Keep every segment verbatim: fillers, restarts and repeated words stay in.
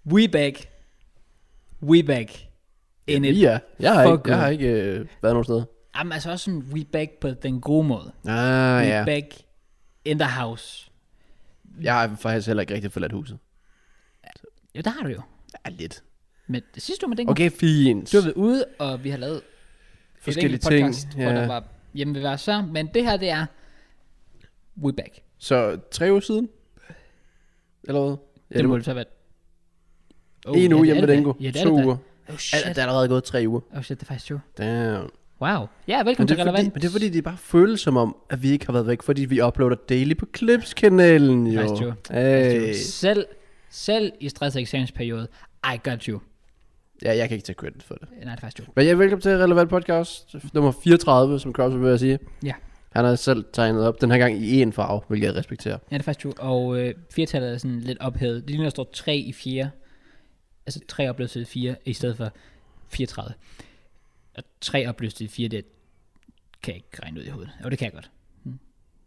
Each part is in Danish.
We back. We back. In ja, ja. Jeg har ikke, jeg har ikke øh, været nogen steder. Jamen altså også sådan, we back på den gode måde. Ah, we ja. back in the house. Jeg har faktisk heller ikke rigtig forladt huset. Ja, der har du jo. Ja, lidt. Men det sidste uge med den Okay, fint. Du har været ude, og vi har lavet forskellige podcast, ting, hvor ja. der var hjemme ved hver så. Men det her, det er we back. Så tre uger siden? Eller hvad? Ja, det må det så være. Oh, en uge hjemme med Dengo. Ja, det er to det uger. Oh shit. Er, der er allerede gået tre uger. Oh shit, det er faktisk true. Damn. Wow. Ja, velkommen til Relevant. Fordi, men det er fordi, det bare føles som om, at vi ikke har været væk, fordi vi uploader daily på Clips-kanalen, jo. Faktisk true. Hey. Selv, selv i stress- og eksamensperiode, I got you. Ja, jeg kan ikke tage credit for det. Nej, det er faktisk true. Men jeg er velkommen til Relevant Podcast, nummer fireogtredive, som Kraus vil sige. Ja. Han har selv tegnet op, den her gang i én farve, hvilket jeg respekterer. Ja, det er faktisk true. Og øh, firetallet er sådan lidt ophævet. Det ligner, der står tre i fjerde. Altså tre opløst til fire, i stedet for fireogtredive. Og tre opløst til fire, det kan jeg ikke regne ud i hovedet. Og det kan jeg godt. Hmm.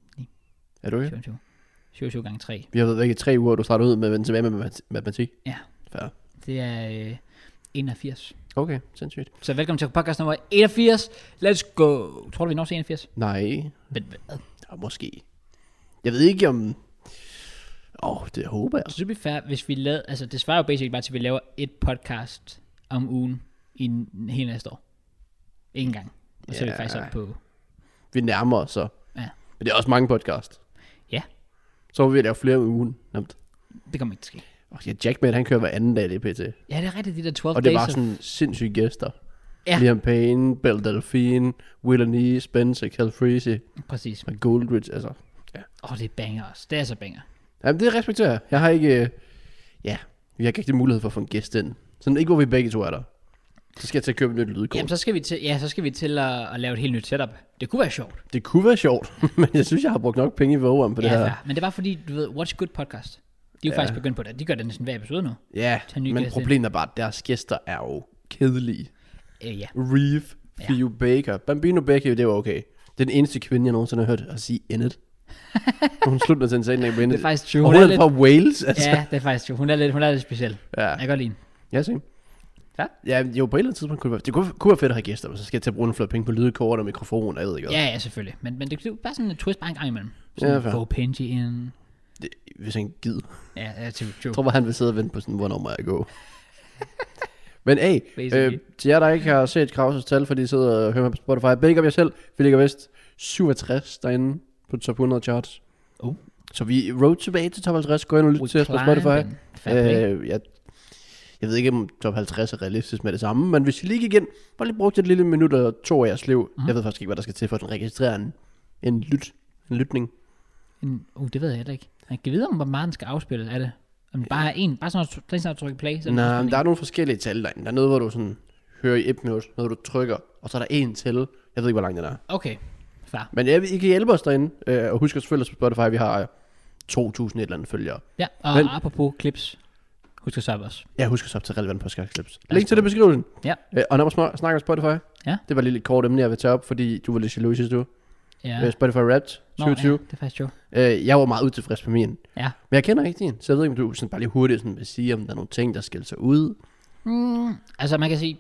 Er du ikke? syvogtyve. syvogtyve gange tre. Vi har været væk i tre uger, og du starter ud med at vende tilbage med matematik. Ja. Fair. Det er øh, enogfirs. Okay, sindssygt. Så velkommen til podcast nummer enogfirs. Let's go. Tror du, vi når til enogfirs? Nej. Men hvad? Ja, måske. Jeg ved ikke om... Åh, oh, det håber jeg. Så det bliver fair, hvis vi lavede... Altså, det svarer jo basically bare til, at vi laver et podcast om ugen i en hel næste år. En gang. Og så er vi Ja. faktisk op på... Vi nærmer os så. Ja. Men det er også mange podcast. Ja. Så må vi lave flere om ugen. Nemt. Det kommer ikke til at ske. Oh, ja, Jackman, han kører hver anden dag, det er pt. Ja, det er rigtigt, de der tolv Og det er days bare of- sådan sindssyge gæster. Ja. Liam Payne, Belle Delphine, Will and E, Spencer, Cal Freese Præcis. og Goldridge, altså. Åh, oh, det er banger også. Det er så banger. Jamen, det respekterer jeg. Jeg har ikke... øh, Ja, vi har ikke rigtig mulighed for at få en gæst ind. Sådan ikke, hvor vi begge to er der. Så skal jeg til at købe et nyt lydkort. Jamen, så skal vi til, ja, så skal vi til at, at lave et helt nyt setup. Det kunne være sjovt. Det kunne være sjovt, men jeg synes, jeg har brugt nok penge i vågen på Ja, det her. fair. Men det var fordi, du ved, What's Good podcast. De er jo Ja. faktisk begyndt på det. De gør det næsten hver episode nu. Ja, Tag en ny men gæst ind. problemet er bare, at deres gæster er jo kedelige. Øh, ja. Reeve, Ja. Theo Baker. Bambino Baker, det var okay. Det er den eneste kvinde, jeg nogensinde har hørt at sige Enid. Hun slutter til en sætning på Enid. Det er faktisk true. Og hun er fra Wales, altså. Ja, det er faktisk true. Hun er lidt, hun er lidt speciel. Ja, Jeg kan godt lide hende. ja se. Ja. Ja, jo, på et eller andet tidspunkt kunne det være, det kunne, kunne være fedt at have gæster, men så skal jeg til at bruge nogle flere penge på lydkort og mikrofon, og jeg ved ikke hvad. Ja, ja, selvfølgelig. Men, men det er jo bare sådan en twist bare en gang imellem. Ja, Sådan fair. få Penji ind. Det, hvis han gider. Ja, ja, true, true. Jeg tror bare, han vil sidde og vente på sådan, hvornår må jeg gå. Men hey, Basically. øh, til jer, der ikke har set Krauses tal, fordi I sidder og hører mig på Spotify, big up jer selv. Vi ligger vist syvogtres derinde på top hundrede charts. Oh. Så vi road tilbage til top halvtreds. Gå ind og lyt til os på Spotify. Øh, jeg, jeg ved ikke, om top halvtreds er realistisk med det samme, men hvis I lige igen, bare lige brugte et lille minut og to af jeres liv. Mhm. Jeg ved faktisk ikke, hvad der skal til for at registrere en, en, lyt, en lytning. En, uh, det ved jeg heller ikke. Jeg kan vide, om hvor meget den skal afspille af det. Om det bare er en, bare sådan noget, sådan trykke play. Så er det Nej, afspilning. men der er nogle forskellige tal derinde. Der er noget, hvor du sådan hører i et minut, noget du trykker, og så er der en til. Jeg ved ikke, hvor lang den er. Okay, fair. Men ja, I kan hjælpe os derinde, øh, og husk at følge os på Spotify. Vi har to tusind et eller andet følgere. Ja, og Men- apropos clips. Husk at subbe os. Ja, husk at op til relevant podcast clips. Lad os Link til det i beskrivelsen. Ja. Øh, og når man snak- snakker om Spotify, Ja. det var lige lidt kort emne, jeg vil tage op, fordi du var lidt jaloux sidste uge. Ja. Øh, Spotify Wrapped Nå, tyve tyve. ja, det er faktisk true. Øh, jeg var meget utilfreds med min. Ja. Men jeg kender ikke din, så jeg ved ikke, om du sådan bare lige hurtigt sådan vil sige, om der er nogle ting, der skiller sig ud. Mm, altså man kan sige,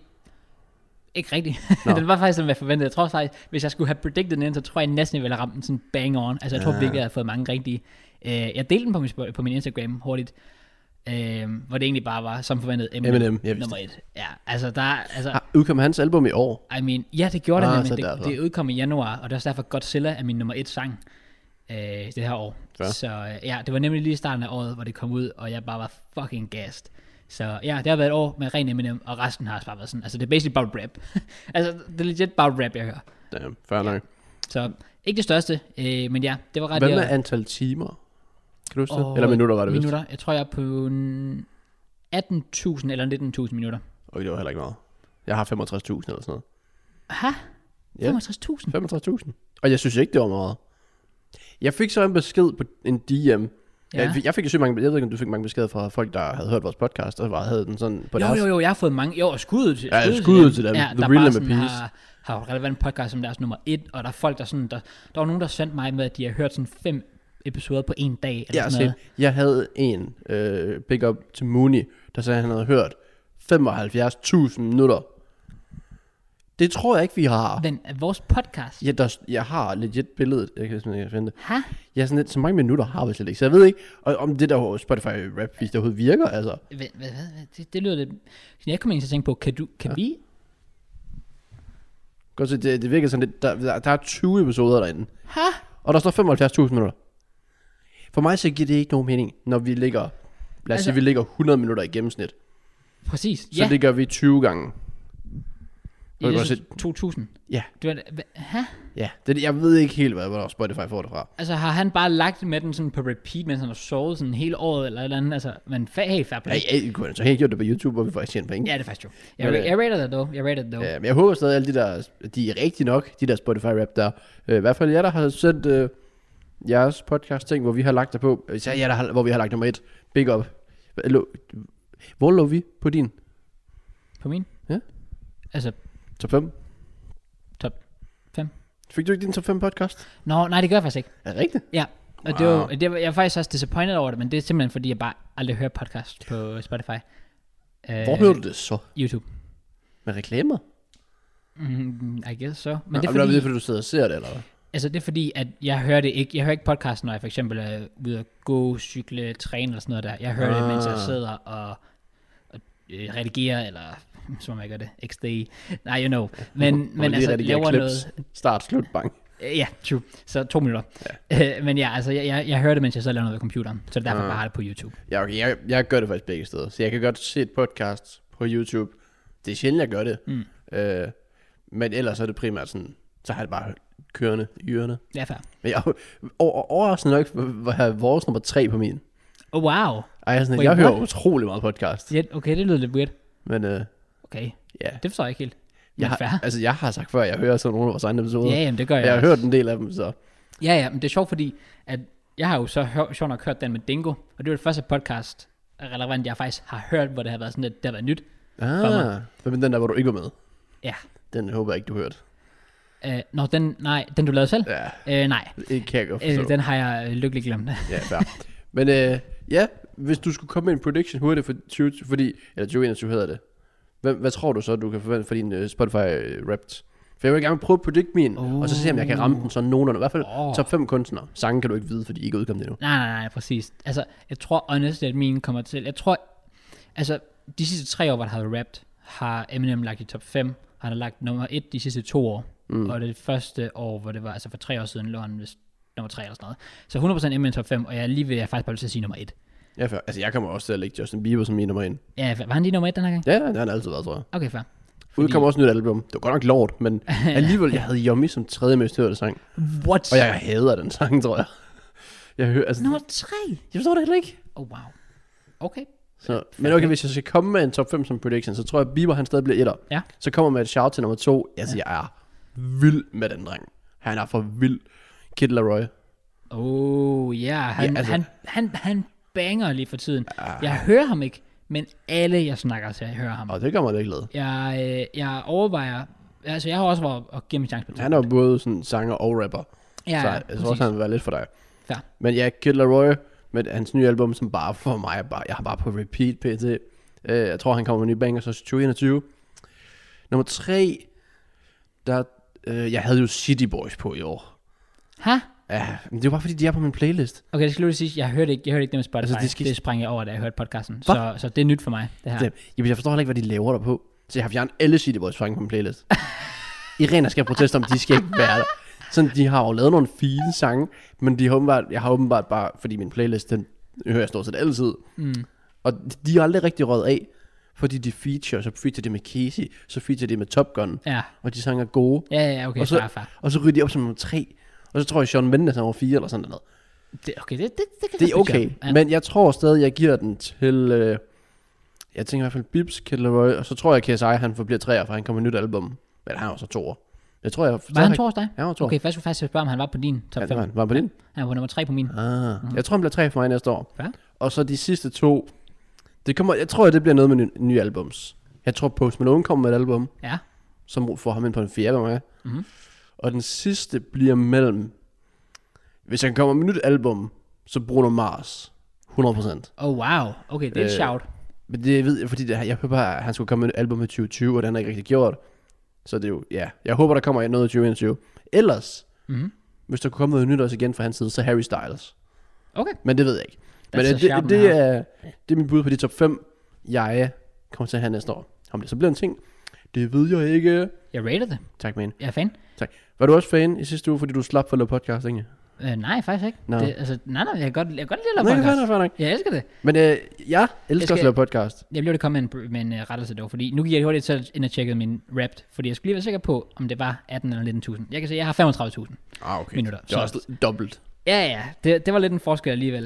ikke rigtigt. Nå. Den var faktisk som jeg forventede. Jeg tror faktisk, hvis jeg skulle have predicted den, så tror jeg næsten, jeg ville have ramt den sådan bang on. Altså jeg tror Ja. virkelig, jeg havde fået mange rigtige. Uh, jeg delte den på min, spo- på min Instagram hurtigt. Uh, hvor det egentlig bare var, som forventet, Eminem, Eminem, jeg vidste nummer et. Ja, altså der, altså, Har udkom hans album i år? I mean, ja det gjorde Ah, det, så men derfor. det, det udkom i januar, og det er også derfor Godzilla er min nummer et sang uh, det her år. Ja. Så uh, ja, det var nemlig lige i starten af året, hvor det kom ud, og jeg bare var fucking gassed. Så ja, det har været et år med ren Eminem, og resten har bare været sådan, altså det er basically bare rap. altså det er legit bare rap, jeg hører. Damn, fair nok. Så ikke det største, øh, men ja, det var ret... Hvad jeg- med antal timer? Kan du huske det? Åh, Eller minutter var det vist? Minutter, jeg tror jeg er på atten tusind eller nitten tusind minutter. Okay, det var heller ikke meget. Jeg har femogtres tusind eller sådan noget. Aha, Ja. femogtres tusind? femogtres tusind. Og jeg synes ikke, det var meget. Jeg fik så en besked på en D M. Ja. Jeg fik, jeg fik jo sygt mange, jeg ved ikke, om du fik mange beskeder fra folk, der havde hørt vores podcast, og bare havde den sådan på Jo, deres... jo, jo, jeg har fået mange... Jo, og skud til, Ja, skud skud til dem. Ja, The der real bare M V sådan Ps. har, har relevant podcast som deres nummer et, og der er folk, der sådan... Der, der var nogen, der sendte mig med, at de har hørt sådan fem episoder på en dag, eller Ja, sådan noget. se, jeg havde en uh, big up til Mooney, der sagde, at han havde hørt femoghalvfjerds tusind minutter. Det tror jeg ikke, vi har. Den er vores podcast. Ja, der, jeg har legit billedet. Jeg kan simpelthen ikke finde det. Hæ? Ja, sådan lidt, så mange minutter har vi slet ikke. Så jeg ved ikke, om det der Spotify rap, hvis det overhovedet virker, altså. Hvad, hvad, hvad, det, det lyder lidt... Jeg kommer ind til at tænke på, kan, du, kan ja. vi... Godt se, det, det virker sådan lidt... Der, der, der er tyve episoder derinde. Hæ? Og der står femoghalvfjerds tusind minutter. For mig så giver det ikke nogen mening, når vi ligger... Lad os altså, sige, vi ligger hundrede minutter i gennemsnit. Præcis, så ja. Så ligger vi tyve gange. Ja, det er så to tusind. Ja. Du er, hæ? Ja, det, jeg ved ikke helt, hvad, hvor Spotify får det fra. Altså har han bare lagt med den sådan på repeat, mens han har sovet sådan hele året eller et eller andet, altså, men fa- hey, fair play. Ja, jeg kunne så helt gjort det på YouTube, hvor vi faktisk tjener penge. Ja, det er faktisk jo. Jeg, men, jeg rater det dog, jeg rater det dog. Ja, men jeg håber stadig, alle de der, de er rigtig nok, de der Spotify rap der. Øh, I hvert fald jer, der har sendt øh, jeres podcast ting, hvor vi har lagt det på. Især jer, der har, hvor vi har lagt nummer et. Big up. Hvor lå vi på din? På min? Ja. Altså. Top fem? Top fem. Fik du ikke din top fem podcast? Nå, nej, det gør jeg faktisk ikke. Er det rigtigt? Ja, og wow. det var, det var, jeg er faktisk også disappointed over det, men det er simpelthen fordi, jeg bare aldrig hører podcast på Spotify. Hvor uh, hører du det så? YouTube. Med reklamer? Mm, I guess so. Men Nå, det er fordi, det er fordi, du sidder og ser det, eller hvad? Altså det er fordi, at jeg hører det ikke, jeg hører ikke podcast, når jeg for eksempel er ude at gå, cykle, træne eller sådan noget der. Jeg hører ah. det, mens jeg sidder og, og øh, redigerer, eller som jeg gør det, X D. Nej, you know. Men, men altså, laver clips. Noget... Start, slut, bang. Ja, yeah, true. Så to minutter. Ja. Uh, men ja, altså, jeg, jeg, jeg hører det, mens jeg så laver noget ved computeren. Så det er derfor, ah. bare har det på YouTube. Ja, okay. Jeg, jeg gør det faktisk begge steder. Så jeg kan godt se et podcast på YouTube. Det er sjældent, jeg gør det. Mm. Uh, men ellers er det primært sådan, så har jeg det bare kørende i ørerne. Ja, fair. Men jeg over, overraskende nok, hvor jeg har vores nummer tre på min. Oh, wow. Ej, jeg, sådan, Wait, jeg hører utrolig meget podcast. Ja, okay, det lyder lidt weird. Men uh, okay, ja. Det forstår jeg ikke helt. Jeg har, altså, jeg har sagt før, at jeg hører sådan nogle af vores egne episoder. Ja, jamen, det gør jeg. Jeg har også. hørt en del af dem, så. Ja, ja, men det er sjovt, fordi at jeg har jo så hør, sjovt nok hørt den med Dingo, og det var det første podcast, relevant, jeg faktisk har hørt, hvor det har været sådan, at det har været nyt. Ah, men den der, hvor du ikke var med. Ja. Den håber jeg ikke, du hørte. Uh, Nå, den, nej, den du lavede selv? Ja. Uh, nej. Det kan jeg godt forstå. Uh, den har jeg uh, lykkeligt glemt. Ja, fair. Men uh, ja, hvis du skulle komme med en prediction hurtigt for tyve, fordi, eller tyve enogtyve hedder det. Hvad, hvad tror du så, du kan forvente for din uh, Spotify uh, Wrapped? For jeg vil gerne prøve at predict min, uh. og så se om jeg kan ramme den sådan nogenlunde. I hvert fald uh. top fem kunstnere. Sangen kan du ikke vide, fordi de ikke er udkommet endnu. Nej, nej, nej, præcis. Altså, jeg tror honestly, at min kommer til. Jeg tror, altså, de sidste tre år, hvor der har været Wrapped, har Eminem lagt i top fem. Han har lagt nummer et de sidste to år. Mm. Og det første år, hvor det var, altså for tre år siden, lå han vist nummer tre eller sådan noget. Så hundrede procent Eminem top fem, og jeg lige vil jeg faktisk bare til at sige nummer et. Ja, fair. Altså jeg kommer også til at lægge Justin Bieber som min nummer et. Ja, fair. Var han lige nummer et den her gang? Ja, det har han altid været, tror jeg. Okay, fair. Fordi... Udkommer også et nyt album. Det var godt nok lort, men alligevel, jeg havde Yummy som tredje mest hørte sang. What? Og jeg hader den sang, tror jeg. Jeg hører, altså... Nummer tre? Jeg forstår det heller ikke. Oh, wow. Okay. Så, men okay, hvis jeg skal komme med en top fem som prediction, så tror jeg, at Bieber han stadig bliver etter. Ja. Så kommer med et shout til nummer to. Altså, ja. Jeg er vild med den dreng. Han er for vild. Kid Laroi. Oh, yeah. Han, ja. Altså, han, han, han banger lige for tiden. Uh, jeg hører ham ikke, men alle jeg snakker til, jeg hører ham. Og det gør mig ikke glad. Jeg, øh, jeg overvejer, altså jeg har også været at give mig en chance på det. Han er jo både sådan sanger og rapper. Ja, så jeg, jeg tror også, han vil være lidt for dig. Ja. Men ja, Kid Laroi med hans nye album, som bare for mig, bare, jeg har bare på repeat pt. Uh, jeg tror, han kommer med en ny banger, så tyve enogtyve. Nummer tre, der, uh, jeg havde jo City Boys på i år. Hæ? Ja, men det er jo bare fordi, de er på min playlist. Okay, det skal lige sige, jeg hørte ikke, jeg hørte ikke det med Spotify. Altså, det, skal... det sprang jeg over, da jeg hørte podcasten. Så, så det er nyt for mig, det her. Det, jamen, jeg forstår heller ikke, hvad de laver der på. Så jeg har fjernet alle City Boys fra på min playlist. Irena skal protestere om, de skal ikke være der. Sådan, de har jo lavet nogle fine sange, men de har åbenbart, jeg har åbenbart bare, fordi min playlist, den hører jeg stort set altid. Mm. Og de er aldrig rigtig røget af, fordi de feature, så feature de med Casey, så feature de med Top Gun. Ja. Og de sange er gode. Ja, ja, okay, og så, far, far. Og så ryger de op som nummer tre. Og så tror jeg, Shawn Mendes er over fire eller sådan noget. Det, okay, det, det, det, kan det er okay. Ja. Men jeg tror stadig, jeg giver den til... Øh, jeg tænker i hvert fald Bibs, Kid Laroi, og så tror jeg, K S I, han får bliver treer, for han kommer med et nyt album. Men han er også to år. Jeg tror, jeg... Var han to år dig? Ja, han var to år. Okay, først skulle faktisk spørge, om han var på din top fem. Ja, han var på din? Han var nummer tre på min. Ah, mm-hmm. Jeg tror, han bliver tre for mig næste år. Ja. Og så de sidste to... Det kommer, jeg tror, det bliver noget med nye, nye albums. Jeg tror, Post Malone kommer med et album. Ja. Som får ham ind på en fjerde med mig. Mm-hmm. Og den sidste bliver mellem... Hvis han kommer med et nyt album, så Bruno Mars. hundrede procent. Oh wow, okay, det er et øh, shout. Men det ved jeg, fordi det, jeg hører bare, at han skulle komme med et album i tyve tyve, og det har han ikke rigtig gjort. Så det er jo, ja. Jeg håber, der kommer noget i tyve enogtyve. Ellers, Mm-hmm. hvis der kunne komme noget nyt også igen fra hans side, så Harry Styles. Okay. Men det ved jeg ikke. Men That's øh, a det, sharp det, det, house. er, det er min bud på de top fem, jeg kommer til at have næste år. Om det så bliver en ting, det ved jeg ikke. Jeg rated det. Tak, man. Jeg er fan. Tak. Var du også fan i sidste uge, fordi du slap for at lave podcast, ikke? Øh, nej, faktisk ikke. Nå. Det, altså, nej, nej, jeg kan godt, jeg kan godt lide at Nej, lave det er podcast. fair nok, fair nok. Jeg elsker det. Men øh, jeg elsker Jeg skal- også at lave podcast. Jeg blev det komme med en, med en uh, rettelse dog, fordi nu gik jeg hurtigt selv ind og tjekkede min Wrapped, fordi jeg skulle lige være sikker på, om det var atten eller nitten tusind. Jeg kan se, jeg har femogtredive tusind Ah, okay. minutter. Det er også dobbelt. Ja, ja, det, det var lidt en forskel alligevel.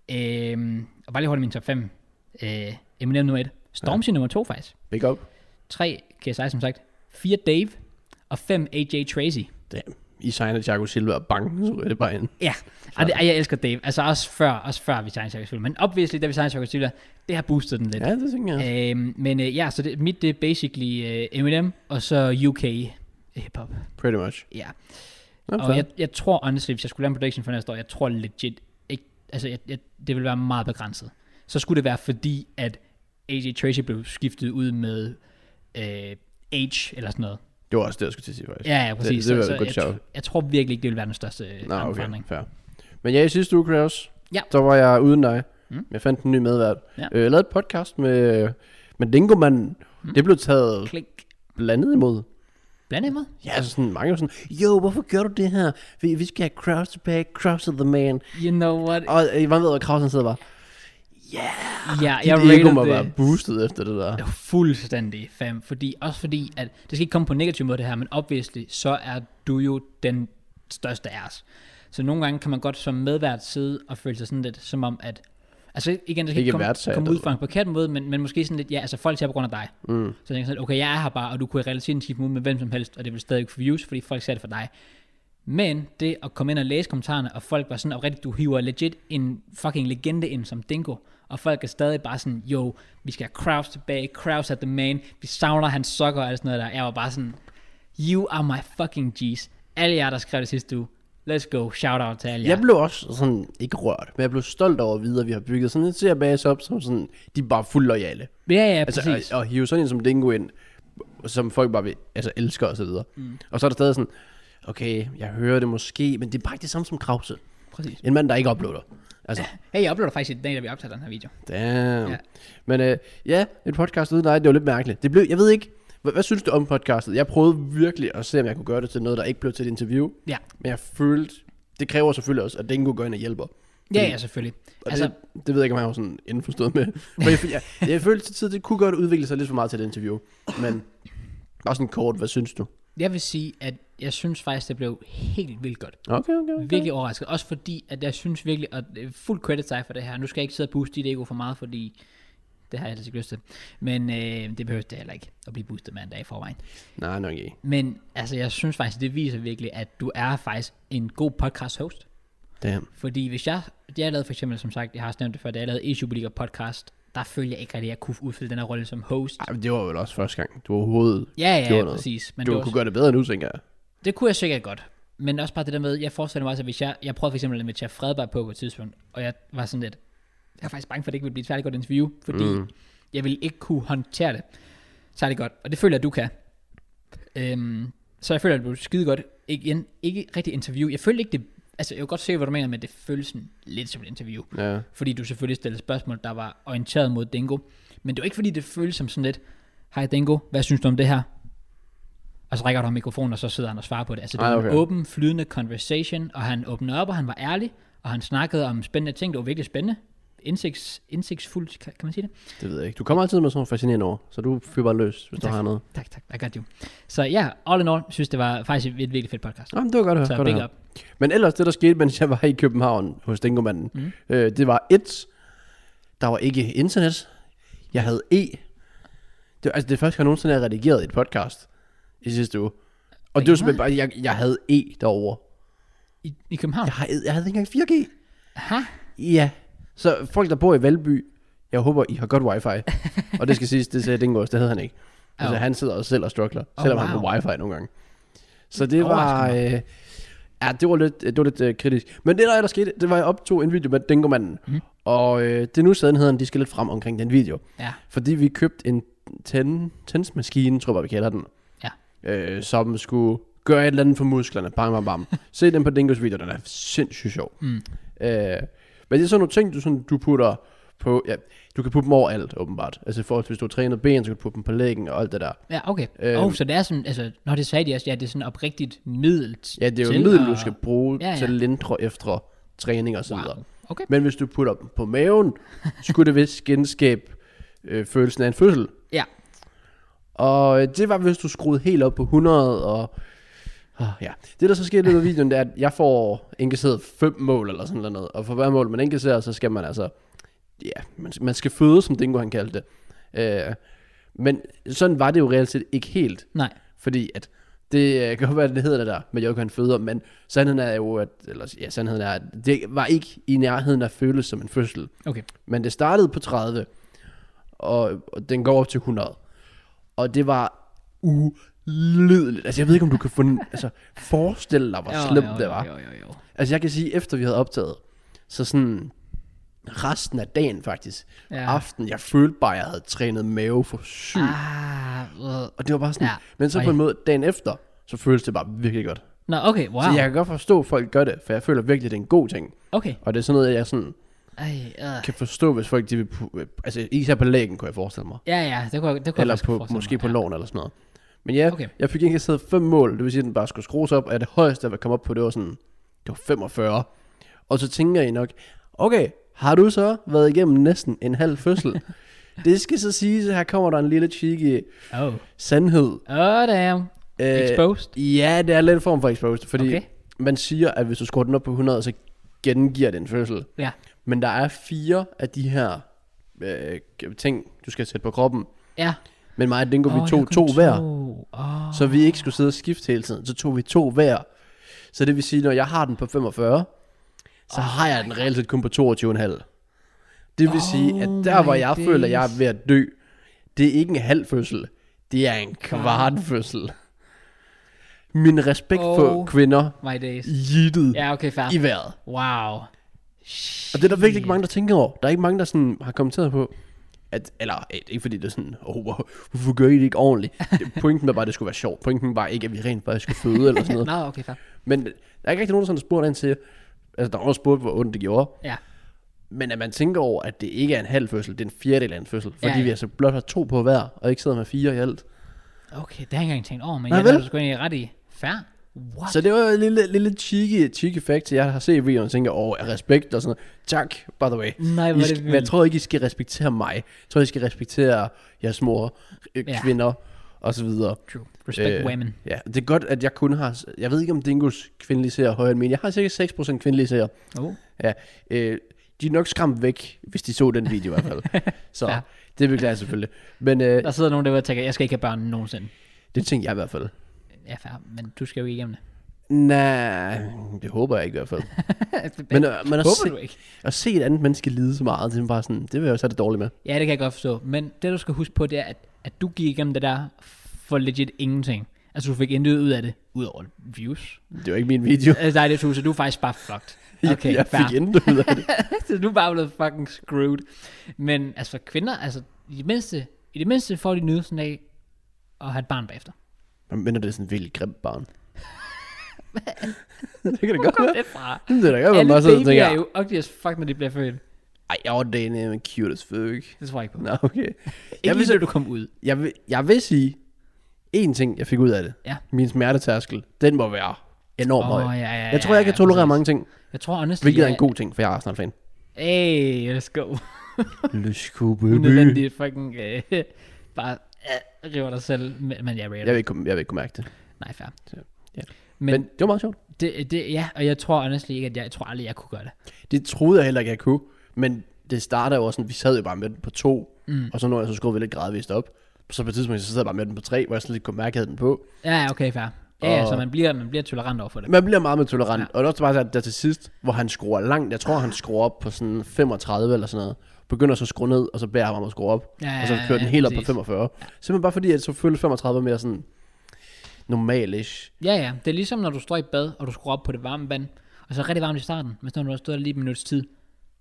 Øhm, og bare lige hurtigt min top fem. Øh, Eminem nummer et. Stormzy ja. nummer to faktisk. Big up. tre K S I som sagt. fire Dave. Og fem A J Tracy. Damn. I signer Thiago Silva og bang, så er det bare ind. Ja, og det, og jeg elsker Dave. Altså også før, også før vi signede Thiago Silva. Men obviously, da vi signede Thiago Silva, det har boostet den lidt. Ja, det tænker jeg. Øhm, men øh, ja, så det, mit det er basically øh, Eminem, og så U K hip-hop. Pretty much. Ja. Nå, Og jeg, jeg tror honestly, hvis jeg skulle lave en prediction for næste år, jeg tror legit ikke, altså jeg, jeg, det vil være meget begrænset. Så skulle det være fordi, at A J Tracy blev skiftet ud med øh, Age eller sådan noget. Det var også det, jeg skulle til at sige, faktisk. Ja, ja, præcis. Det, det var så, et så godt jeg, shout. tr- jeg tror virkelig ikke, det vil være den største øh, Nå, okay, forandring. fair. Men ja, i sidste uge, Kraus, Ja. der var jeg uden dig. Mm. Jeg fandt en ny medvært. Ja. Øh, jeg lavede et podcast med, med Dingo-manden. Mm. Det blev taget Klink. blandet imod. Blandet imod? Ja, altså sådan, mange var sådan, jo, hvorfor gør du det her? Vi, vi skal have Kraus tilbage, Kraus is the man. You know what? Og øh, man ved, at Kraus han sidder bare, Ja, dit jeg ego må rated være det. boostet efter det der. Jeg er fuldstændig fam, fordi, også fordi, at det skal ikke komme på en negativ måde det her, men obviously, så er du jo den største af os. Så nogle gange kan man godt som medvært sidde og føle sig sådan lidt, som om at, altså igen, det skal Ikke ikke komme, værdsat, komme ud eller fra en forkert måde, men, men måske sådan lidt, ja, altså folk ser på grund af dig. Mm. Så jeg tænker sådan, okay, jeg er her bare, og du kunne relativt ud med hvem som helst, og det vil stadig få views, fordi folk ser det for dig. Men det at komme ind og læse kommentarerne, og folk var sådan oprigtigt, du hiver legit en fucking legende ind som Dingo, og folk er stadig bare sådan, jo, vi skal have Kraus tilbage, Kraus er the man, vi savner hans sokker og alt sådan noget der. Jeg var bare sådan, you are my fucking G's. Alle jer, der skrev det sidste uge, let's go, shout out til alle jer. Jeg blev også sådan, ikke rørt, men jeg blev stolt over at vide, at vi har bygget sådan en serie op, som sådan, de er bare fuldt loyale. Ja, ja, Altså, præcis. og, og hive sådan en som Dingo ind, som folk bare vil, altså elsker og så videre. Mm. Og så er der stadig sådan, okay, jeg hører det måske, men det er bare ikke det samme som Krause. præcis. En mand, der ikke uploader. Altså, Hey, jeg uploader faktisk i dag, da vi optager den her video. damn. Ja. Ja. Men øh, ja, et podcast uden dig, det var lidt mærkeligt. Det blev, jeg ved ikke, hvad, hvad synes du om podcastet? Jeg prøvede virkelig at se, om jeg kunne gøre det til noget, der ikke blev til et interview. Ja. Men jeg følte, det kræver selvfølgelig også, at Dingo går ind og hjælper. Ja, ja, selvfølgelig. Og Altså, det, det ved jeg ikke, om jeg var sådan indforstået med. For jeg, jeg, jeg følte til tid, det kunne godt udvikle sig lidt for meget til et interview. Men bare sådan kort, hvad synes du? jeg vil sige, at jeg synes faktisk, det blev helt vildt godt. Okay, okay, okay. Virkelig overrasket. Også fordi, at jeg synes virkelig, og det er fuld credit til dig for det her. Nu skal jeg ikke sidde og booste dit ego for meget, fordi det har jeg altså ikke lyst til. Men øh, det behøver det heller ikke at blive boostet med en dag i forvejen. Nej, nok ikke. Men altså, jeg synes faktisk, det viser virkelig, at du er faktisk en god podcast host. Damn. Fordi hvis jeg, jeg lavede for eksempel, som sagt, jeg har også nævnt det før, da jeg lavede E-Superliga podcast, der følte jeg ikke rigtig, at jeg kunne udfylde den her rolle som host. Ej, men det var vel også første gang, du overhovedet Ja, ja, gjorde ja noget. præcis. Men du det, kunne var, gøre det bedre nu, tænker jeg. det kunne jeg sikkert godt. Men også bare det der med, jeg forestiller mig også, at hvis jeg, jeg prøvede for eksempel at invitere Fredberg på på et tidspunkt, og jeg var sådan lidt, jeg er faktisk bange for, at det ikke ville blive et særligt godt interview, fordi mm. jeg ville ikke kunne håndtere det særlig godt, og det føler jeg, at du kan. Øhm, så jeg føler, at det blev skide godt. Ikke, ikke rigtig interview. Jeg følte ikke det, altså jeg kan godt se, hvad du mener, men det føles sådan lidt som et interview. Ja. Fordi du selvfølgelig stillede spørgsmål, der var orienteret mod Dingo. Men det var ikke fordi, det føles som sådan lidt, hej Dingo, hvad synes du om det her? Og så rækker du ham mikrofonen, og så sidder han og svarer på det. Altså det Ej, var okay. en åben, flydende conversation, og han åbnede op, og han var ærlig, og han snakkede om spændende ting. Det var virkelig spændende. Indsigts, indsigtsfuldt, kan, kan man sige det? Det ved jeg ikke. Du kommer altid med sådan nogle fascinerende ord, så du fyrer bare løs, hvis Tak. du har noget. Tak, tak. I got you. Så ja, all in all, synes det var faktisk et virkelig fedt podcast. Jamen, det var godt at høre. Så godt at big høre. up. Men ellers, det der skete, mens jeg var i København hos Dingo-manden, Mm. øh, det var et, der var ikke internet. Jeg havde E. Det, var, altså, det er første gang nogensinde, jeg har redigeret et podcast i sidste uge. Og det var simpelthen bare, jeg, jeg havde E derovre. I, i København? Jeg, har, jeg havde ikke engang fire G. Aha. Ja. Så folk, der bor i Valby, jeg håber, I har godt wifi. Og det skal siges, det sagde Dingo også, det havde han ikke. Altså, Oh. han sidder også selv og struggler, Oh, selvom wow. han har wifi nogle gange. Så det var... Overraskende. Øh, ja, det var lidt, det var lidt øh, kritisk. Men det, der, der skete, det var, jeg optog en video med Dingo-manden. Mhm. Og øh, det er nu sandheden, de skal lidt frem omkring den video. Ja. Fordi vi købte en ten, tensmaskine, tror jeg, vi kalder den. Ja. Øh, som skulle gøre et eller andet for musklerne. Bam, bam, bam. Se den på Dingos video, den er sindssygt sjov. Mm. Øh, men det er sådan nogle ting, du, sådan, du putter på, ja, du kan putte dem over alt, åbenbart. Altså i forhold til, hvis du har trænet ben, så kan du putte dem på læggen og alt det der. Ja, okay. Øhm, oh, så det er sådan, altså, når det sagde de også, ja, det er sådan oprigtigt middel t- Ja, det er jo til et middel, at- du skal bruge Ja, ja. til at lindre efter træning og så Wow. videre. Okay. Men hvis du putter dem på maven, så skulle det vist genskabe øh, følelsen af en fødsel. Ja. Og øh, det var, hvis du skruede helt op på hundrede, og oh, ja. Det der så sker i løbet af videoen, det er, at jeg får indkasseret fem mål eller sådan noget, og for hver mål man indkasserer, så skal man altså, ja, man, man skal føde, som Dingo han kaldte det. Øh, men sådan var det jo reelt set ikke helt, Nej. fordi at det øh, kan jo være, at det hedder det der med Jokko han føder, men sandheden er jo, at, eller ja, sandheden er, at det var ikke i nærheden af føles som en fødsel. Okay. Men det startede på tredive, og, og den går op til hundrede. Og det var ulideligt. Altså jeg ved ikke, om du kan få, altså, forestille dig, hvor Jo, slemt jo, det var. Jo, jo, jo. Altså jeg kan sige, efter vi havde optaget, så sådan resten af dagen faktisk, Ja. aften, jeg følte bare, at jeg havde trænet mave for sygt. Ah, øh. Og det var bare sådan, Ja. men så på Ej. en måde, dagen efter, så føles det bare virkelig godt. Nå, okay, wow. Så jeg kan godt forstå, at folk gør det, for jeg føler virkelig, det er en god ting. Okay. Og det er sådan noget, jeg sådan Ej, øh. kan forstå, hvis folk de vil, pu- altså især på lægen, kunne jeg forestille mig. Ja, ja, det kunne, det kunne Eller jeg faktisk på, forestille måske mig. på loven eller sådan noget. Men ja, Okay. okay. Jeg fik ikke siddet fem mål, det vil sige, at den bare skulle skrues op, og det højeste, jeg var kommet op på, det var sådan, det var femogfyrre. Og så tænker I nok, okay, har du så været igennem næsten en halv fødsel? Det skal så sige, at her kommer der en lille cheeky Oh. sandhed. Oh, damn. Øh, Exposed? Ja, det er lidt en form for exposed, fordi Okay. okay. man siger, at hvis du skruer den op på hundrede, så gengiver det en fødsel. Ja. Men der er fire af de her øh, ting, du skal sætte på kroppen. Ja. Men mig og Dingo, Åh, vi der tog kom to hver. Oh. Så vi ikke skulle sidde og skifte hele tiden. Så tog vi to hver. Så det vil sige, når jeg har den på femogfyrre, så oh har jeg den reelt set kun på toogtyve komma fem. Det vil oh sige, at der hvor jeg days. føler, at jeg er ved at dø, det er ikke en halv fødsel. Det er en kvart fødsel. Min respekt oh for kvinder My days. jittet Ja, okay, fair. i vejret. Wow. Og det er der virkelig ikke mange, der tænker over. Der er ikke mange, der sådan har kommenteret på, at, eller øh, ikke fordi det er sådan, oh, hvor- hvorfor gør I det ikke ordentligt? Det- Pointen var bare, at det skulle være sjovt. Pointen var ikke, at vi rent faktisk skulle føde eller sådan noget. Nå, okay, fair. Men der er ikke rigtig nogen, der sådan spurgte ind til, altså der var også spurgt, hvor ondt det gjorde. Ja. Men at man tænker over, at det ikke er en halv fødsel, det er en fjerdedel af en fødsel. Fordi Ja, ja. vi altså blot har to på hver, og ikke sidder med fire i alt. Okay, det har jeg ikke engang tænkt over, men Nej, jeg vel? er sgu egentlig ret i. Fair. What? Så det var en lille, lille cheeky, cheeky fact, til jeg har set videoen og tænker, åh, oh, respekt og sådan noget. Tak, by the way. Nej, hvor I er skal, det men jeg vildt. tror ikke, I skal respektere mig. Jeg tror, I skal respektere jeres mor, øh, Ja. kvinder og så videre. True. Respect Øh, women. Ja, det er godt, at jeg kun har, jeg ved ikke, om Dingos kvindelige seere er højere end mine. Jeg har sikkert seks procent kvindelige seere. Oh. Ja, øh, de er nok skræmt væk, hvis de så den video i hvert fald. Så Ja. ja. det beklager jeg selvfølgelig. Men øh, Der sidder nogen derude og tænker, jeg skal ikke have børn nogensinde. det tænker jeg i hvert fald. Ja, fair. Men du skal jo ikke igennem det. Nej, det håber jeg ikke i hvert fald. Men, øh, men at, Håber se, du ikke? at se et andet menneske lide så meget, det er bare sådan, det vil jeg jo så det dårligt med. Ja, det kan jeg godt forstå. Men det, du skal huske på, det er, at, at du gik igennem det der for legit ingenting. Altså, du fik intet ud af det, udover views. Det var ikke min video. Altså, nej, det er så du er faktisk bare fucked. Okay, jeg fair. fik intet ud af det. Så du er bare blevet fucking screwed. Men altså for kvinder, altså i det mindste, i det mindste får de nydelsen af at have et barn bagefter. Men det er sådan en vildt grimt barn. Det kan det Hvor godt kom være. det fra? Det er da godt, at Alle man sidder og babyer er tænker, jo ugly as fuck, når de bliver født. ej, jeg var det en cute as fuck. Det tror jeg ikke på. Nå, okay. Ikke Jeg vil, lige, så, når du kom ud. jeg, vil, jeg vil sige, en ting, jeg fik ud af det. Ja. Min smertetærskel, den må være enormt Åh, høj. ja, ja, ja, Jeg tror, jeg kan ja, tolerere præcis. mange ting, Jeg tror honestly, hvilket er jeg- en god ting, for jeg er Arsenal-fan. Hey, let's go. Let's go, baby. Unødvendigt fucking øh, bare øh, river dig selv. Men, men jeg, Jeg vil, ikke, kunne- jeg vil ikke kunne mærke det. Nej, fair. Så, ja. Men, Men, Men det var meget sjovt. det, det, ja, og jeg tror honestly ikke, at jeg, jeg tror aldrig, jeg kunne gøre det. Det troede jeg heller ikke, jeg kunne. Men det starter jo også sådan, vi sad jo bare med den på to, Mm. og så når jeg så skruede vi lidt gradvist op. Så på et tidspunkt, så sad jeg bare med den på tre, hvor jeg sådan lidt kunne mærke, at jeg havde den på. Ja, ja, okay, fair. Ja, ja, Og- så man bliver, man bliver tolerant over for det. Man bliver meget mere tolerant. Ja. Ja. Og det er også bare sådan, der til sidst, hvor han skruer langt, jeg tror, han skruer op på sådan femogtredive eller sådan noget. Begynder så at skrue ned, og så bærer han ham at skrue op. Ja, ja, Og så ja, kører den ja, helt op på præcis. femogfyrre. Simpelthen bare fordi, at så føles femogtredive mere sådan normalish. Ja, ja. Det er ligesom, når du står i bad, og du skruer op på det varme vand, og så er det rigtig varmt i starten. Men så når du har stået der lige en minuts tid,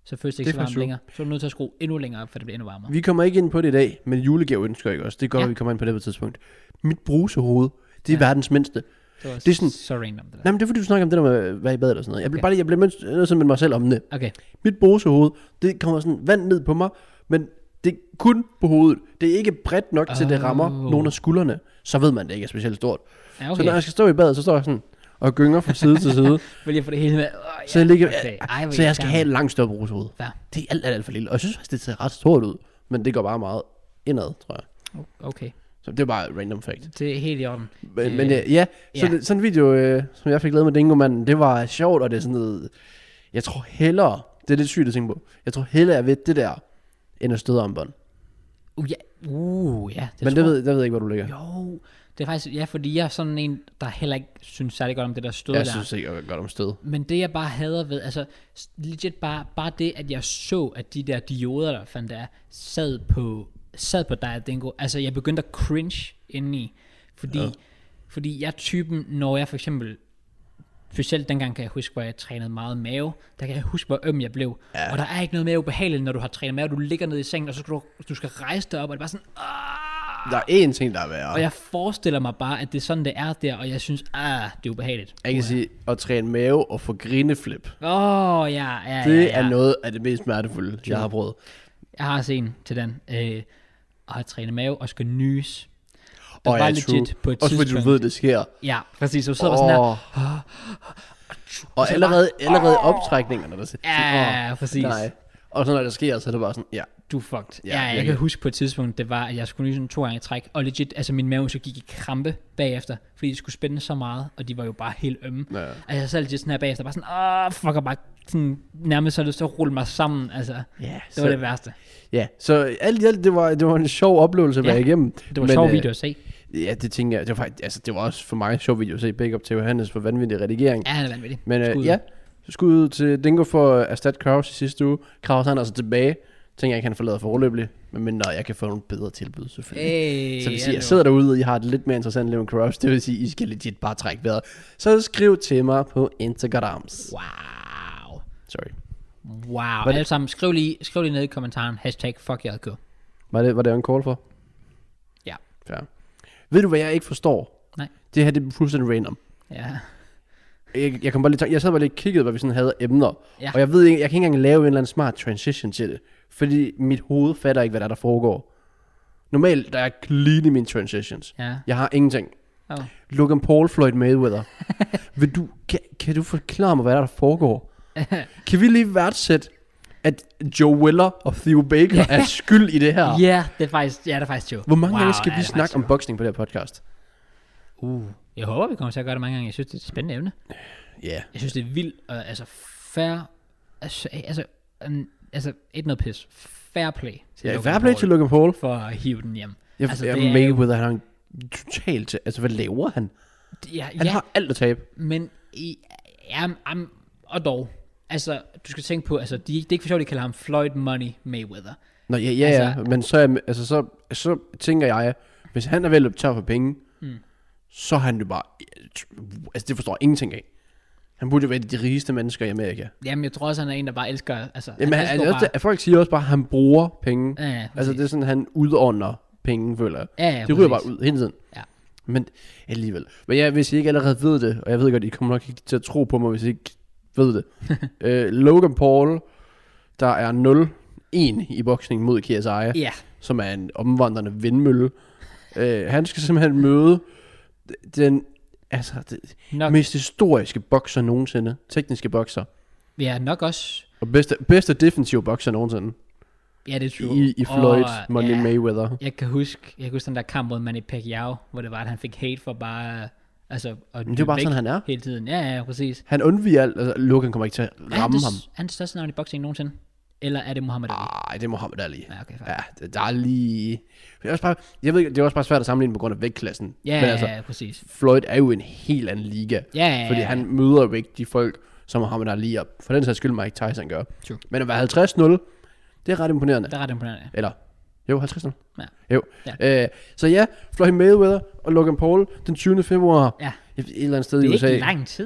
så føles det ikke Det er så varmt faktisk længere. Så er du nødt til at skrue endnu længere op, for det bliver endnu varmere. Vi kommer ikke ind på det i dag, men julegave ønsker jeg også. Det går, ja. Vi kommer ind på det på et tidspunkt. Mit brusehoved, det er ja. verdens mindste. Det, det er sådan, så random, det der. Nej, men det er fordi, du snakker om det der med at være i badet og sådan noget. Jeg bliver okay. bare jeg bliver nødt til med mig selv om det. Okay. Mit brusehoved, det kommer sådan vand ned på mig, men det er kun på hovedet. Det er ikke bredt nok oh. til, det rammer nogle af skuldrene. Så ved man, det ikke er specielt stort. Ja, okay. Så når jeg skal stå i badet, så står jeg sådan og gynger fra side til side. Fordi jeg får det hele med. Oh, ja. Så jeg, ligger, okay. Ej, så jeg skal have et langt større brusehoved. Ja. Det er alt, alt, alt for lille. Og jeg synes faktisk, det ser ret stort ud. Men det går bare meget indad, tror jeg. Okay. Så det er bare et random fact. Det er helt i orden. Men, øh, men ja, ja, så ja. Det, sådan en video, øh, som jeg fik lavet med Dingo-manden, det var sjovt, og det er sådan noget, jeg tror hellere, det er lidt sygt at tænke på, jeg tror hellere, jeg ved det der, end at støde armbånd. Uh, ja. Uh, ja. Det men tror... det ved, det ved jeg ikke, hvor du ligger. Jo, det er faktisk, ja, fordi jeg er sådan en, der heller ikke synes særlig godt om det der stød der. Jeg synes ikke godt om stød. Men det jeg bare hader ved, altså legit bare, bare det, at jeg så, at de der dioder, der fandt der, sad på, sad på dig, Dingo. Altså jeg begyndte at cringe indeni, fordi, ja. fordi jeg er typen, når jeg for eksempel, specielt dengang kan jeg huske, hvor jeg trænede meget mave, der kan jeg huske, hvor øm jeg blev. Ja. Og der er ikke noget mere ubehageligt, når du har trænet mave, du ligger ned i sengen, og så skal du, du skal rejse dig op, og det er bare sådan, Aah! Der er én ting, der er værre. Og jeg forestiller mig bare, at det er sådan, det er der, og jeg synes, ah, det er ubehageligt. Jeg kan uh. sige, at træne mave og få grineflip. Åh, oh, ja, ja, det ja, ja. er noget af det mest smertefulde, True. jeg har prøvet. Jeg har set en til den, øh, og har trænet mave og skal nys. Og oh, ja, legit på et også fordi du ved, det sker. Ja, præcis. Så du sidder oh. sådan her. Og allerede, allerede optrækningerne, der siger, ja, oh, præcis. Nej. Og så når det sker, så er det bare sådan, ja. Du er fucked. Ja, ja, jeg kan huske på et tidspunkt, det var, at jeg skulle nyse sådan to gange i træk, og legit, altså min mave så gik i krampe bagefter, fordi de skulle spænde så meget, og de var jo bare helt ømme. Ja. Altså jeg sad legit sådan her bagefter, bare sådan, åh, fuck, og bare sådan, nærmest så det så rulle mig sammen, altså. Ja, det så, var det værste. Ja, så alt i alt, det var, det var en sjov oplevelse at være ja, igennem. Det var en sjov video at se. Ja, det tænker jeg, det var, faktisk, altså, det var også for mig en sjov video at se, big up til Johannes for vanvittig redigering. Ja, han er vanvittig. Men øh, ja, så skud til Dingo for at erstatte Kraus i sidste uge. Kraus han er altså tilbage. Tænker jeg, ikke, han er forladet foreløbig, men mindre jeg kan få nogle bedre tilbud, selvfølgelig. Hey, så hvis I sidder derude, og I har et lidt mere interessant liv end Kraus, det vil sige, I skal legit bare trække bedre. Så skriv til mig på Instagrams. Wow. Sorry. Wow. Alle sammen, skriv lige, skriv lige ned i kommentaren, hashtag fuck J K. Var det, var det en call for? Ja. Fair. Ved du, hvad jeg ikke forstår? Nej. Det her, det er fuldstændig random. Ja. Jeg, jeg, kom bare lige, jeg sad bare lige og kiggede, hvad vi sådan havde emner. Ja. Og jeg ved ikke, jeg kan ikke engang lave en eller anden smart transition til det. Fordi mit hoved fatter ikke, hvad der, er, der foregår. Normalt, der er clean i mine transitions. Ja. Jeg har ingenting. Oh. Logan Paul, Floyd Mayweather. Vil du, kan, kan du forklare mig, hvad der, der foregår? Kan vi lige værdsætte, at Joe Weller og Theo Baker er skyld i det her? Ja, det er faktisk, ja, det er faktisk Joe. Hvor mange wow, gange skal ja, vi snakke om boxing på det her podcast? Uh, jeg håber, vi kommer til at gøre det mange gange. Jeg synes, det er et spændende emne. Ja. Yeah. Jeg synes, det er vildt. Uh, altså, fair... Altså, altså, um, altså et noget pis. Fair play til ja, fair play til Logan Paul. For at hive den hjem. Jeg, altså, jeg Mayweather, han har en totalt... Altså, hvad laver han? Ja, han ja, har alt at tabe. Men, i, ja, um, og dog... Altså, du skal tænke på, altså, de, det er ikke for sjovt, de kalder ham Floyd Money Mayweather. Nå, ja, ja, altså, ja. Men så, er, altså, så, så tænker jeg, hvis han er vel løbet tør for penge, mm. så er han jo bare... Altså, det forstår jeg ingenting af. Han burde jo være de rigeste mennesker i Amerika. Jamen, jeg tror også, han er en, der bare elsker... Altså, Jamen, han han, også, bare... folk siger også bare, at han bruger penge. Ja, ja, altså, det er sådan, han udånder penge, føler jeg. Ja, ja, de ryger bare ud hele tiden. Ja. Men alligevel. Men ja, hvis I ikke allerede ved det, og jeg ved godt, I kommer nok ikke til at tro på mig, hvis I ikke ved det. uh, Logan Paul, der er nul en i boksning mod K S I, yeah. som er en omvandrende vindmølle. uh, han skal simpelthen møde den altså, det mest historiske bokser nogensinde. Tekniske bokser. Ja, nok også. Og bedste, bedste defensive bokser nogensinde. Ja, det er true. I, i Floyd oh, Money ja. Mayweather. Jeg kan huske, jeg kan huske den der kamp mod Manny Pacquiao, hvor det var, at han fik hate for bare... Altså, men det er bare sådan, han er. Hele tiden. Ja, ja, præcis. Han undviger alt. Altså, Logan kommer ikke til at ramme er ham. Er han største navn i boxing nogensinde? Eller er det Muhammad Ali? Nej, det er Muhammad Ali. Ja, okay, ja, det, der er lige... Det er, også bare, jeg ved, det er også bare svært at sammenligne på grund af vægtklassen. Ja, men altså, ja, præcis. Floyd er jo en helt anden liga. Ja, ja, ja. Fordi han møder jo ikke de folk, som Muhammad Ali og for den sags skyld Mike Tyson gør. True. Men at være halvtreds nul, det er ret imponerende. Det er ret imponerende, ja. Eller... Jo, halvtreds nul. Ja. Jo. Ja. Øh, så ja, Floyd Mayweather og Logan Paul den tyvende februar. Ja. Et eller andet sted i i U S A. Det er ikke lang tid.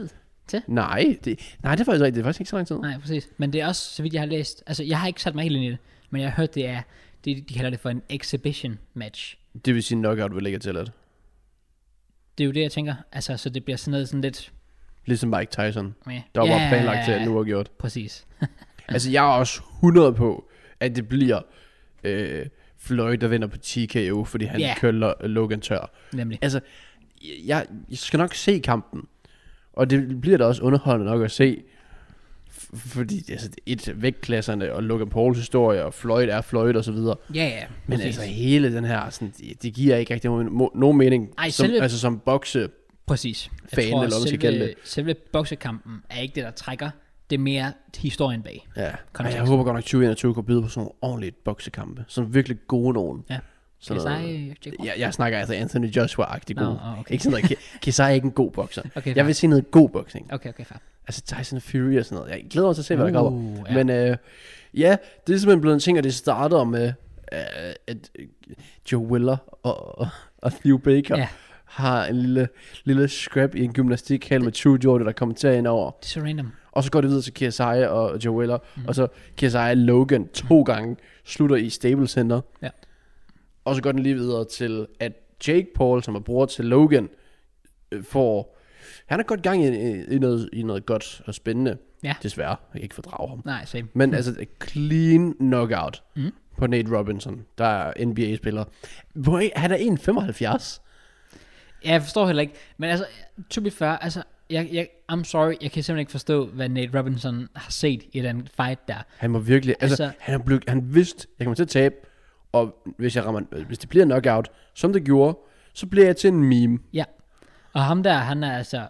til? Nej, det, nej, det er faktisk rigtigt. Det er faktisk ikke så lang tid. Nej, præcis. Men det er også, så vidt jeg har læst, altså jeg har ikke sat mig helt ind i det, men jeg har hørt, det er, det, de kalder det for en exhibition match. Det vil sige, knockout vil ligge til lidt. Det er jo det, jeg tænker. Altså, så det bliver sådan noget sådan lidt... Ligesom Mike Tyson. Yeah. Der var ja, bare planlagt til, at nu er gjort. Præcis. Altså, jeg er også hundrede på, at det bliver øh, Floyd, der vinder på T K O, fordi han yeah. køller Logan tør. Nemlig. Altså, jeg, jeg skal nok se kampen, og det bliver da også underholdende nok at se, f- fordi altså, et vægtklasserne og Logan Pauls historie, og Floyd er Floyd og så videre. Ja, ja. Men præcis. altså, hele den her, sådan, det, det giver ikke rigtig nogen, nogen mening, Ej, som, selve... altså som bokse. Præcis. Fan, eller hvad man skal kalde det. Selve boksekampen er ikke det, der trækker. Det er mere historien bag. Ja, Ej, jeg håber godt nok tyve enogtyve kan byde på sådan nogle ordentlige boksekampe. Sådan virkelig gode nogen. Ja. Kesai, jeg, jeg snakker altså Anthony Joshua-agtig god. No, oh, okay. Ikke sådan noget, Kesai er ikke en god bokser. Okay, jeg vil se noget god boksning. Okay, okay, fair. Altså Tyson Fury og sådan noget. Jeg glæder mig til at se, hvad uh, der kommer. Ja. Men øh, ja, det er simpelthen blevet en ting, at det starter med, øh, at Joe Willer og, og, og Theo Baker ja. har en lille, lille scrap i en gymnastikhal med True Jordan, der kommer til ind over. Det er så random. Og så går det videre til K S I og Joe Willer. Mm. Og så K S I Logan to mm. gange slutter i Staples Center. Ja. Og så går den lige videre til, at Jake Paul, som er bror til Logan, øh, får... Han er godt gang i, i, noget, i noget godt og spændende. Ja. Desværre. Jeg kan ikke fordrage ham. Nej, same. Men mm. altså, clean knockout mm. på Nate Robinson, der er N B A-spiller. Han er en komma femoghalvfjerds. Ja, jeg forstår heller ikke. Men altså, to be fair, altså... Jeg, jeg, I'm sorry, jeg kan simpelthen ikke forstå, hvad Nate Robinson har set i den fight der. Han må virkelig, altså, altså han, er blevet, han vidste, jeg kommer til at tabe, og hvis, jeg rammer, hvis det bliver knockout, som det gjorde, så bliver jeg til en meme. Ja, og ham der, han er altså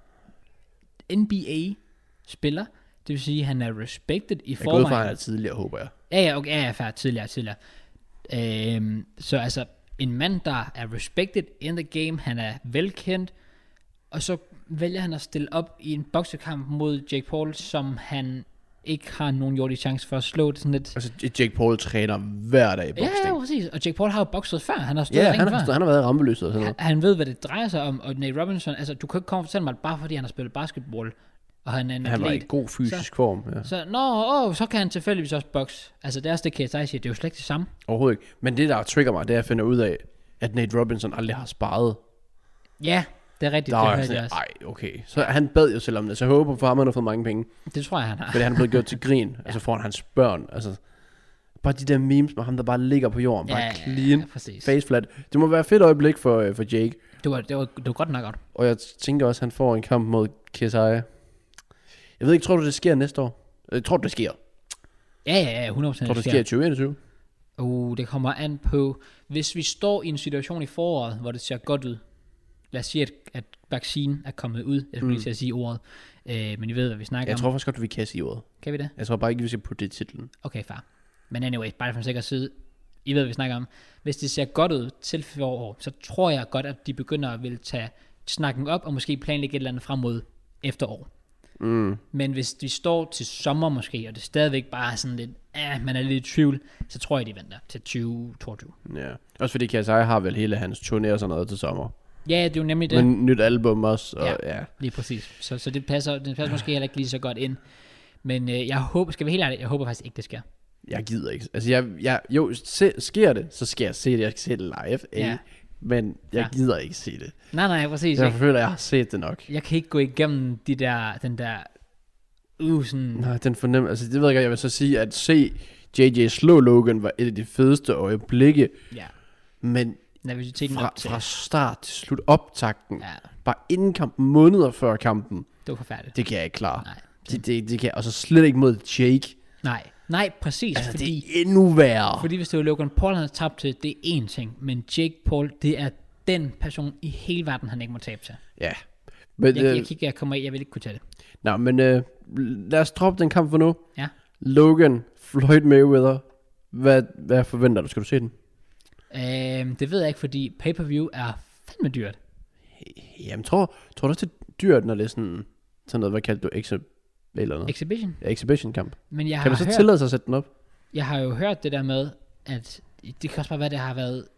N B A-spiller, det vil sige, han er respected i forvejen. Jeg går ud fra, han er tidligere, håber jeg. Ja, ja, okay, ja, ja, fair, tidligere, tidligere. Øhm, så altså, en mand, der er respected in the game, han er velkendt, og så vælger han at stille op i en boksekamp mod Jake Paul, som han ikke har nogen jordig chance for at slå. Det sådan lidt... Altså, Jake Paul træner hver dag i boksning. Ja, ja, præcis. Og Jake Paul har jo bokset før. Han har stået ja, ringen han før. har, han har været i rampelyset og sådan noget. Han, han ved, hvad det drejer sig om. Og Nate Robinson, altså, du kan ikke komme og fortælle mig, bare fordi han har spillet basketball, og han er en Han atlet, var i god fysisk så, form. Ja. Så, nå, åh, så kan han tilfældigvis også bokse. Altså, det er også det, K S I siger. Det er jo slet ikke det samme. Overhovedet ikke. Men det, der trigger mig, det er at finde ud af, at Nate Robinson aldrig har sparet. Ja, det er rigtigt. Der det er hørte jeg også. Ej, okay. Så han bad jo selv om det, så jeg håber for ham, han har fået mange penge. Det tror jeg, han har. Fordi han er blevet gjort til grin, ja. Altså foran hans børn. Altså, bare de der memes med ham, der bare ligger på jorden. Bare ja, clean, ja, præcis. face flat. Det må være et fedt øjeblik for, for Jake. Det var, det, var, det var godt nok godt. Og jeg tænker også, at han får en kamp mod K S I. Jeg ved ikke, tror du, det sker næste år? Jeg tror du, det sker? Ja, ja, ja, hundrede procent. Tror du, det sker i tyve enogtyve? Uh, det kommer an på, hvis vi står i en situation i foråret, hvor det ser godt ud. Lad os sige, at, at vaccinen er kommet ud. Jeg skulle mm. lige til at sige ordet. Øh, men I ved, hvad vi snakker jeg om. Jeg tror faktisk godt, vi kan sige ordet. Kan vi det? Jeg tror bare ikke, vi skal putte det i titlen. Okay, far. Men anyway, bare for en sikker side. I ved, hvad vi snakker om. Hvis det ser godt ud til forår, så tror jeg godt, at de begynder at vil tage snakken op, og måske planlægge et eller andet frem mod efterår. Mm. Men hvis vi står til sommer måske, og det stadigvæk bare er sådan lidt, ah, man er lidt i tvivl, så tror jeg, de venter til tyve toogtyve. Ja, også fordi K S I har vel hele hans turné og sådan noget til sommer. Ja, det er jo nemlig det. Men nyt album også, og ja, ja. lige præcis. Så, så det passer, det passer måske heller ikke lige så godt ind. Men øh, jeg håber, skal vi helt ærligt, jeg håber faktisk ikke, det sker. Jeg gider ikke. Altså, jeg, jeg, jo, se, sker det, så skal jeg se det. Jeg skal se det live, ja. Men jeg ja. gider ikke se det. Nej, nej, præcis. Jeg føler, jeg har set det nok. Jeg kan ikke gå igennem de der, den der, uh, sådan... Nej, den fornemmelse, altså det ved jeg ikke, jeg vil så sige, at se J J slå Logan var et af de fedeste øjeblikke. Ja. Men fra, fra start til slut, optakten, ja. Bare inden kampen, måneder før kampen. Det var forfærdeligt. Det kan jeg ikke klare. Nej. Det, det, det kan jeg, og så slet ikke mod Jake. Nej, nej, præcis. Altså, fordi, det er endnu værre. Fordi hvis det var Logan Paul, han havde tabt til, det er én ting. Men Jake Paul, det er den person i hele verden, han ikke må tabe til. Ja. Men, jeg, øh, jeg kigger, jeg kommer af, jeg vil ikke kunne tage det. Nej, men øh, lad os droppe den kamp for nu. Ja. Logan, Floyd Mayweather. Hvad, hvad forventer du? Skal du se den? Øhm, det ved jeg ikke, fordi pay-per-view er fandme dyrt. Jamen, tror, tror du også, det er dyrt, når det er sådan, sådan noget, hvad kaldte du, exhi- eller noget? Exhibition? Ja, exhibition kamp. Men jeg kan har du så hørt, tillade sig at sætte den op? Jeg har jo hørt det der med, at det kan også bare være, det har været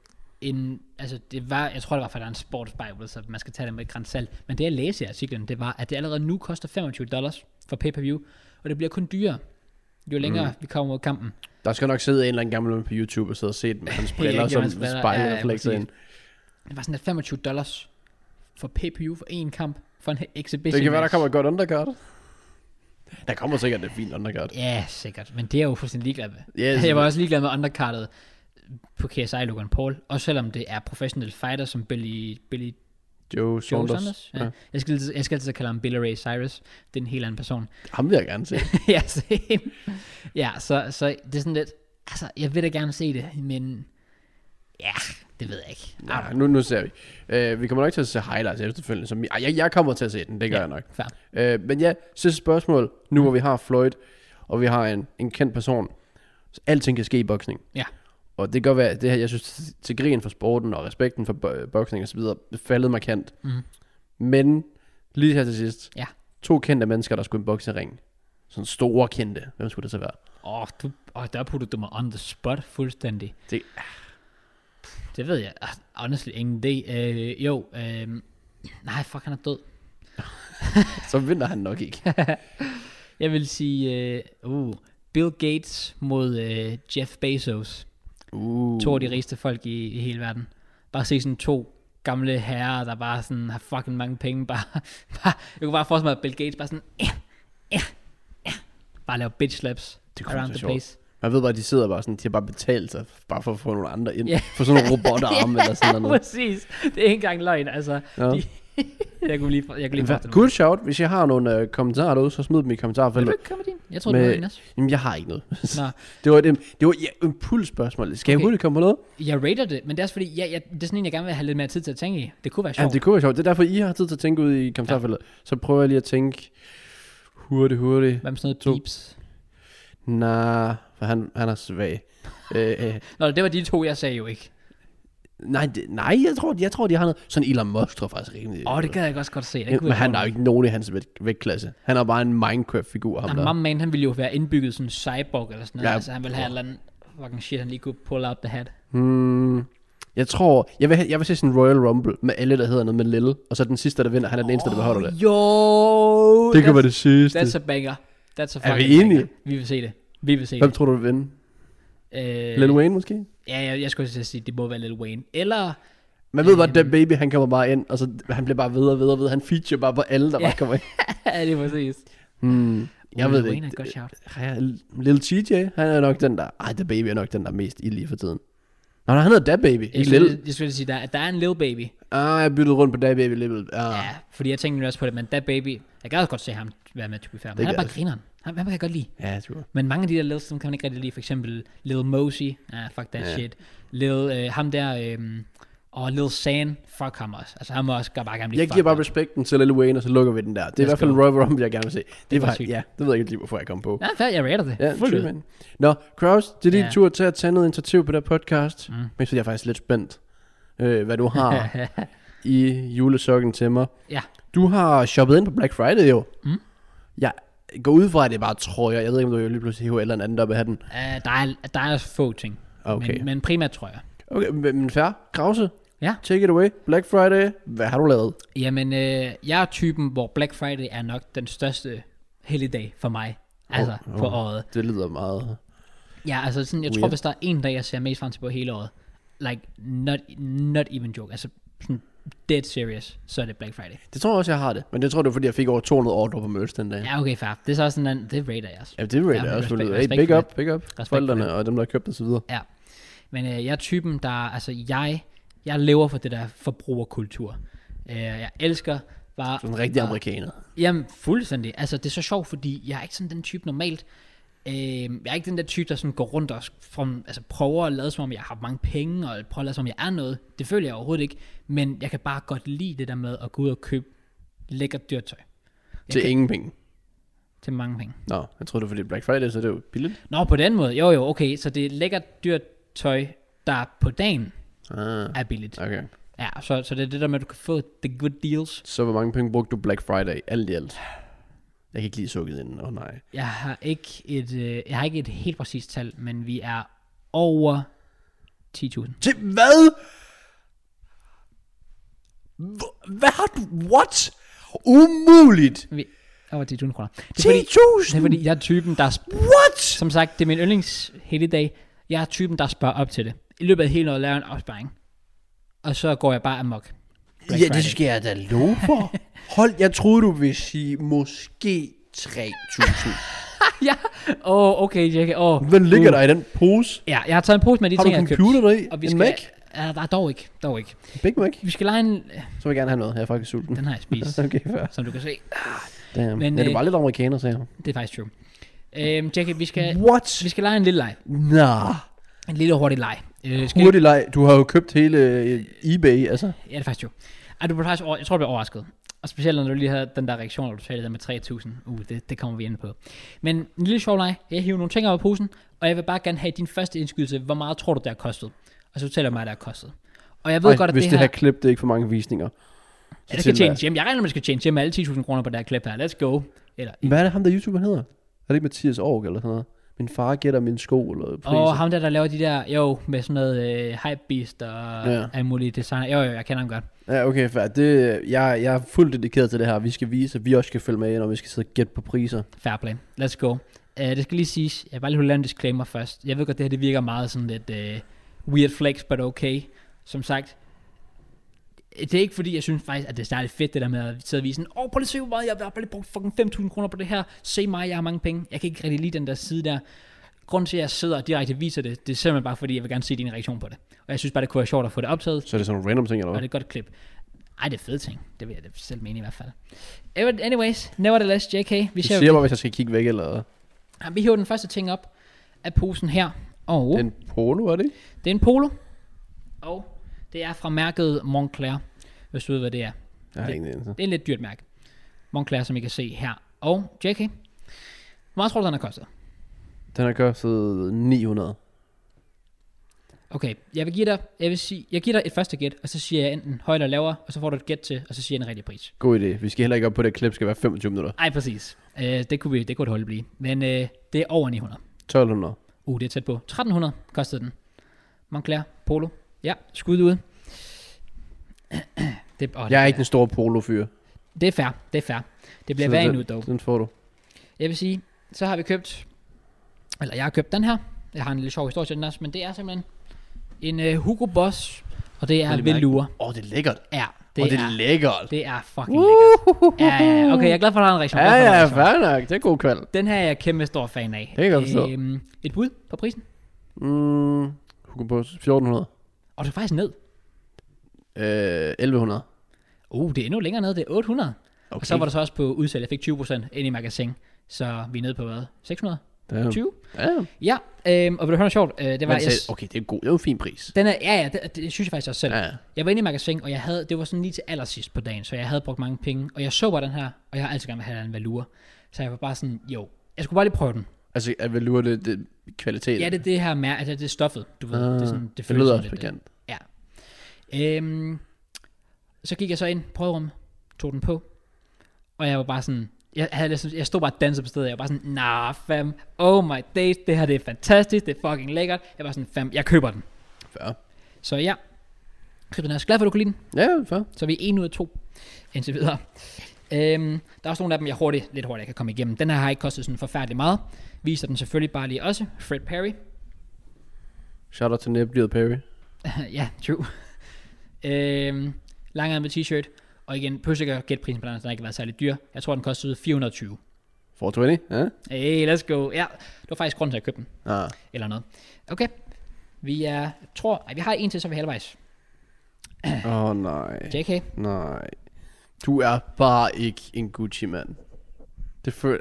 en, altså det var, jeg tror det var for, der er en sports bible, så man skal tage det med et gran salt. Men det jeg læste i artiklen, det var, at det allerede nu koster femogtyve dollars for pay-per-view, og det bliver kun dyrere, jo længere mm. vi kommer mod kampen. Der skal nok sidde en eller anden gammel på YouTube og sidde og se det med hans briller, ja, som spejler ja, og flexer ind. Det var sådan at femogtyve dollars for pay-per-view for en kamp, for en exhibition. Det kan være, der kommer et godt undercard. Der kommer sikkert et fint undercard. Ja, sikkert. Men det er jo fuldstændig ligeglad med. Yes. Jeg var også ligeglad med undercardet på K S I Logan Paul. Også selvom det er professional fighter som Billy, Billy Joe Saunders. Ja. Ja. Jeg, skal, jeg skal altid kalde ham Billy Ray Cyrus. Det er en helt anden person. Ham vil jeg gerne se. ja, same. Ja, så, så det er sådan lidt... Altså, jeg vil da gerne se det, men... Ja, det ved jeg ikke. Ja, nu, nu ser vi. Uh, vi kommer nok til at se highlights efterfølgende. Som, jeg, jeg kommer til at se den, det gør ja, jeg nok. Uh, men ja, sidste spørgsmål. Nu hvor vi har Floyd, og vi har en, en kendt person. Så alting kan ske i boksning. Ja. Og det kan godt være, det her, jeg synes, til grin for sporten og respekten for boksning og så videre, det faldet markant. Mm. Men lige her til sidst. Ja. To kendte mennesker, der skulle en boksering. Sådan store kendte. Hvem skulle det så være? Åh, oh, du, oh, der putter du mig on the spot fuldstændig. Det... Det ved jeg. Honestly, ingen idé. Øh, jo, øh, nej, fuck, han er død. Så vinder han nok ikke. Jeg vil sige, uh, uh, Bill Gates mod uh, Jeff Bezos. Uh. To af de rigeste folk i, i hele verden. Bare se sådan to gamle herrer, der bare sådan har fucking mange penge. Bare, bare, jeg kunne bare forestille mig, at Bill Gates bare sådan, eh, eh, eh, bare lave bitch slaps around the place. Man ved bare, at de sidder bare sådan, de har bare betalt sig, bare for at få nogle andre ind. Yeah. For sådan nogle robotarme eller sådan noget. Præcis. Det er ikke engang løgn, altså. Ja. De, jeg kunne lige, jeg kunne lige forstå good shout. Hvis jeg har nogle uh, kommentarer derude, så smid dem i kommentarfeltet. Vil du ikke komme med din? Jeg tror, med, du har en også. Jamen, jeg har ikke noget. Nå. det var et, det var et ja, impulsspørgsmål. Skal okay. jeg hurtigt komme på noget? Jeg rater det, men det er også fordi, ja, jeg, det er sådan en, jeg gerne vil have lidt mere tid til at tænke i. Det kunne være sjovt. Ja, det kunne være sjovt. Det er derfor, I har tid til at tænke ud i kommentarfeltet. Ja. Så prøver jeg lige at tænke hurtigt, hurtigt. Hvad med sådan noget deeps? Nej, for han, han er svag. øh, øh. Nå, det var de to, jeg sagde jo ikke. Nej, det, nej jeg, tror, jeg tror, de har noget. Sådan Elon Musk tror faktisk rimelig. Åh, oh, det kan jeg også godt se. Det ja, men han er jo ikke nogen i hans vægtklasse. Han er bare en Minecraft-figur. Ham der. Man, han ville jo være indbygget sådan en cyborg eller sådan noget. Ja. Altså, han ville have en eller anden fucking shit, han lige kunne pull out the hat. Hmm. Jeg tror, jeg vil, jeg vil se sådan en Royal Rumble med alle, der hedder noget med Lille. Og så den sidste, der vinder, han er den eneste, der beholder det. Jo! Det kan være det sidste. That's a banger. That's a er vi enige? Banger. Vi vil se det. Vi vil se Hvem det. tror du vil vinde? Øh, Lil Wayne måske? Ja, jeg, jeg skulle sige, det må være Lil Wayne. Eller... Man ved bare, at DaBaby, han kommer bare ind, og så han bliver bare ved og ved og ved. Han feature bare på alle, der ja. bare kommer ind. Ja, det er præcis. Hmm. Jeg Lil ved Wayne ikke. Er godt shout. Ja, Lil T J, han er nok den der... Ej, DaBaby er nok den der mest i lige for tiden. Nå, han hedder DaBaby, ikke Lil. Jeg skulle sige, der, der er en Lil Baby. Ah, jeg byttede rundt på DaBaby Lil. Ah. Ja, fordi jeg tænkte også på det, men DaBaby... Jeg gad også godt se ham være med, to be fair. Han er bare grineren. Han, han kan jeg godt lide. Ja, jeg tror. Men mange af de der Lils, som kan man ikke rigtig lide. For eksempel Lil Mosey. Ah, fuck that ja. shit. Lil, øh, ham der... Øh, og Lil San, fuck ham også. Altså han må også bare gerne blive jeg giver bare respekten til Lil Wayne, og så lukker vi den der. Det er i hvert fald en Royal Rumble, jeg gerne vil se. Det, det var, ja, det ved jeg ikke lige, hvorfor jeg kom på. Ja, fair, jeg rater det. Ja, fuldt ud. Nå, Kraus, det er din ja. tur til at tage noget initiativ på det podcast. Mm. Men så er jeg faktisk lidt spændt, øh, hvad du har i julesokken til mig. Ja. Du har shoppet ind på Black Friday jo. Mm. Jeg går ud fra, at det er bare trøjer. Jeg ved ikke, om du jo lige pludselig hiver eller andet op af hatten. Uh, der, er, der er få ting, okay. men, men primært trøjer. Okay, men fair. Krause? Ja. Take it away. Black Friday. Hvad har du lavet? Jamen, øh, jeg er typen, hvor Black Friday er nok den største helligdag for mig. Altså, oh, oh, på året. Det lyder meget... Ja, altså sådan, jeg weird. tror, hvis der er en dag, jeg ser mest frem til på hele året, like, not, not even joke, altså sådan dead serious, så er det Black Friday. Det tror jeg også, jeg har det. Men det tror du, fordi jeg fik over to hundrede ordre på merch den dag. Ja, okay, fair. Det er så også sådan, det rater jeg også. Ja, det rater jeg også. Respekt, hey, big up, big up. Forældrene og dem, der har købt og så videre. Ja. Men øh, jeg er typen, der, altså jeg... Jeg lever for det der forbrugerkultur. Uh, jeg elsker bare... Sådan en rigtig bare, amerikaner. Jamen, fuldstændig. Altså, det er så sjovt, fordi jeg er ikke sådan den type normalt. Uh, jeg er ikke den der type, der sådan går rundt og from, altså, prøver at lade som om, jeg har mange penge, og prøver at lade som om, jeg er noget. Det føler jeg overhovedet ikke. Men jeg kan bare godt lide det der med at gå ud og købe lækkert dyrt tøj. Jeg til kan, ingen penge? Til mange penge. Nå, jeg tror det er fordi Black Friday, så det er jo billigt. Nå, på den måde. Jo, jo, okay. Så det er lækkert dyrt tøj, der på dagen Ah, er billigt. Okay. Ja, så, så det er det der med, at du kan få the good deals. Så hvor mange penge brugte du Black Friday? Alt i alt. Jeg kan ikke lige sukket ind. Åh oh, nej. Jeg har ikke et, øh, jeg har ikke et helt præcist tal, men vi er over ti tusind. Til hvad? Hvad har du? What? Umuligt. Vi, over ti tusind kroner. ti tusind? Det er fordi, jeg er typen, der... Sp- What? Som sagt, det er min yndlings hele dag. Jeg er typen, der sparer op til det. I løbet af hele året laver jeg en opsparing. Og så går jeg bare amok. Black Ja, Friday. det skal jeg da love for. Hold, jeg troede, du ville sige måske tre tusind. Ja, åh, oh, okay, Jack. Oh, Hvad ligger uh. der i den pose? Ja, jeg har taget en pose med de Har ting, du jeg har computer købt. deri? Og vi En skal, Mac? Ja, der er dog ikke, dog ikke. Big Mac? Vi skal lege en... Så vil jeg gerne have noget. Jeg er faktisk sulten. Den har jeg spist, Okay, fair. som du kan se. Damn. Men, Men, ja, du øh, var lidt amerikaner, sagde jeg. Det er faktisk true. Øhm, Jackie, vi skal, What? vi skal lege en lille leg. Nah. En lille hurtig leg. Øh, skal Hurtig leg. Du har jo købt hele øh, eBay, altså. Ja, det er faktisk true. Ej, du bliver faktisk over, jeg tror, du bliver overrasket. Og specielt når du lige havde den der reaktion, når du talte der med tre tusind. Uh, det, det kommer vi ind på. Men en lille sjov leg. Jeg hiver nogle ting op af posen, og jeg vil bare gerne have din første indskydelse. Hvor meget tror du, det har kostet? Og så fortæller du mig, det har kostet. Og jeg ved Ej, godt, at hvis det, det her... her klip, det er ikke for mange visninger. Ja, det skal tjene hjem. Jeg regner med, at det skal tjene hjem med alle ti tusind kroner på det her klip her. Let's go. Eller, Hvad er det ham, der YouTuber hedder? Er det ikke Mathias Aarhus eller sådan noget? Min far gætter min sko eller priser. og ham der, der laver de der, jo, med sådan noget øh, hypebeast og Ja. alle mulige designer. Jo, jo, jeg kender ham godt. Ja, okay, fair. Det, jeg, jeg er fuldt dedikeret til det her. Vi skal vise, at vi også skal følge med, når vi skal sidde og gætte på priser. Fair play. Let's go. Uh, det skal lige siges, jeg vil bare lige lave en disclaimer først. Jeg ved godt, det her det virker meget sådan lidt uh, weird flex, but okay. Som sagt, det er ikke fordi, jeg synes faktisk, at det er særligt fedt, det der med at sidde og vise sådan, åh, oh, prøv lige at se, hvor meget jeg har bare lige brugt fucking fem tusind kroner på det her. Se mig, jeg har mange penge. Jeg kan ikke rigtig lide den der side der. Grunden til, at jeg sidder og direkte viser det, det er simpelthen bare fordi, jeg vil gerne se din reaktion på det. Og jeg synes bare, det kunne være sjovt at få det optaget. Så er det sådan nogle random ting, eller Og hvad? det er et godt klip. Ej, det er fede ting. Det vil jeg da selv mene i hvert fald. Anyways, nevertheless, J K. Vi Du ser, siger bare, hvis jeg skal kigge væk, eller... ja, vi hiver den første ting op af posen her. Og Det er en polo, er det ikke? det er en polo. Og det er fra mærket Moncler, hvis du ved, hvad det er. Jeg har Det- ingen anelse. Det er et lidt dyrt mærke. Moncler, som I kan se her. Og J K, hvor meget tror du, den har kostet? Den har kostet ni hundrede. Okay, jeg vil give dig, jeg vil sige, jeg giver dig et første gæt, og så siger jeg enten højt eller lavere, og så får du et gæt til, og så siger jeg en rigtig pris. God idé. Vi skal heller ikke op på, det klip skal være femogtyve minutter. Ej, præcis. Uh, det kunne vi, det kunne det holde blive. Men uh, det er over ni hundrede. tolv hundrede. Uh, det er tæt på. tretten hundrede kostede den. Moncler Polo. Ja, skud ud. det, oh, Jeg er ikke den store polo-fyr. Det er fair, det er fair. Det bliver Så værre den- nu, dog. Den får du. Jeg vil sige, så har vi købt, eller jeg har købt den her. Jeg har en lille sjov historie til den også, men det er simpelthen en uh, Hugo Boss, og det er Lille mærke. velour. Åh, oh, det er lækkert. Ja, Det det, oh, det er er, lækkert. det er fucking lækkert. Ja, ja, ja. Okay, jeg er glad for, at der er en reaktion. Ja, Glad for, at der er ja, en reaktion. fair nok. Det er god kval. Den her er jeg kæmpe stor fan af. Det kan jeg godt forstå. Øhm, et bud på prisen. Mm, Hugo Boss, fjorten hundrede. Og det er faktisk ned. Øh, elleve hundrede. Uh, det er endnu længere ned. Det er otte hundrede. Okay. Og så var der så også på udsalg. Jeg fik tyve procent ind i magasin. Så vi er nede på hvad? seks hundrede? Damn. tyve? Ja, Ja, øhm, og vil du høre noget sjovt? Øh, det var, men jeg, sagde, okay, det er god. Det er jo en fin pris. den er, ja, ja, det, det, synes jeg faktisk også selv. Ja. Jeg var inde i magasin, og jeg havde, det var sådan lige til allersidst på dagen, så jeg havde brugt mange penge. Og jeg så bare den her, og jeg har altid gerne vil have en velour. Så jeg var bare sådan, jo, jeg skulle bare lige prøve den. Altså, at velour, det, det er kvalitet. Ja, det er det her med, altså det er stoffet, du ved. Ah, det, er sådan, det, det føles lyder sådan også lidt, bekendt. Ja. Øhm, så gik jeg så ind på prøverummet, tog den på, og jeg var bare sådan, jeg, havde, ligesom- jeg stod bare og dansede på stedet, jeg var bare sådan, nah fam, oh my days, det her det er fantastisk, det er fucking lækkert. Jeg var sådan, fam, jeg køber den. Fair. Så ja, køb den her. Så glad for, at du kunne lide den. Ja, fair. Så er vi en ud af to indtil videre. Øhm, der er også nogle af dem, jeg hurtigt, lidt hurtigt kan komme igennem. Den her har ikke kostet sådan forfærdeligt meget. Viser den selvfølgelig bare lige også. Fred Perry. Shout out til Neblyet Perry. Ja, true. øhm, Langærmet t-shirt. Og igen, behøver ikke at gætte prisen på den, den har ikke været særlig dyr. Jeg tror, den kostede fire hundrede og tyve. fire tyve, ja? Hey, let's go. Ja, det var faktisk grunden til at købe den. Ah. Eller noget. Okay. Vi er, tror, ej, vi har en til, så er vi halvvejs. Åh, oh, nej. J K. Nej. Du er bare ikke en Gucci-mand. Det føler...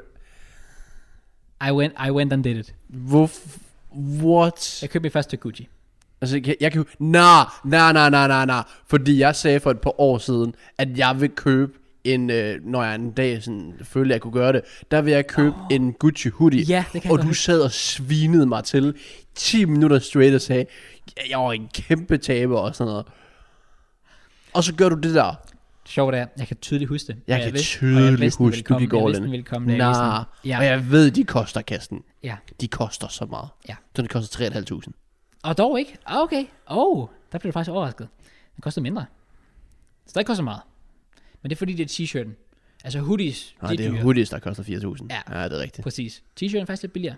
I went, I went and did it. Hvor... What? Jeg købte min første Gucci. Altså, jeg, jeg kan jo... Nej, nej, nej, nej, nej, nej. Fordi jeg sagde for et par år siden, at jeg vil købe en... Øh, når jeg en dag sådan, følte, jeg kunne gøre det, der vil jeg købe oh. en Gucci hoodie. Ja, det kan jeg og godt du huske. sad og svinede mig til ti minutter straight og sagde, jeg var en kæmpe taber og sådan noget. Og så gør du det der. Sjovt er, jeg kan tydeligt huske det. Jeg Og kan vidste- og jeg tydeligt vidste, den huske, ville du komme. gik Jeg all vidste, in. den ville komme, da jeg viste Nej, den. Ja. og jeg ved, de koster kassen. Ja. De koster så meget. Ja. Så det koster tre tusind fem hundrede. Og dog ikke. Ah, okay. Oh, der blev du faktisk overrasket. Den kostede mindre. Så det koster meget. Men det er fordi, det er t-shirten. Altså hoodies, Nej, de det er dyre. hoodies, der koster fire tusind. Ja. Ja, det er rigtigt. Præcis. T-shirten er faktisk lidt billigere.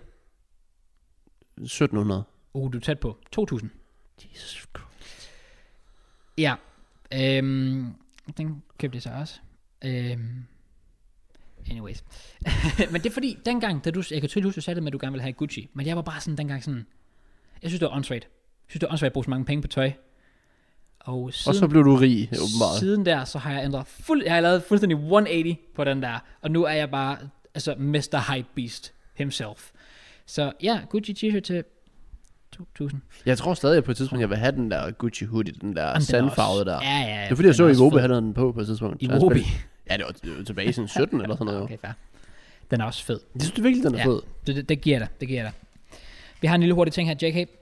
sytten hundrede. Uh, du er tæt på. to tusind. Jesus Christ. Ja. Øhm, den købte jeg så også. Øhm, anyways. Men det er fordi, dengang, da du, jeg kan tydeligt huske, du sagde det med, at du gerne ville have Gucci. Men jeg var bare sådan dengang sådan, jeg synes, det var åndssvagt. Jeg synes, det var åndssvagt at bruge så mange penge på tøj. Og, siden, Og så blev du rig, åbenbart. Siden der, så har jeg ændret fuld, jeg har lavet fuldstændig et hundrede og ottede på den der. Og nu er jeg bare, altså, mister Hype Beast himself. Så ja, Gucci t-shirt til to tusind. Jeg tror stadig, at på et tidspunkt, jeg vil have den der Gucci hoodie, den der Jamen, sandfarvede der. Ja, ja, ja. Det er fordi, jeg så Iwobi havde den på på et tidspunkt. I Iwobi? Ja, det var, det var tilbage i sådan sytten eller sådan noget. Okay, fair. Den er også fed. Jeg synes det virkelig, den er Ja, fed. det, det, det giver dig, det giver dig. Vi har en lille hurtig ting her, J K.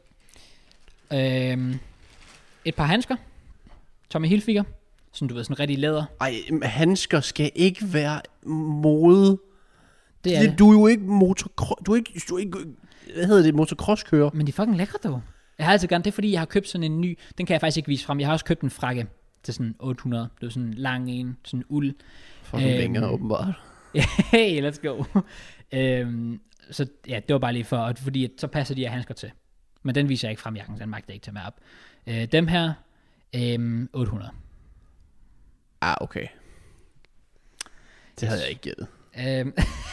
Øhm, et par handsker. Tommy Hilfiger. Sådan, du ved, sådan rigtig læder. Ej, handsker skal ikke være mode. Det er det, det. Du er jo ikke motocross... Du er ikke... Du er ikke hvad hedder det? Motocross-kører. Men de er fucking lækre, dog. Jeg har altid gerne, det er fordi, jeg har købt sådan en ny, den kan jeg faktisk ikke vise frem. Jeg har også købt en frakke til sådan otte hundrede. Det var sådan en lang en, sådan uld. Fucking Øhm, vinger, åbenbart. Hey, let's go. øhm, så ja, det var bare lige for, at, fordi at, så passer de her handsker til. Men den viser jeg ikke frem, jakken, den magter ikke til mig op. Øh, dem her, øhm, otte hundrede. Ah, okay. Det havde jeg ikke gættet. Øhm,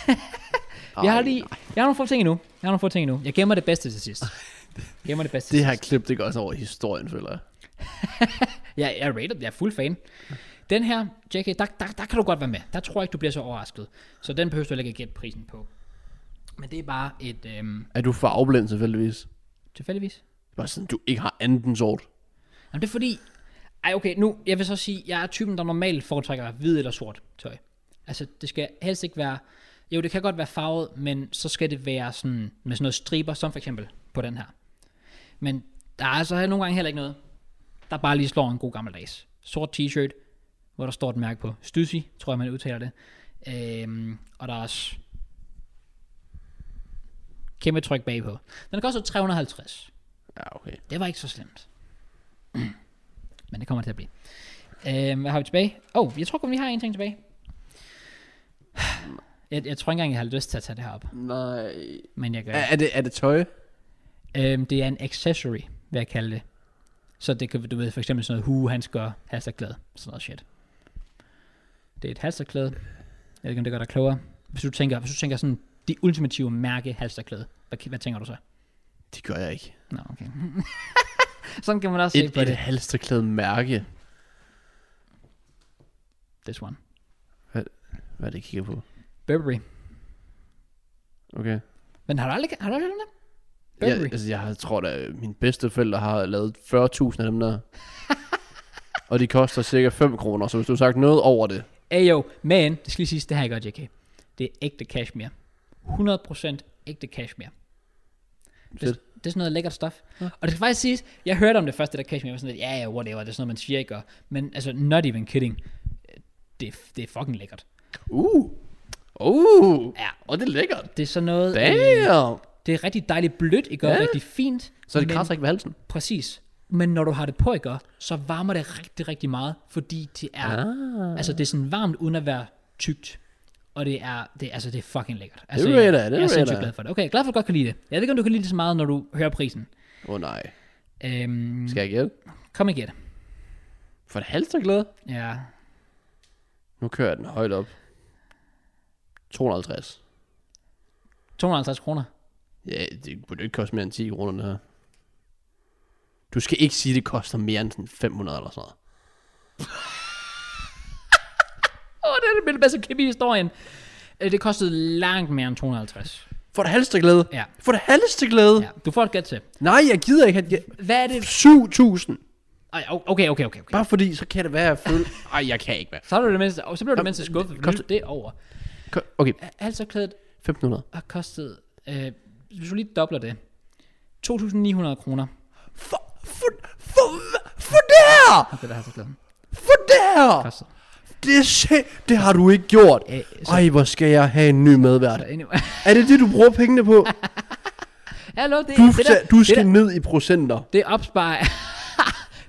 jeg har lige, jeg har nogle få ting endnu. Jeg har nogle få ting endnu. Jeg gemmer det bedste til sidst. Jeg gemmer det bedste til Det her sidst. klip, det går også over historien, føler jeg. Ja, jeg er rated, jeg er fuld fan. Den her, J K, der, der, der kan du godt være med. Der tror jeg ikke, du bliver så overrasket. Så den behøver du ikke at gætte prisen på. Men det er bare et, øhm, Er du farveblind selvfølgelig? tilfældigvis. Bare sådan, du ikke har andet end sort. Jamen det er fordi, ej okay, nu, jeg vil så sige, jeg er typen, der normalt foretrækker hvid eller sort tøj. Altså, det skal helst ikke være, jo, det kan godt være farvet, men så skal det være sådan, med sådan noget striber, som for eksempel på den her. Men der er altså nogle gange heller ikke noget, der bare lige slår en god gammeldags. Sort t-shirt, hvor der står et mærke på. Stussy, tror jeg, man udtaler det. Øhm, og der er også kæmpe tryk bagpå. Den koster tre hundrede og halvtreds. Ja, okay. Det var ikke så slemt. Men det kommer til at blive. Øhm, hvad har vi tilbage? Åh, oh, jeg tror kun, vi har en ting tilbage. Jeg, jeg tror ikke engang, jeg har lyst til at tage det her op. Nej. Men jeg gør Er, er, det, er det tøj? øhm, Det er en accessory, vil jeg kalde det. Så det kan, du ved, for eksempel sådan noget hue, handsker, halsterklæde. Sådan noget shit. Det er et halsterklæde. Jeg ved ikke, om det gør dig klogere. Hvis du tænker, hvis du tænker sådan, de ultimative mærke halsterklæde. Hvad, hvad tænker du så? Det gør jeg ikke. Nå, okay. Sådan kan man også se Et, på et det. halsterklæde mærke. This one. Hvad er det, jeg kigger på? Burberry. Okay. Men har du aldrig, har du aldrig hørt om det? Jeg, Burberry. altså, jeg har- tror da, mine bedsteforældre har lavet fyrre tusind af dem der. Og de koster cirka fem kroner, så hvis du har sagt noget over det. Ayo, men, det skal lige siges, det her jeg gør, J K. Det er ægte cashmere. hundrede procent ægte cashmere. Det, Fedt. det er sådan noget lækkert stof. Ja. Og det skal faktisk siges, jeg hørte om det første, der cashmere, jeg var sådan lidt, ja, ja, whatever, det er sådan noget, man siger ikke gør. Men altså, not even kidding. Det, er- det er fucking lækkert. Uh. Uh. Ja. Og det er lækkert. Det er sådan noget, øh, Damn. det er rigtig dejligt blødt, ikke? Ja. Ja. Rigtig fint. Så det men- krasser ikke ved halsen. Præcis. Men når du har det på, ikke? Så varmer det rigtig, rigtig meget, fordi det er, Ah. altså det er sådan varmt, uden at være tykt. Og det er, det, altså det er fucking lækkert. Altså, Det er jeg, det, det er jeg er sindssygt det. glad for det. Okay, glad for, at du godt kan lide det. Jeg ved ikke, om du kan lide det så meget, når du hører prisen. Åh oh, nej. Øhm, Skal jeg gætte? kom og gæt. For et halsterklæde? Ja. Nu kører jeg den højt op. to hundrede og halvtreds. to hundrede og halvtreds kroner. Ja, det burde ikke koste mere end ti kroner, det her. Du skal ikke sige, det koster mere end sådan fem hundrede eller sådan noget. Åh, oh, det er det bedste klip i historien. Øh, Det kostede langt mere end to hundrede og halvtreds. For et halsterklæde? Ja. For et halsterklæde? Ja, du får et gæt til. Nej, jeg gider ikke have et Hvad er det? syv tusind. Ej, okay, okay, okay, okay. Bare fordi, så kan det være, at jeg føler... Ej, jeg kan ikke mere. Så, er du det mindste, og så bliver du det mindste skuffet, for koster- det er over. Ko- Okay, Altså klædet femten hundrede. har kostet, øh, hvis du lige dobler det, to tusind ni hundrede kroner. For, for, for, for det her! Og det der har så klædet. For det her! Kostet. Det, er se, det har du ikke gjort. Øh, så, Ej, hvor skal jeg have en ny medvært. så anyway. Er det det, du bruger pengene på? Hallo, det, Du, det, der, du skal det, der, ned i procenter. det opsparer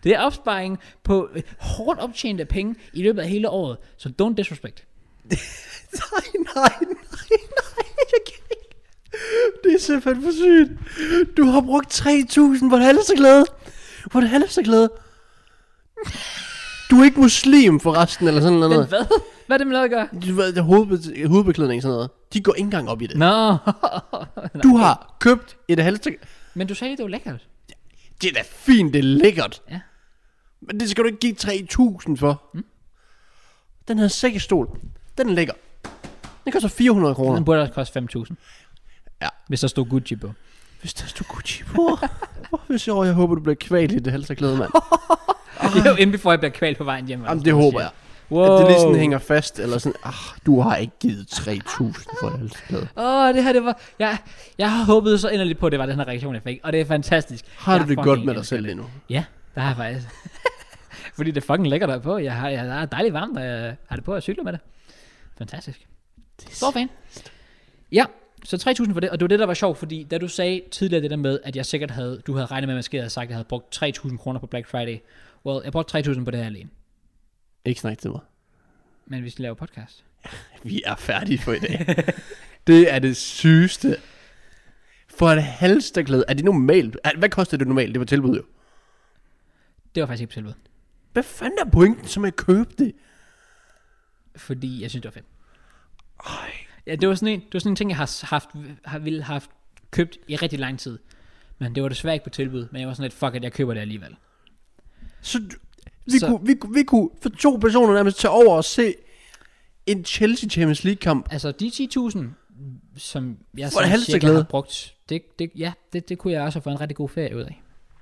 Det er opsparing på øh, hårdt optjente penge i løbet af hele året. Så don't disrespect. nej, nej, nej, nej, jeg kan ikke. Det er simpelthen for sygt. Du har brugt tre tusind på et halserklæde. På et halserklæde. Du er ikke muslim forresten, eller sådan noget. Men hvad? Hvad er det med noget at gøre? Du ved, det er hovedbe- hovedbeklædning sådan noget. De går ikke engang op i det. Nå. Du har købt et halsterklæde. Men du sagde lige, det var lækkert. Det er da fint, det er lækkert. Ja. Men det skal du ikke give tre tusind for. Mm. Den her sækkestol, den er lækker. Den koster fire hundrede kroner. Den burde også koste fem tusind. Ja. Hvis der stod Gucci på. Hvis der stod Gucci på. Hvis jeg, jeg håber, du bliver kvalt i det halserklæde, mand. Jo, inden before jeg bliver kvalt på vejen hjem. Jamen, det håber jeg. Wow. At det lige sådan hænger fast, eller sådan, ah, du har ikke givet tre tusind for et halserklæde. Åh, oh, det her, det var... Jeg, jeg har håbet så inderligt på, at det var den her reaktion, jeg fik. Og det er fantastisk. Har jeg du det godt med dig selv endnu? Ja, det har jeg faktisk. Fordi det er fucking lækkert der på. Jeg har, jeg er dejligt varmt, og jeg har det på at cykle med det. Fantastisk. Stor fan. Ja, så tre tusind for det. Og det var det, der var sjovt, fordi da du sagde tidligere det der med, at jeg sikkert havde... Du havde regnet med, at jeg måske havde sagt, at jeg havde brugt tre tusind kroner på Black Friday. Well, jeg brugte tre tusind på det her alene. Ikke snak til mig. Men vi skal lave podcast. Vi er færdige for i dag. Det er det sygeste. For et halsterklæde, er det normalt? Hvad koster det normalt? Det var tilbud jo. Det var faktisk ikke på tilbud. Hvad fanden er pointen, som at købe det? Fordi jeg synes, det var fedt. Ej. Ja, det var sådan en, det var sådan en ting, jeg har haft, har ville haft købt i rigtig lang tid. Men det var desværre ikke på tilbud. Men jeg var sådan lidt, fuck it, jeg køber det alligevel. Så du, vi, Så- Kunne, vi, kunne- vi kunne for to personer nærmest tage over og se en Chelsea Champions League kamp. Altså de ti tusind, som jeg For et sådan cirka halsterklæde. har brugt, det, det, ja, det, det kunne jeg også have fået en rigtig god ferie ud af.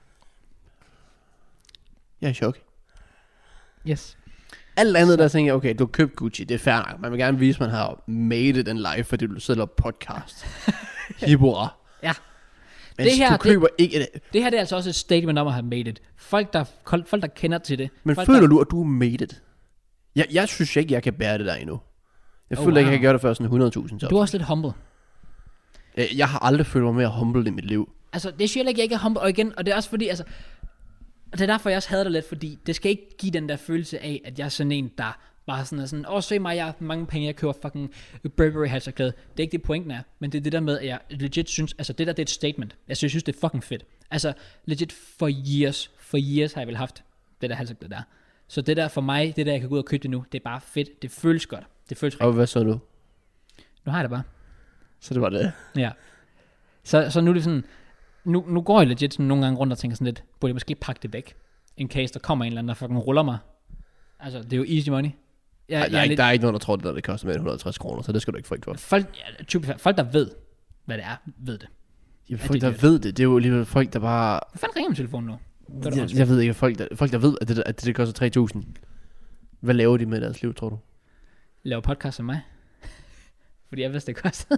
Jeg er i chok. Yes. Alt andet der tænker jeg, okay, du har købt Gucci, det er fair nok. Man vil gerne vise, at man har made it in life, fordi du sidder og podcast. Hibora. Ja. Men Det her, du det- køber ikke et, Det her det er altså også et statement om at have made it. Folk der, folk, der kender til det. men folk, føler der, du, at du har made it? Jeg, jeg synes ikke, jeg kan bære det der endnu. Jeg Oh, føler ikke, wow. jeg kan gøre det før sådan hundrede tusind. Du er også lidt humble. Jeg, jeg har aldrig følt mig mere humble i mit liv. Altså, det siger jeg ikke, jeg ikke er humble. Og igen, og det er også fordi, altså... Og det er derfor, jeg også hader det lidt, fordi det skal ikke give den der følelse af, at jeg er sådan en, der bare sådan er sådan, åh, se mig, jeg har mange penge, jeg køber fucking Burberry halserklæde. Det er ikke det, pointen er, men det er det der med, at jeg legit synes, altså det der, det er et statement. Altså, jeg synes, det er fucking fedt. Altså, legit for years, for years har jeg vel haft det der halserklæde der. Så det der for mig, det der, jeg kan gå ud og købe det nu, det er bare fedt. Det føles godt. Det føles rigtigt. Og hvad så nu? Nu har jeg det bare. Så det var det. Ja. Så, så nu er det sådan, nu, nu går jeg legit sådan nogle gange rundt og tænker sådan lidt, burde jeg måske pakke det væk, in case der kommer en eller anden, der fucking ruller mig. Altså, det er jo easy money. Jeg, Ej, der, jeg er er ikke, lidt, der er ikke nogen, der tror, det der det koster mere end et hundrede og halvtreds kroner, så det skal du ikke frygte for. folk, ja, typisk, folk, der ved, hvad det er, ved det. Jamen, Er folk, det der dyrt? ved det, det er jo alligevel folk, der bare... Hvad fanden ringer min telefon nu? Det er da Jeg, åndssvagt. jeg ved ikke, folk der, folk, der ved, at det, der- at det, det koster tre tusind. Hvad laver de med deres liv, tror du? Laver podcast som mig. Fordi jeg vidste, det kostede.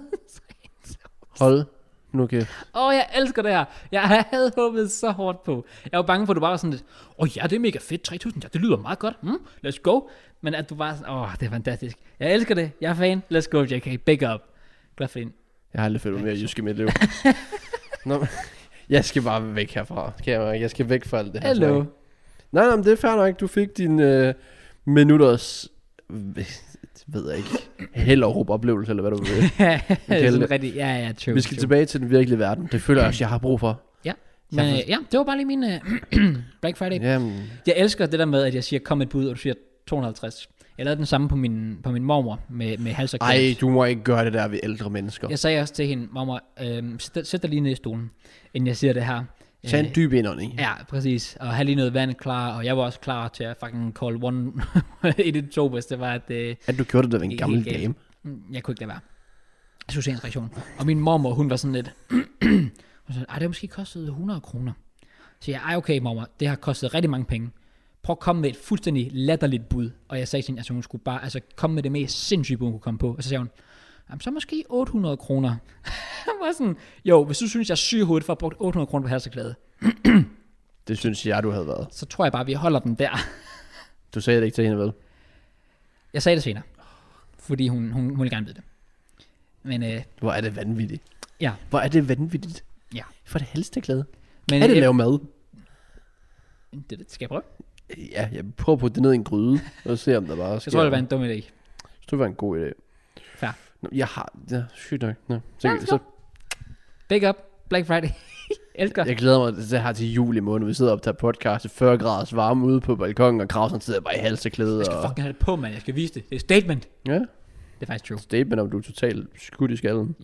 Hold nu kæft. Åh, oh, jeg elsker det her. Jeg havde håbet så hårdt på. Jeg var bange for, at du bare var sådan lidt, åh oh, ja, det er mega fedt, tre tusind, ja, det lyder meget godt. Mm, let's go. Men at du bare sådan, åh, oh, det er fantastisk. Jeg elsker det. Jeg er fan. Let's go, J K. Big up. Glad for din. Jeg har aldrig følt mig mere jysk i mit liv. Nå, men jeg skal bare væk herfra. Kan jeg, jeg skal væk fra alt det her. Hello. snak. Nej, nej, men det er fair nok. Du fik din øh, minutters... Det ved jeg ikke. Hellerup oplevelse, eller hvad du vil. Ja, det er kalde sådan det. rigtig, ja, ja, true. Vi skal true. tilbage til den virkelige verden. Det føler jeg også, jeg har brug for. Ja, men Jeg øh, ja, det var bare lige min øh, Black Friday. Jamen, Jeg elsker det der med, at jeg siger, kom et bud, og du siger to hundrede og halvtreds. Jeg lavede den samme på min, på min mormor med, med hals og ej, klædt. du må ikke gøre det der ved ældre mennesker. Jeg sagde også til hende, mormor, øh, sæt, sæt dig lige ned i stolen, inden jeg siger det her. Tag en Øh, dyb indånding. Ja, præcis. Og have lige noget vand klar, og jeg var også klar til at fucking call one et et to, hvis det var, at øh, At du gjorde det der ved en Helt gammel galt. dame. mm, jeg kunne ikke lade være. Jeg skulle se hendes reaktion. Og min mormor, hun var sådan lidt, hun sagde, ej, det har måske kostet hundrede kroner. Så jeg, ej, okay, mormor, det har kostet rigtig mange penge. Prøv at komme med et fuldstændig latterligt bud. Og jeg sagde til hende, altså hun skulle bare, altså komme med det mest sindssyge bud, hun kunne komme på. Og så sagde hun, jamen, så måske otte hundrede kroner. Jeg var sådan, jo, hvis du synes, jeg er syg i hovedet for at bruge otte hundrede kroner på halserklæde, Det synes jeg, du havde været. så tror jeg bare, vi holder den der. Du sagde det ikke til hende, vel? Jeg sagde det senere, fordi hun, hun, hun ville gerne vide det. Men øh, Hvor er det vanvittigt. ja, Hvor er det vanvittigt. ja. For det halsterklæde. Men Kan det jeg, lave mad? Det, det skal jeg prøve. Ja, jeg prøver at putte det ned i en gryde, og se om der bare sker. Jeg tror, det var en dum idé. Jeg tror, det var en god idé. Fair. Nå, jeg har... Ja, sygt nok. Nå, så, Ja, så, Big up. Black Friday. Elsker. jeg glæder mig til det her til juli måned. Vi sidder og optager podcast i fyrre graders varme ude på balkongen, og Krausen sidder bare i halseklæde. Jeg skal og... fucking have det på, mand. Jeg skal vise det. Det er statement. Ja, Det er faktisk true. statement om du er totalt skudt i skallen.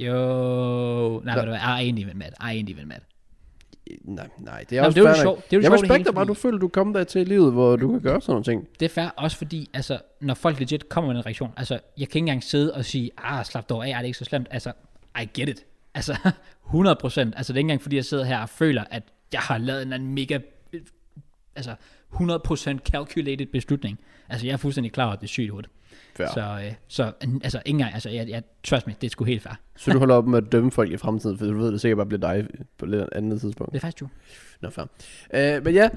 Jo. Nej, Nå. men du er enig med Matt. Jeg er enig med Matt. Nej, nej, det er Nå, også det er jo fair nok. sjovt. Det er jo Jeg sjovt, det respekter hele, bare, fordi- du føler, du er kommet der til i livet, hvor du kan gøre sådan nogle ting. Det er fair også fordi, altså, når folk legit kommer med en reaktion, altså, jeg kan ikke engang sidde og sige, ah, slap dog af, er det ikke så slemt? Altså, I get it. Altså, hundrede procent. Altså, det er ikke engang fordi, jeg sidder her og føler, at jeg har lavet en eller anden mega, altså, hundrede procent calculated beslutning. Altså, jeg er fuldstændig klar over, at det er sygt hurtigt. Fair. Så, øh, så, altså, ikke engang, altså, jeg, jeg, trust me, det er sgu helt fair. Så du holder op med at dømme folk i fremtiden, for du ved, det sikkert bare bliver dig på et lidt andet tidspunkt. Det er faktisk true. Nå, fair. Uh, men ja,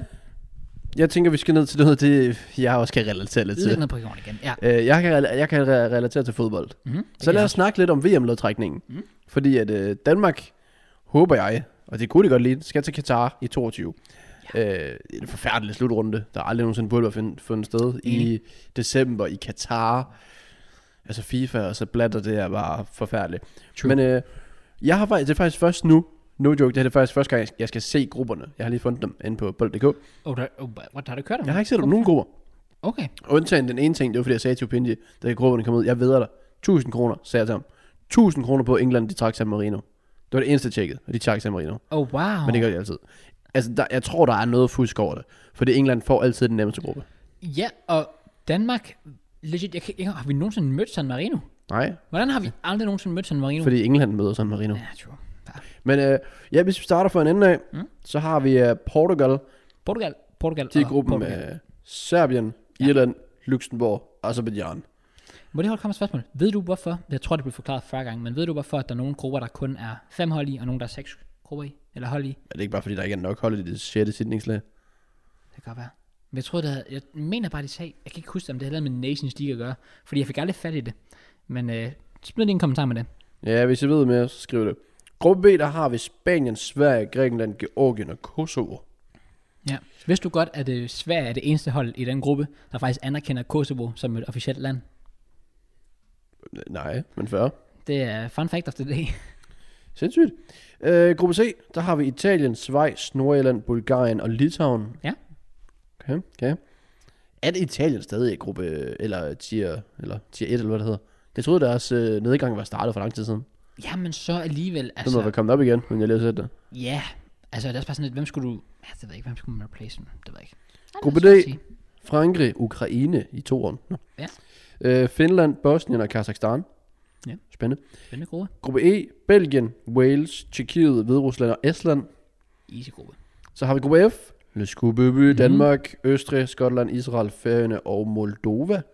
jeg tænker, vi skal ned til noget, det jeg også kan relatere lidt Lidt til. ned på jorden igen, ja. Uh, jeg kan, jeg kan re- relatere til fodbold. Mm-hmm. Så lad os snakke lidt om V M-lodtrækningen. Mm. Fordi at uh, Danmark, håber jeg, og det kunne det godt lide, skal til Katar i toogtyve. Ja. Uh, en forfærdelig slutrunde, der aldrig nogensinde burde have fundet, fundet sted Mm. i december i Katar. Altså FIFA og så blatter, det er bare forfærdeligt. True. Men uh, jeg har faktisk, det er faktisk først nu, no joke, det er det faktisk første gang, jeg skal se grupperne. Jeg har lige fundet dem inde på bold punktum d k. Oh, der, oh, what, har du kørt dem? Jeg har ikke set dem nogen grupper. Okay. Undtagen den ene ting, det var fordi jeg sagde til Opinji, da grupperne kom ud, jeg ved dig, tusind kroner, sagde jeg til ham. tusind kroner på England, de trak San Marino. Det var det eneste tjekket, og de trak San Marino. Oh, wow. Men det gør de altid. Altså, der, jeg tror, der er noget fusk over det. Fordi England får altid den nemmeste gruppe. Ja, og Danmark, legit, jeg kan, ikke, har vi nogensinde mødt San Marino? Nej, Hvordan har vi aldrig nogensinde mødt San Marino? fordi England møder San Marino. Ja, true. Ja. Men øh, ja, hvis vi starter fra en ende af, Mm. så har vi øh, Portugal. Portugal, Portugal De er i og gruppen Portugal. med Serbien, Ja. Irland, Luxembourg og Azerbaijan. Må det holde komme et spørgsmål? Ved du hvorfor, jeg tror det blev forklaret før gang, men ved du hvorfor, at der er nogle grupper, der kun er fem hold i, og nogle, der er seks grupper i, eller hold i? Er det ikke bare fordi, der ikke er nok hold i det sjette sidningslag? Det kan godt være. Men jeg troede, det havde, jeg mener bare, de sagde, jeg kan ikke huske, om det havde noget med Nations League at gøre, fordi jeg fik aldrig fat i det. Men øh, smid lige en kommentar med det. Ja, hvis I ved mere, så skriv det. Gruppe B, der har vi Spanien, Sverige, Grækenland, Georgien og Kosovo. Ja. Vidste du godt, at øh, Sverige er det eneste hold i den gruppe, der faktisk anerkender Kosovo som et officielt land? Nej, men fyrre. Det er fun fact of the day. Sindssygt. Øh, gruppe C, der har vi Italien, Schweiz, Nordirland, Bulgarien og Litauen. Ja. Okay, okay. Er det Italien stadig i gruppe, eller tier, eller tier et, eller hvad det hedder? Jeg troede, deres øh, nedgang var startet for lang tid siden. Jamen så alligevel, Altså, altså... det må være kommet op igen, men jeg lige har set det. Ja, altså det er også bare sådan lidt, hvem skulle du... Ja, det ved jeg ikke, hvem skulle man replace dem? Det ved jeg ikke. Ja, det Gruppe er svært at D. sige. Frankrig, Ukraine i toeren. Nå. Ja. Øh, Finland, Bosnien og Kazakhstan. Ja. Spændende. Spændende gruppe. Gruppe E, Belgien, Wales, Tjekkiet, Hviderusland og Estland. Easy gruppe. Så har vi gruppe F, Løskubøby, Mhm. Danmark, Østrig, Skotland, Israel, Færøerne og Moldova.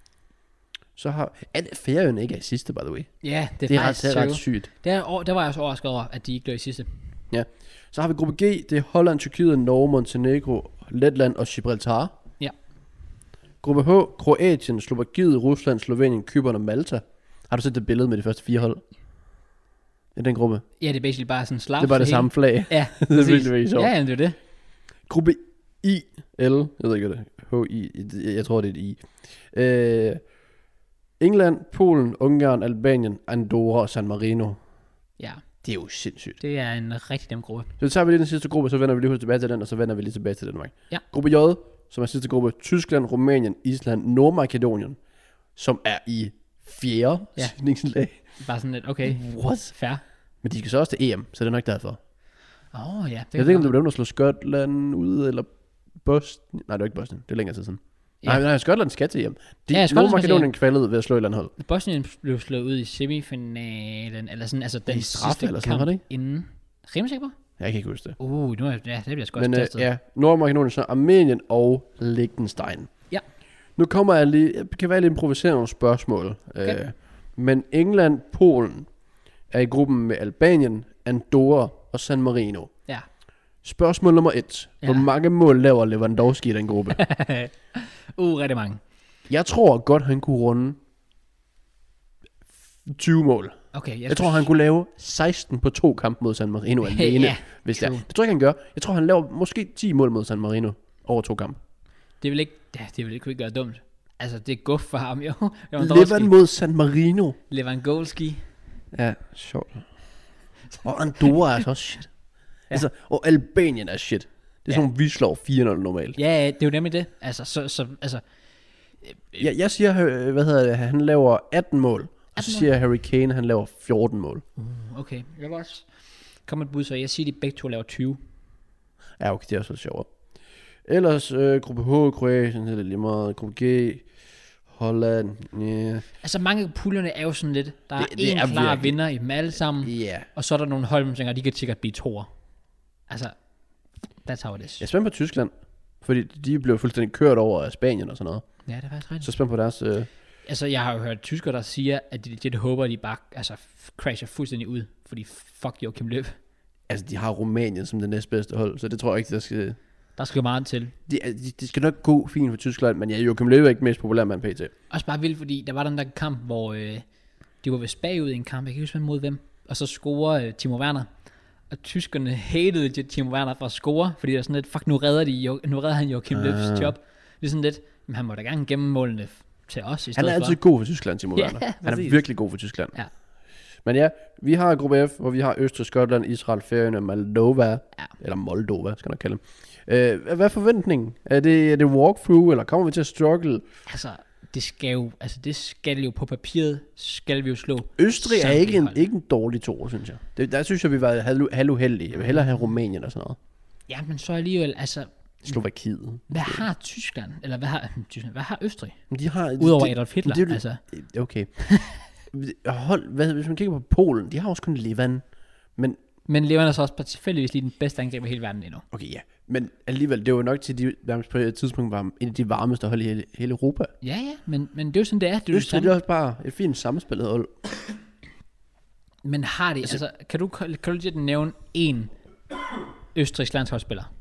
Så har... Er det Færøerne ikke er i sidste, by the way? Ja, det er, Det er, ret, faktisk det er ret seriøst. sygt. Det er, år- der var jeg også overrasket over, at de ikke lå i sidste. Så har vi gruppe G, det er Holland, Tyrkiet, Norge, Montenegro, Letland og Gibraltar. Ja. Gruppe H, Kroatien, Slovakiet, Rusland, Slovenien, Cypern og Malta. Har du set det billede med de første fire hold? I den gruppe. Ja, det er basically bare sådan slav. Det er bare det samme flag. Ja, Det er præcis. virkelig, virkelig sjovt. Ja, jamen, det er det. Gruppe I, L, jeg ved ikke hvad det er. H, I, jeg- jeg tror det er et I. Øh, England, Polen, Ungarn, Albanien, Andorra og San Marino. Ja, Det er jo sindssygt. det er en rigtig nem gruppe. Så tager vi lige den sidste gruppe, så vender vi lige hurtigt tilbage til den, og så vender vi lige tilbage til Danmark. Ja. Gruppe J, som er sidste gruppe, Tyskland, Rumænien, Island, Nordmakedonien, som er i fjerde Ja. sidningslag. Bare sådan lidt, okay, What? fair. Men de skal så også til E M, så det er nok derfor. Åh, oh, ja. Det Jeg ved ikke, om det blev dem, der slog Skotland ud, eller Bosnien. Nej, det var ikke Bosnien. Det er længere tid siden. Ja. Nej, nej, Skotland skal til E M. De, Ja, ja, Skotland skal til Nordmakedonien kvalede ved at slå et eller andet hold. Bosnien blev slået ud i semifinalen, eller sådan, altså den I straffe sidste eller sådan, var kamp det ikke? inden. Rimelig sikker på? Jeg kan ikke huske det. Uh, nu er ja, det bliver sgu Men også øh, testet. ja, Nordmakedonien, så Armenien og Liechtenstein. Ja. Nu kommer jeg lige, jeg kan være lidt improvisere nogle spørgsmål. Okay. Øh, men England, Polen er i gruppen med Albanien, Andorra og San Marino. Ja. Spørgsmål nummer et. Ja. Hvor mange mål laver Lewandowski i den gruppe? uh, rigtig mange. Jeg tror godt, han kunne runde tyve mål. Okay, jeg, Jeg tror, han kunne lave seksten på to kampe mod San Marino alene. Ja, hvis det, er. true. det tror jeg ikke, han gør. Jeg tror, han laver måske ti mål mod San Marino. over to kampe. Det vil ikke, ja, det vil ikke gøre dumt. Altså, det er guf for ham, jo. Levan mod San Marino. Lewandowski. Ja, sjovt. Og Andorra er så også shit. Ja. Altså, og Albanien er shit. Det er sådan, ja. Vi slår fire nul normalt. Ja, det er jo nemlig det. Altså, så, så altså... Øh, ja, jeg siger, hvad hedder det, han laver atten mål. Og så siger Harry Kane, han laver fjorten mål. Uh, okay, jeg vil også komme et bud, så jeg siger, de begge to laver tyve. Ja, okay, det er også lidt sjovere. Ellers, øh, gruppe H, Kroatien, det er lige meget. Gruppe G, Holland, yeah. Altså, mange af puljerne er jo sådan lidt, der er det, det en er klar virkelig. vinder i dem alle sammen, yeah. og så er der nogle hold, man tænker, de kan sikkert blive toer. Altså, that's how it is. Jeg er spændt på Tyskland, fordi de blev fuldstændig kørt over af Spanien og sådan noget. Ja, det er faktisk rigtigt. Så spændt på deres... Øh... Altså, jeg har jo hørt tyskere, der siger, at de, de, de håber, at de bare altså, crasher fuldstændig ud, fordi fuck Joachim Löw. Altså, de har Rumænien som det næstbedste hold, så det tror jeg ikke, der skal... Der skal meget til. De, de, de skal nok gå fint for Tyskland, men ja, Joachim Löw er ikke mest populær mand P T. Også bare vildt, fordi der var den der kamp, hvor øh, de var vist bagud i en kamp, jeg kan ikke huske, mod hvem, og så scorer øh, Timo Werner. Og tyskerne hatede Timo Werner for at score, fordi der er sådan lidt, fuck, nu redder, de, nu redder han Joachim uh. Löws job. Det er sådan lidt, men han må da gerne gemme målene til os i stedet for. Han er altid for. god for Tyskland, Timo ja, Werner. Han er virkelig god for Tyskland. Ja. Men ja, vi har gruppe F, hvor vi har Østrig, Skotland, Israel, Færøerne og Moldova. Ja. Eller Moldova, skal man kalde dem. Øh, hvad er forventningen? Er det, er det walkthrough, eller kommer vi til at struggle? Altså, det skal jo, altså det skal jo på papiret, skal vi jo slå. Østrig er ikke en, ikke en dårlig toer, synes jeg. Det, der synes jeg, vi var halvuheldige. Jeg vil hellere have Rumænien og sådan noget. Ja, men så alligevel, altså... Slovakiet. Hvad har Tyskland, eller hvad har, hvad har Østrig? De har... Udover de, Adolf Hitler, det, det, altså. Okay. Hold, hvad, hvis man kigger på Polen, de har også kun Levan. Men... Men Levan er så også tilfældigvis lige den bedste angreb i hele verden endnu. Okay, ja. Men alligevel, det var nok til, de nærmest på et tidspunkt var en af de varmeste hold i hele, hele Europa. Ja, ja, men, men det er jo sådan, det er. Det er Østrig, det er også bare et fint sammenspillet hold. Men har de, altså, altså kan du, kan du lige nævne en Østrigs landsholdsspiller?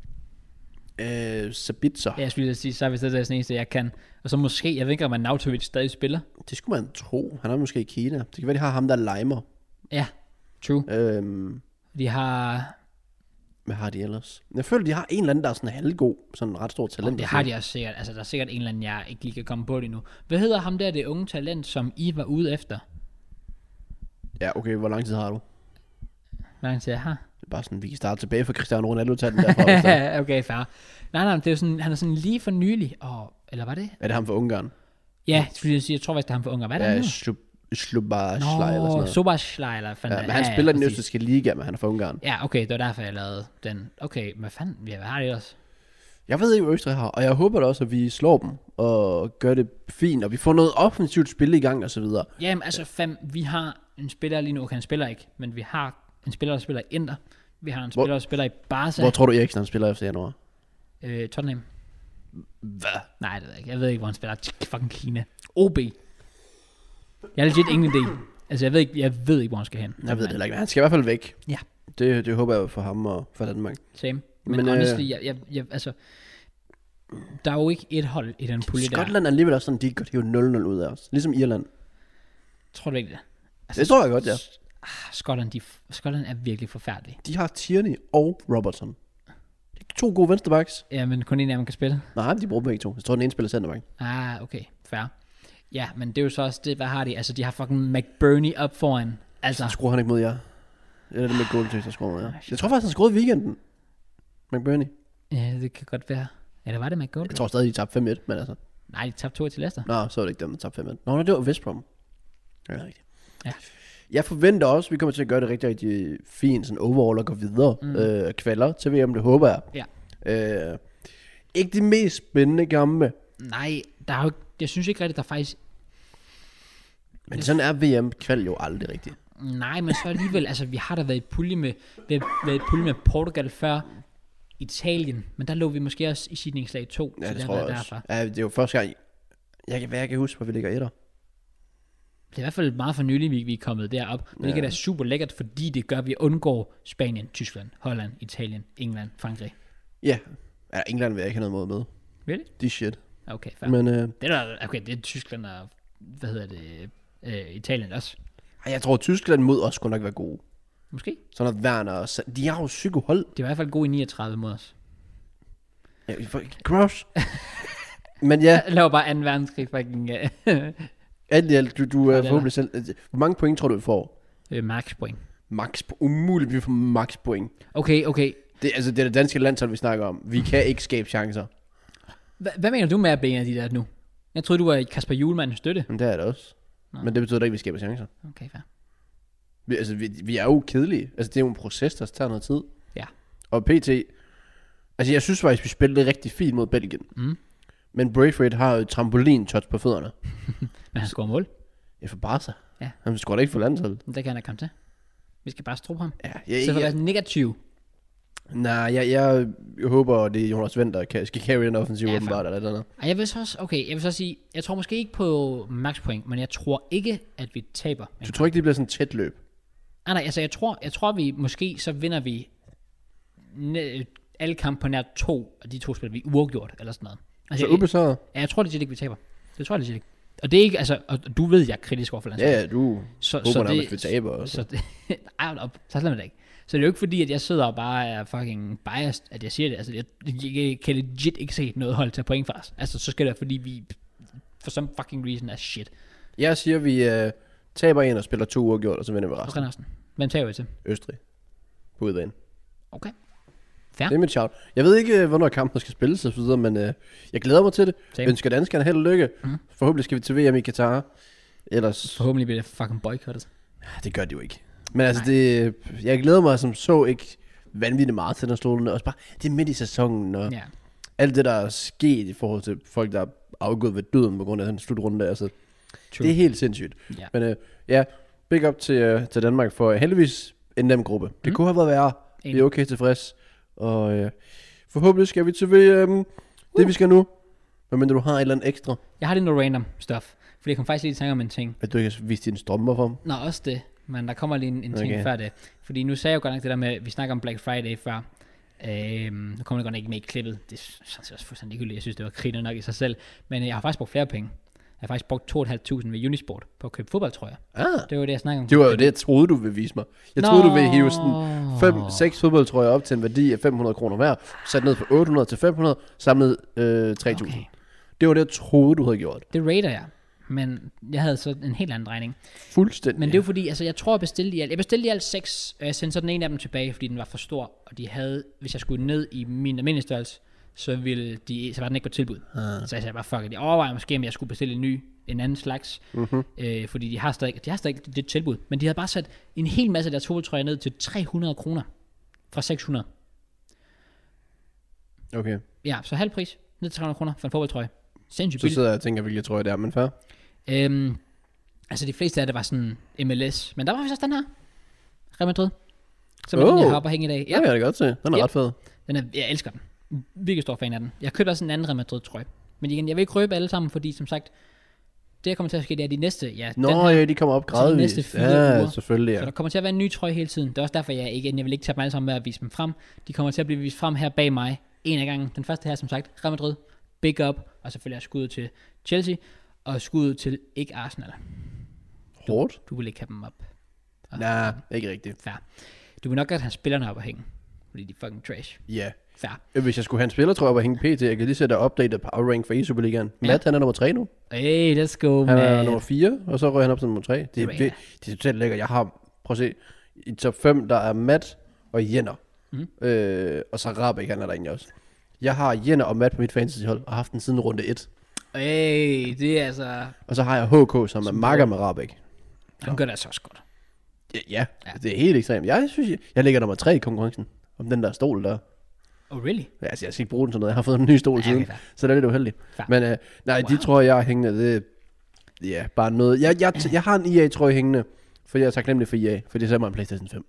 Øh, Sabitzer. Ja, jeg skulle lige sige, så er vi det der eneste, jeg kan. Og så måske, jeg ved ikke, om man Nautovic stadig spiller. Det skulle man tro. Han er måske i Kina. Det kan være, de har ham, der limer. Ja, true. Øhm, de har... Hvad har de ellers? Jeg føler, de har en eller anden, der er sådan halvgod. Sådan en ret stor talent. Og det har de også sikkert. Altså, der er sikkert en eller anden, jeg ikke lige kan komme på det nu. Hvad hedder ham der, det unge talent, som I var ude efter? Ja, okay. Hvor lang tid har du? Hvor lang tid jeg har? Det er bare sådan, vi kan starte tilbage fra Cristiano Ronaldo til den derfra. Okay, fair. Nej, nej, det er jo sådan, han er sådan lige for nylig. Og, eller var det? Er det ham fra Ungarn? Ja, skulle jeg sige, jeg tror faktisk, det er ham fra Ungarn. Hvad er det ja, nu? Slubaslej eller sådan Nå, noget. Sobaslej eller fanden. Ja, men han ja, spiller ja, den østrigske liga, men han er fra Ungarn. Ja, okay, det var derfor, jeg lavede den. Okay, hvad fanden, ja, hvad har de også? Jeg ved ikke, hvad Østrig har, og jeg håber da også, at vi slår dem og gør det fint, og vi får noget offensivt spil i gang og så videre. Jamen, altså fem, vi har en spiller lige nu, okay, han spiller ikke, men vi har en spiller, der spiller i Inter. Vi har en spiller, hvor, der spiller i Barca. Hvor tror du, Eriksen spiller efter januar? Øh, Tottenham. Hvad? Nej, det ved jeg ikke. Jeg ved ikke, hvor han spiller. Fucking Kina. O B. Jeg har legit ingen idé. Altså, jeg ved ikke, jeg ved ikke, hvor han skal hen. Jeg ved det heller ikke, men han skal i hvert fald væk. Ja. Det, det håber jeg for ham og for Danmark. Same. Men, men honestly, øh, jeg, jeg, jeg, altså, der er jo ikke et hold i den pulje der. Skotland er alligevel også sådan, de går jo nul nul ud af os. Ligesom Irland. Tror du ikke det? Altså, det tror jeg godt, ja. Ah, Skotland, de, Skotland er virkelig forfærdelig. De har Tierney og Robertson. De er to gode venstrebacks. Ja, men kun en af dem kan spille. Nej, de bruger begge to. Jeg tror, den ene spiller centerback. Ah, okay. Fair. Ja, men det er jo så også det, hvad har de? Altså, de har fucking McBurney op foran. Altså. Så skruer han ikke mod jer. Eller det med Goldtøs, der skruer mod jer. Jeg tror faktisk, han skruede i weekenden. McBurney. Ja, det kan godt være. Eller var det McGoldrick? Jeg tror stadig, de tabte fem et, men altså. Nej, de tabte to til Leicester. Nå, så var det ikke dem, der tabte fem et. Nå, det var West Brom. Ja, det er rigtigt. Ja. Jeg forventer også, at vi kommer til at gøre det rigtig, rigtig fint, sådan overall og gå videre. Mm. Øh, kvalder til V M, det håber jeg. Ja. Øh, ikke de mest spændende kampe. Nej, der er jo, jeg synes ikke rigtigt, der faktisk... Men det, sådan er V M-kval jo aldrig rigtigt. Nej, men så alligevel, altså vi har da været i pulje med, været, været i pulje med Portugal før, Italien, men der lå vi måske også i sidningslag to. Ja, så det der tror jeg også. derfor. Ja, det er jo første gang, jeg kan, hvad jeg kan huske, hvor vi ligger etter. Det er i hvert fald meget for nylig, vi, vi er kommet derop. Det ja. er super lækkert, fordi det gør, at vi undgår Spanien, Tyskland, Holland, Italien, England, Frankrig. Ja, ja England vil jeg ikke have noget mod med. Really? De er shit. Okay, fair. Men, øh, det er der, okay, det er Tyskland og, hvad hedder det, øh, Italien også. Jeg tror, Tyskland mod os skulle nok være gode. Måske. Sådan noget Werner og de har jo psykohold. De var i hvert fald gode i niogtredive mod os. Gross. Men ja. Jeg laver bare anden verdenskrig, fucking... Alt i alt, du, du er Ja, forhåbentlig selv... Hvor mange point tror du, vi får? Øh, max point. Max, umuligt, vi får max point. Okay, okay. Det, altså, det er det danske landshold, vi snakker om. Vi kan ikke skabe chancer. Hva, hvad mener du med at blive en af de der nu? Jeg troede, du var i Kasper Hjulmandens støtte. Men det er det også. Nå. Men det betyder da ikke, at vi skaber chancer. Okay, fair. Vi, altså, vi, vi er jo kedelige. Altså, det er jo en proces, der tager noget tid. Ja. Og P T... Altså, jeg synes faktisk, vi spillede rigtig fint mod Belgien. Mm. Men Braithwaite har jo et trampolin-touch på fødderne. Men han scorer mål. Ja, for Barca. Ja. Han scorer da ikke for landsholdet. Det kan han da komme til. Vi skal bare stå på ham. Ja, jeg, Så for jeg, at være negativ. nej, jeg, jeg, jeg håber, at det er Jonas Vind, der kan, skal carry den offensiv Ja, åbenbart, eller et eller andet. Ej, jeg vil så også, okay, jeg vil så sige, jeg tror måske ikke på max point, men jeg tror ikke, at vi taber. Du tror ikke, det bliver sådan et tæt løb? Ah, nej, altså jeg tror, jeg tror vi måske, så vinder vi ne- alle kampe på nær to, og de to spiller vi uafgjort, eller sådan noget. Altså, Så ubesejret? Ja, jeg tror legit ikke, vi taber. Det tror jeg legit ikke. Og det er ikke, altså, og du ved, jeg er kritisk overfor landsholdet. Ja, du så, håber så nærmest, det, vi taber også. Så det, ej, hold op, så slemt er det ikke. Så det er jo ikke fordi, at jeg sidder og bare er fucking biased, at jeg siger det. Altså, jeg, jeg kan legit ikke se noget hold til point for os. Altså, så skal det være, fordi vi, for some fucking reason, er shit. Jeg siger, vi uh, taber en og spiller to uafgjort, og så vinder vi resten. resten. Hvem tager vi til? Østrig. På udbanen. Okay. Fair. Det er mit shout. Jeg ved ikke, hvornår kampen skal spilles og så videre, men uh, jeg glæder mig til det. Same. Jeg ønsker danskerne held og lykke. Mm. Forhåbentlig skal vi til V M i Katar. Ellers... Forhåbentlig bliver det fucking boykottet. Det gør de jo ikke. Men altså, det, jeg glæder mig som så ikke vanvittigt meget til den stolene. Også bare, det er midt i sæsonen, og Ja. alt det, der er sket i forhold til folk, der er afgået ved døden på grund af den slutrunde. Altså, True. det er helt sindssygt. Ja. Men uh, ja, big up til, uh, til Danmark for heldigvis en nem gruppe. Det Mm. kunne have været værre. Vi Enig. er okay tilfreds. Og uh, forhåbentlig skal vi til V M. Det vi skal nu. Men du har et eller andet ekstra, Jeg har lige noget random stuff. Fordi jeg kom faktisk lige i tanke om en ting. at du ikke har vist dine strømper for dem. Nå, også det. Men der kommer lige en, en ting Okay. før det. Fordi nu sagde jeg jo godt nok det der med, at vi snakker om Black Friday før. Øhm, nu kommer det godt nok ikke med i klippet. Det er sådan set også fuldstændig ligegyldigt. Jeg synes, det var griner nok i sig selv. Men øh, jeg har faktisk brugt flere penge. Jeg har faktisk brugt to tusind fem hundrede ved Unisport på at købe fodboldtrøjer. Ah, Det var det, jeg snakkede om. det var jo det, jeg troede, du ville vise mig. Jeg troede, du ville hive sådan fem, seks fodboldtrøjer op til en værdi af fem hundrede kroner hver. Sat ned fra otte hundrede til fem hundrede. Samlet øh, tre tusind. Okay. Det var det, jeg troede, du havde gjort. Det rater jeg. Men jeg havde så en helt anden regning. Fuldstændig. Men det er jo fordi, altså jeg tror jeg bestilte i alt, jeg bestilte i alt seks, og jeg sendte så den ene af dem tilbage, fordi den var for stor, og de havde, hvis jeg skulle ned i min almindelige størrelse, så ville de, så var den ikke på tilbud. Ah. Så jeg sagde bare, fuck it, jeg overvejer måske, om jeg skulle bestille en ny, en anden slags, Mm-hmm. øh, fordi de har stadig, de har stadig det tilbud, men de havde bare sat en hel masse af deres hovedtrøjer ned til tre hundrede kroner, fra seks hundrede. Okay. Ja, så halv pris, ned til tre hundrede kroner for en fodboldtrøje. Sindssygt Så billigt. sidder jeg og tænker, hvilken trøje det er, men fair. Øhm, altså de fleste af det var sådan M L S, men der var vist også den her, Real Madrid, som er den, Oh. jeg har oppe at hænge i dag. Ja, jeg kan det godt se. Den er Ja. ret fed. Den er, jeg elsker den. Virkelig stor fan af den. Jeg købte også en anden Real Madrid trøje. Men igen, jeg vil ikke røbe alle sammen, fordi som sagt, det der kommer til at ske, det er de næste, ja, Nå, den her, ja, de kommer op de gradvist. næste fire Ja, uger. selvfølgelig, så ja. der kommer til at være en ny trøje hele tiden. Det er også derfor, jeg igen, jeg vil ikke tage dem alle sammen med at vise dem frem. De kommer til at blive vist frem her bag mig, en af gangen. Den første her, som sagt, Real Madrid, big up, og selvfølgelig er skuddet til Chelsea, og skuddet til ikke Arsenal. Hårdt? Du vil ikke have dem op. Og, Nej, ikke rigtigt. Fair. Du vil nok godt have spillerne op at hænge, fordi de er fucking trash. Ja. Fair. Hvis jeg skulle have en spiller, tror jeg, at hænge P T. Jeg kan lige sætte updated power rank for i Superligaen. Ja. Matt, han er nummer tre nu. Hey, let's go, Han er man. nummer fire, og så røg han op til nummer tre. Det, Det det, er det, det er totalt lækkert. Jeg har, prøv at se, i top fem, der er Matt og Jenner. Mm. Øh, og så Rabeck, han er der egentlig også. Jeg har Jenner og Matt på mit fantasyhold, og har haft den siden runde et. Hey, det er altså... Og så har jeg H K, som er makker med Rabeck. Han gør det altså også godt. Ja, ja, Ja. det er helt ekstremt. Jeg synes, jeg, jeg ligger nummer tre i konkurrencen. Om den der stol der. Oh, really? Ja, altså, jeg skal ikke bruge den sådan noget. Jeg har fået en ny stol Ja, siden. okay, fair. Så det er lidt uheldigt. Fair. Men øh, nej, de Wow. tror jeg er hængende. Det ja, bare noget. Jeg, jeg, jeg har en I A-trøje hængende. For jeg er taknemmelig for I A. For det er så mig en PlayStation fem.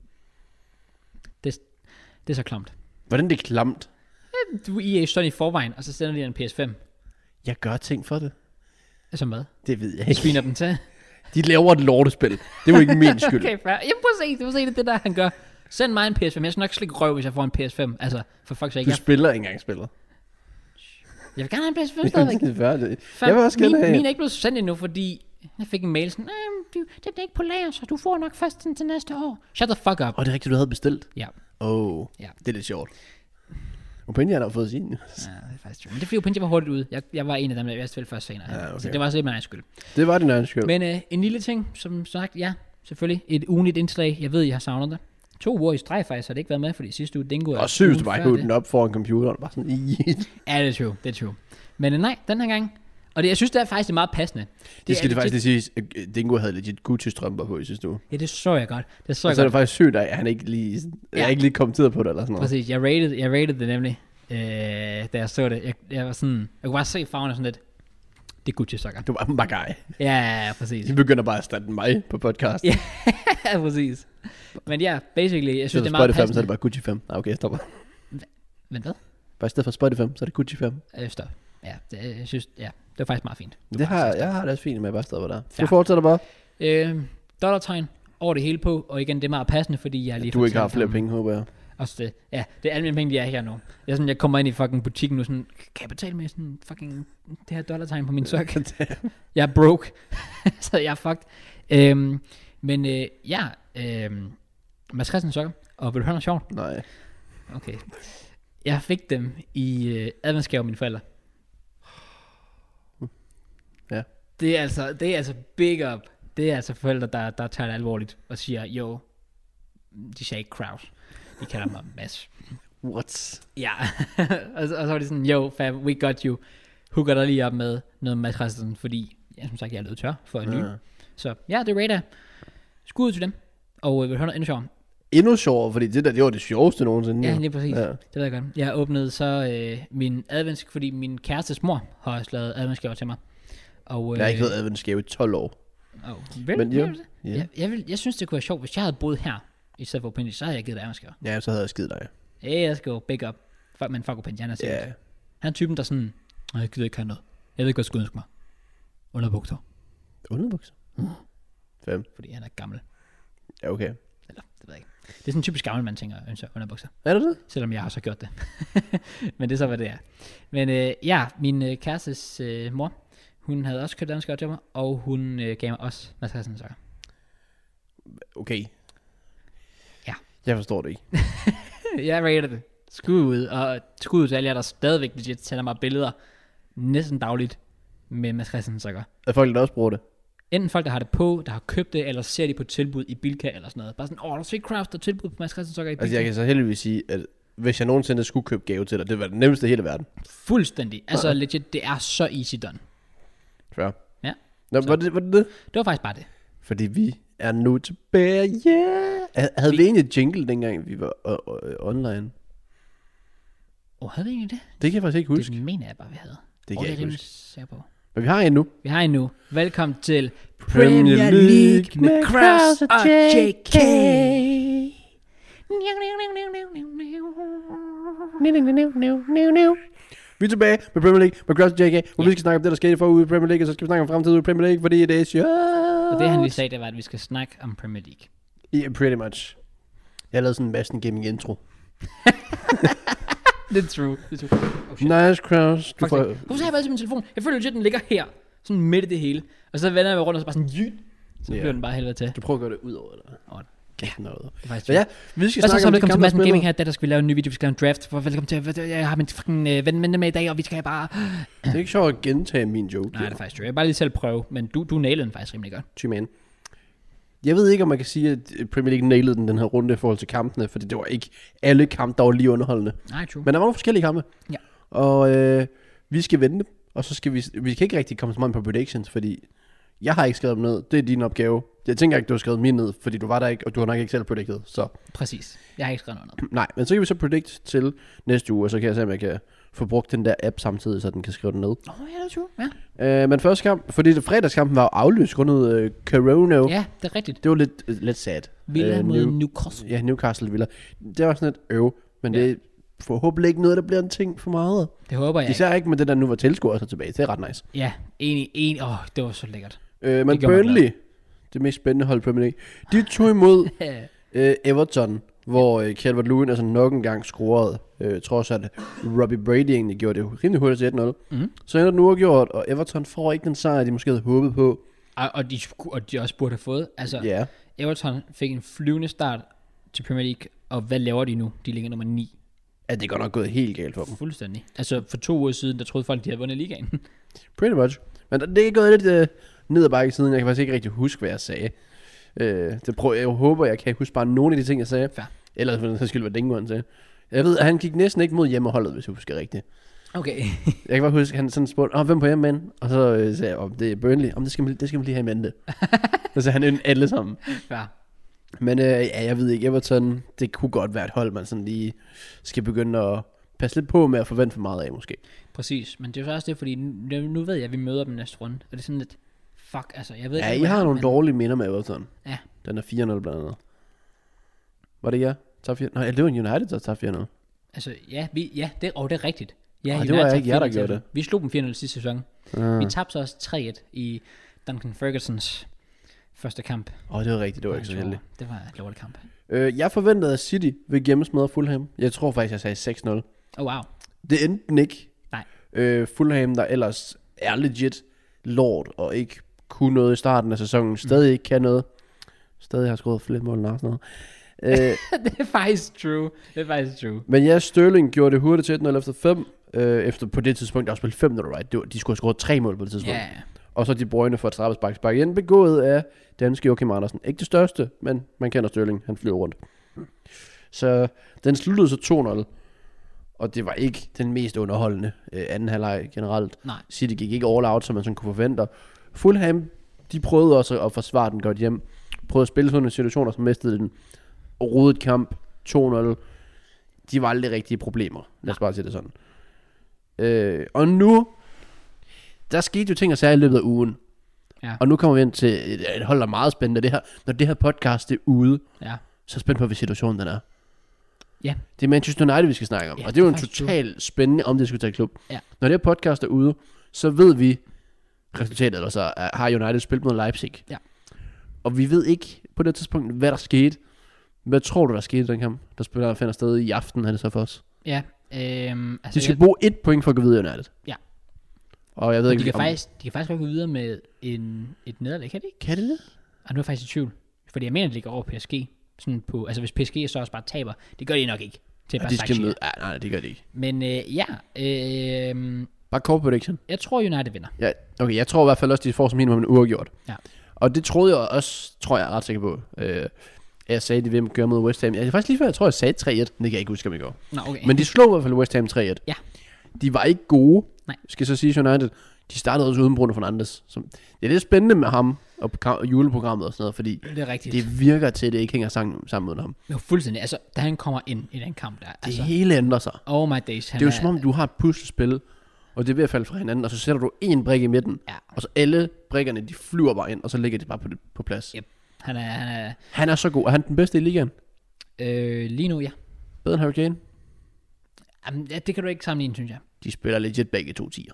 Det er så klamt. Hvordan det er klamt. Du er I A sådan i forvejen, og så sender de en P S fem. Jeg gør ting for det. Altså hvad? Det ved jeg De ikke. sviner dem til. De laver et lortespil. Det var ikke min skyld. Okay, fair. Jamen prøv at se, du må se det, det der han gør. Send mig en P S fem. Jeg skal nok slikke røv, hvis jeg får en P S fem. Altså, for fuck's sake. Du Jeg, spiller ikke engang spillet. jeg vil gerne have en P S fem stadigvæk. Det er færdigt. Fam, Jeg vil også gerne min, have. min er ikke blevet sendt endnu, fordi jeg fik en mail sådan, "Øh, du, det er ikke på lager, så du får nok først den til næste år. Shut the fuck up. Og det er rigtigt, du havde bestilt. Ja. Oh, Ja. det er lidt sjovt. Opinion har fået sin. Ja, det er faktisk true. Men det er fordi Opinion var hurtigt ude. Jeg, jeg var en af dem, der jeg først senere. Ja, okay. Så det var også lidt min egen skyld. Det var din egen skyld. Men øh, en lille ting, som sagt, ja, selvfølgelig. Et ugenligt indslag. Jeg ved, I har savnet det. To uger i streg faktisk har det ikke været med, fordi sidste uge Dingo... Og sygt, du bare hive den op foran computeren. Bare sådan, ja, det er true, det er true. Men øh, nej, den her gang... Og det, jeg synes, det er faktisk det er meget passende. Det, det skal det faktisk lige sige, at Dingo havde legit Gucci-strømper på i sidste uge. Ja, det så jeg godt. Det så og jeg så er godt. det faktisk sygt, at han ikke lige, ja. jeg ikke lige kommenteret på det eller sådan noget. Præcis, jeg rated, jeg rated det nemlig, øh, da jeg så det. Jeg, jeg var sådan, jeg kunne bare se farven sådan lidt, det er Gucci-sokker. Du var en bagaj. Ja, ja, præcis. De begynder bare at starte mig på podcast. Ja, præcis. Men ja, basically, jeg synes, det er meget Spotify, passende. så er det bare Gucci fem. Ah, okay, jeg stopper. Men hvad? Bare i stedet for Spotify, så er det Gucci fem. Øh, stop. Ja, det, jeg synes, ja, det var faktisk meget fint. Det, det har, jeg har det også fint med at bare stoppe der. Fair. Du fortsætter bare. Øh, dollartegn over det hele på, og igen, det er meget passende, fordi jeg lige Du ikke har fortalt flere ham- penge, håber jeg. Også det, ja, det er alle mine penge, de er her nu. Jeg, er sådan, jeg kommer ind i fucking butikken nu, sådan, kan jeg betale med sådan fucking det her dollartegn på min sok? Jeg er broke, så jeg er fucked. Øhm, men øh, ja, øhm, Mads Christensen sokker, og vil du høre noget sjovt? Nej. Okay. Jeg fik dem i øh, adventsgave af mine forældre. Ja. Det er altså, det er altså big up. Det er altså forældre, der, der tager det alvorligt og siger, jo, de sagde ikke Kraus. De kalder mig Mads. What? Ja, og, så, og så var det sådan, yo fam, we got you. Hooker dig lige op med noget Mads Christensen, fordi, ja, som sagt, jeg er løbet tør for en ny. Ja. Så ja, det rater. Skud til dem. Og øh, vil du høre noget endnu sjovere? Endnu sjovere, fordi det der, det var det sjoveste nogensinde. Ja, jo. lige præcis. Ja. Det ved jeg godt. Jeg åbnede så øh, min advents, fordi min kærestes mor har også lavet adventsgaver til mig. Og, øh, Jeg har ikke været adventsgave i tolv år. Oh, vil, Men jo, vil, ja. jeg, jeg, vil, jeg synes, det kunne være sjovt, hvis jeg havde boet her, i stedet for Opinion, så havde jeg givet dig adventsgaver. Ja, så havde jeg skidt dig. Ja, let's go, big up. Fuck, men fuck Opinion, han er seriøs. Ja. Han er typen, der sådan, jeg gider ikke have noget. Jeg ved ikke, hvad jeg skulle ønske mig. Underbukser. Underbukser? Mm. Fem. Fordi han er gammel. Ja, okay. Eller, det ved jeg ikke. Det er sådan en typisk gammel, man tænker, ønsker underbukser. Er det det? Selvom jeg også har gjort det. Men det er så, hvad det er. Men øh, ja, min øh, kærestes øh, mor, hun havde også købt danskere til mig, og hun øh, gav mig også Mads Christensen sokker. Okay. Ja. Jeg forstår det ikke. Jeg rater det. Skud ud, og skud ud til alle jer, der stadigvæk legit sender mig billeder næsten dagligt med Mads Christensen sokker. Er folk, der også bruger det? Enten folk, der har det på, der har købt det, eller ser de på tilbud i Bilka eller sådan noget. Bare sådan, åh, oh, der er Sweet Craft, der er tilbud på Mads Christensen sokker i Bilka. Altså, jeg kan så heldigvis sige, at hvis jeg nogensinde skulle købe gave til dig, det var det nemmeste i hele verden. Fuldstændig. Altså Ja. legit, det er så easy done. Fair. Ja. Nå, Så- var det, var det det? Det var faktisk bare det. Fordi vi er nu tilbage, yeah! Havde vi, Vi- vi egentlig jingle, dengang vi var uh, uh, online? Åh, oh, havde vi egentlig det? Det kan jeg faktisk ikke huske. Det mener jeg bare, vi havde. Det Åh, kan jeg ikke rimelig huske. sikker på. Men vi har en nu. Vi har en nu. Velkommen til Premier League med Kraus og J K. Vi er tilbage med Premier League med Kraus og J K, hvor Ja. vi skal snakke om det, der skete forud i Premier League, og så skal vi snakke om fremtiden i Premier League, fordi det er sjovt. Og det han lige sagde, det var, at vi skal snakke om Premier League. Yeah, pretty much. Jeg har lavet sådan en Madsen Gaming intro. Det er true. Det er true. Oh, shit. Nice, Kraus. Du Fuck får... det. Hvorfor har jeg været til min telefon? Jeg føler legit, den ligger her. Sådan midt i det hele. Og så vender jeg mig rundt, og så bare sådan jyt. Så Ja. bliver den bare helvede til. Du prøver at gøre det ud over dig. Åh, Kæft noget. Det er faktisk Så ja, vi skal Hvad så, snakke så om de velkommen til kampe, Madsen der Gaming spiller. her, der skal vi lave en ny video, vi skal lave en draft. For velkommen til, jeg har min fucking øh, ven med, med i dag, og vi skal bare... Det er ikke sjovt at gentage min joke. Nej, det er faktisk true. Jeg vil bare lige selv prøve, men du, du nailede den faktisk rimelig godt. Tyman. Jeg ved ikke, om man kan sige, at Premier League nailede den, den her runde i forhold til kampene, fordi det var ikke alle kampe, der var lige underholdende. Nej, true. Men der var nogle forskellige kampe. Ja. Og øh, vi skal vente, og så skal vi... Vi kan ikke rigtig komme så meget på predictions, fordi jeg har ikke skrevet dem ned. Det er din opgave. Jeg tænker ikke, du har skrevet min ned, fordi du var der ikke, og du har nok ikke selv predicted. Så Præcis. Jeg har ikke skrevet noget ned. nej, men så kan vi så predict til næste uge, og så kan jeg se, om jeg kan få brugt den der app samtidig, så den kan skrive den ned. Åh, oh, ja, det er true. Ja. Øh, men første kamp, fordi det fredagskampen var jo aflyst grundet øh, corona. Ja, det er rigtigt. Det var lidt, øh, lidt sad. Villa Øh, mod New- Newcastle. Ja, Newcastle Villa. Det var sådan et øv, men Ja. det er forhåbentlig ikke noget, der bliver en ting for meget. Det håber jeg ikke. Især ikke med det der nu var tilskuer så tilbage. Det er ret nice. Ja, enig, enig. Åh, oh, det var så lækkert. Øh, men Det gjorde mig Burnley, det mest spændende hold i Premier League, de tog imod øh, Everton, hvor øh, Calvert-Lewin altså nok en gang scorede, øh, trods at Robbie Brady egentlig gjorde det rimelig hurtigt til et nul. Mm. Så ender den uafgjort, og Everton får ikke den sejr, de måske havde håbet på. Og, og, de, sku- og de også burde have fået. Altså, Ja, yeah. Everton fik en flyvende start til Premier League, og hvad laver de nu? De ligger nummer ni. at det er godt nok gået helt galt for dem. Fuldstændig. Altså for to uger siden, der troede folk, de havde vundet ligaen. Pretty much. Men det er gået lidt uh, ned ad bakke siden. Jeg kan faktisk ikke rigtig huske, hvad jeg sagde. Uh, det prøver, jeg håber, jeg kan huske bare nogle af de ting, jeg sagde. Fair. Ellers for den skyld, hvad Dingmund sagde. Jeg ved, at han gik næsten ikke mod hjemmeholdet, hvis jeg husker rigtigt. Okay. Jeg kan bare huske, at han sådan spurgte, oh, hvem på hjemme, og så uh, sagde jeg, om oh, det er Burnley. Om det skal man, det skal man lige have i mente. Så sagde han alle sammen. Fair. Men øh, ja, jeg ved ikke, Everton, det kunne godt være et hold, man sådan lige skal begynde at passe lidt på med at forvente for meget af, måske. Præcis, men det er jo så også det, fordi nu, nu ved jeg, at vi møder dem næste runde, og det er sådan lidt, fuck, altså, jeg ved Ja, ikke, I har jeg nogle men... dårlige minder med Everton. Ja. Den er fire nul blandt andet. Var det ja? Top fire? Nej, det var en United, der tabte fire nul. Altså, ja, vi, ja det, og det er rigtigt. Ja, Ej, det var ikke jer, der gjorde det. Vi slog dem fire nul sidste sæson. Ah. Vi tabte så også tre et i Duncan Fergusons første kamp. Åh, oh, det var rigtigt, det var ikke så heldigt. Det var en lortet kamp. Øh, jeg forventede, at City ville gemmesmadre Fulham. Jeg tror faktisk, jeg sagde seks nul. Oh, wow. Det endte den ikke. Nej. Øh, Fulham, der ellers er legit lord, og ikke kunne noget i starten af sæsonen, stadig mm. ikke kan noget. Stadig har skåret flere mål og sådan noget. Øh, det er faktisk true. Det er faktisk true. men ja, Sterling gjorde det hurtigt til et nul efter fem. Øh, efter på det tidspunkt, der var spillet fem nul, right? Det var, de skulle have scoret tre mål på det tidspunkt. Ja. Yeah. Og så De Bruyne for et straffespark spark igen, begået af danske Joachim Andersen. Ikke det største, men man kender Sterling, han flyver rundt. Så den sluttede så to nul. Og det var ikke den mest underholdende øh, anden halvleg generelt. Nej. City gik ikke all out, som man sådan kunne forvente. Fulham, de prøvede også at forsvare den godt hjem. Prøvede at spille sådan nogle situationer, som mistede den. Og rodede kamp to nul. De var aldrig rigtige problemer. Lad os bare sige det sådan. Øh, og nu, der skete jo ting og sager i løbet af ugen. Ja. Og nu kommer vi ind til et, et hold, der er meget spændende. Det her, når det her podcast er ude, Ja. så er spændt på, hvad situationen den er. Ja. Det er Manchester United, vi skal snakke om. Ja, og det er jo det er en faktisk totalt spændende om det skulle tage klub. Ja. Når det her podcast er ude, så ved vi resultatet, eller så har United spillet mod Leipzig. Ja. Og vi ved ikke på det tidspunkt, hvad der skete. Hvad tror du, der skete i den kamp, der spiller finder sted i aften, er det så for os? Ja. Øhm, altså De skal jeg, bruge et point for at gå videre i United. Ja. Og jeg ved de, ikke, kan om... faktisk, de kan faktisk godt gå videre med en, et nederlag, kan de ikke? Kan det det? Og nu er jeg faktisk i tvivl. Fordi jeg mener, det ligger over P S G. Sådan på, altså hvis P S G så også bare taber, det gør de nok ikke. Til Ja, bare de skal sagt, møde... Ja, nej, det gør de ikke. Men øh, ja, øh, Bare call prediction. jeg tror United vinder. Ja, okay, jeg tror i hvert fald også, de får som minimum en uafgjort. Ja. Og det troede jeg også, tror jeg er ret sikker på. Øh, jeg sagde, de ville gøre mod West Ham. Jeg er faktisk lige før, jeg tror, jeg sagde tre et. Det kan jeg ikke huske, om jeg går. Nå, okay. Men de slog i hvert fald West Ham tre et. Ja. De var ikke gode. Nej. Skal så sige United. De startede også uden Bruno Fernandes. Så det er lidt spændende med ham og, og juleprogrammet og sådan noget, fordi det er rigtigt. det virker til, at det ikke hænger sammen, sammen med ham. Jo, fuldstændig. Altså, da han kommer ind i den kamp der. Det Altså, hele ændrer sig. oh my days. Han Det er jo som om, du har et puslespil, og det er ved at falde fra hinanden, og så sætter du en brik i midten, Ja. og så alle brikkerne, de flyver bare ind, og så ligger de bare på, det, på plads. Yep. Han er, han er Han er så god. Er han den bedste i ligaen? øh, lige nu, ja. Bedre end Harry Kane? Jamen, ja, det kan du ikke sammenligne, synes jeg. De spiller legit begge to tier.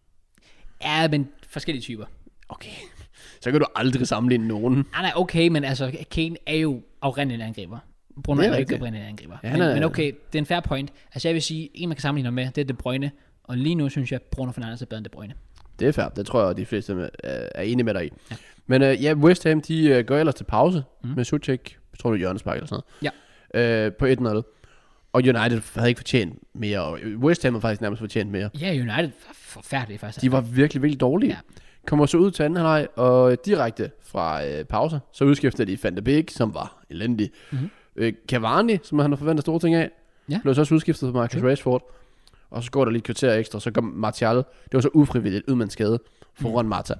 Ja, men forskellige typer. Okay. Så kan du aldrig sammenligne nogen. Ah, nej, okay, men altså, Kane er jo oprindelig angriber. Bruno Det er er jo ikke rigtigt. oprindelig angriber. Ja, men, han er- men okay, det er en fair point. Altså, jeg vil sige, en man kan sammenligne ham med, det er De Bruyne. Og lige nu synes jeg, Bruno Fernandes er bedre end De Bruyne. Det er fair. Det tror jeg, de fleste er, er enige med dig i. Ja. Men uh, ja, West Ham, de uh, går ellers til pause Mm. mm. med Suchek. Jeg tror, det er hjørnespark eller sådan Ja. noget. Uh, på et nul. Og United havde ikke fortjent mere. Og West Ham har faktisk nærmest fortjent mere. Ja, United var forfærdelige faktisk. De var virkelig, virkelig dårlige. Ja. Kommer så ud til anden halvleg, og direkte fra øh, pause, så udskifter de Van de Beek, som var elendig. Mhm. Øh, Cavani, som han har forventet store ting af, Ja. blev så også udskiftet for Marcus Rashford. Og så går der lige et kvarter ekstra, så kom Martial. Det var så ufrivilligt ud med en skade foran mm. Marta.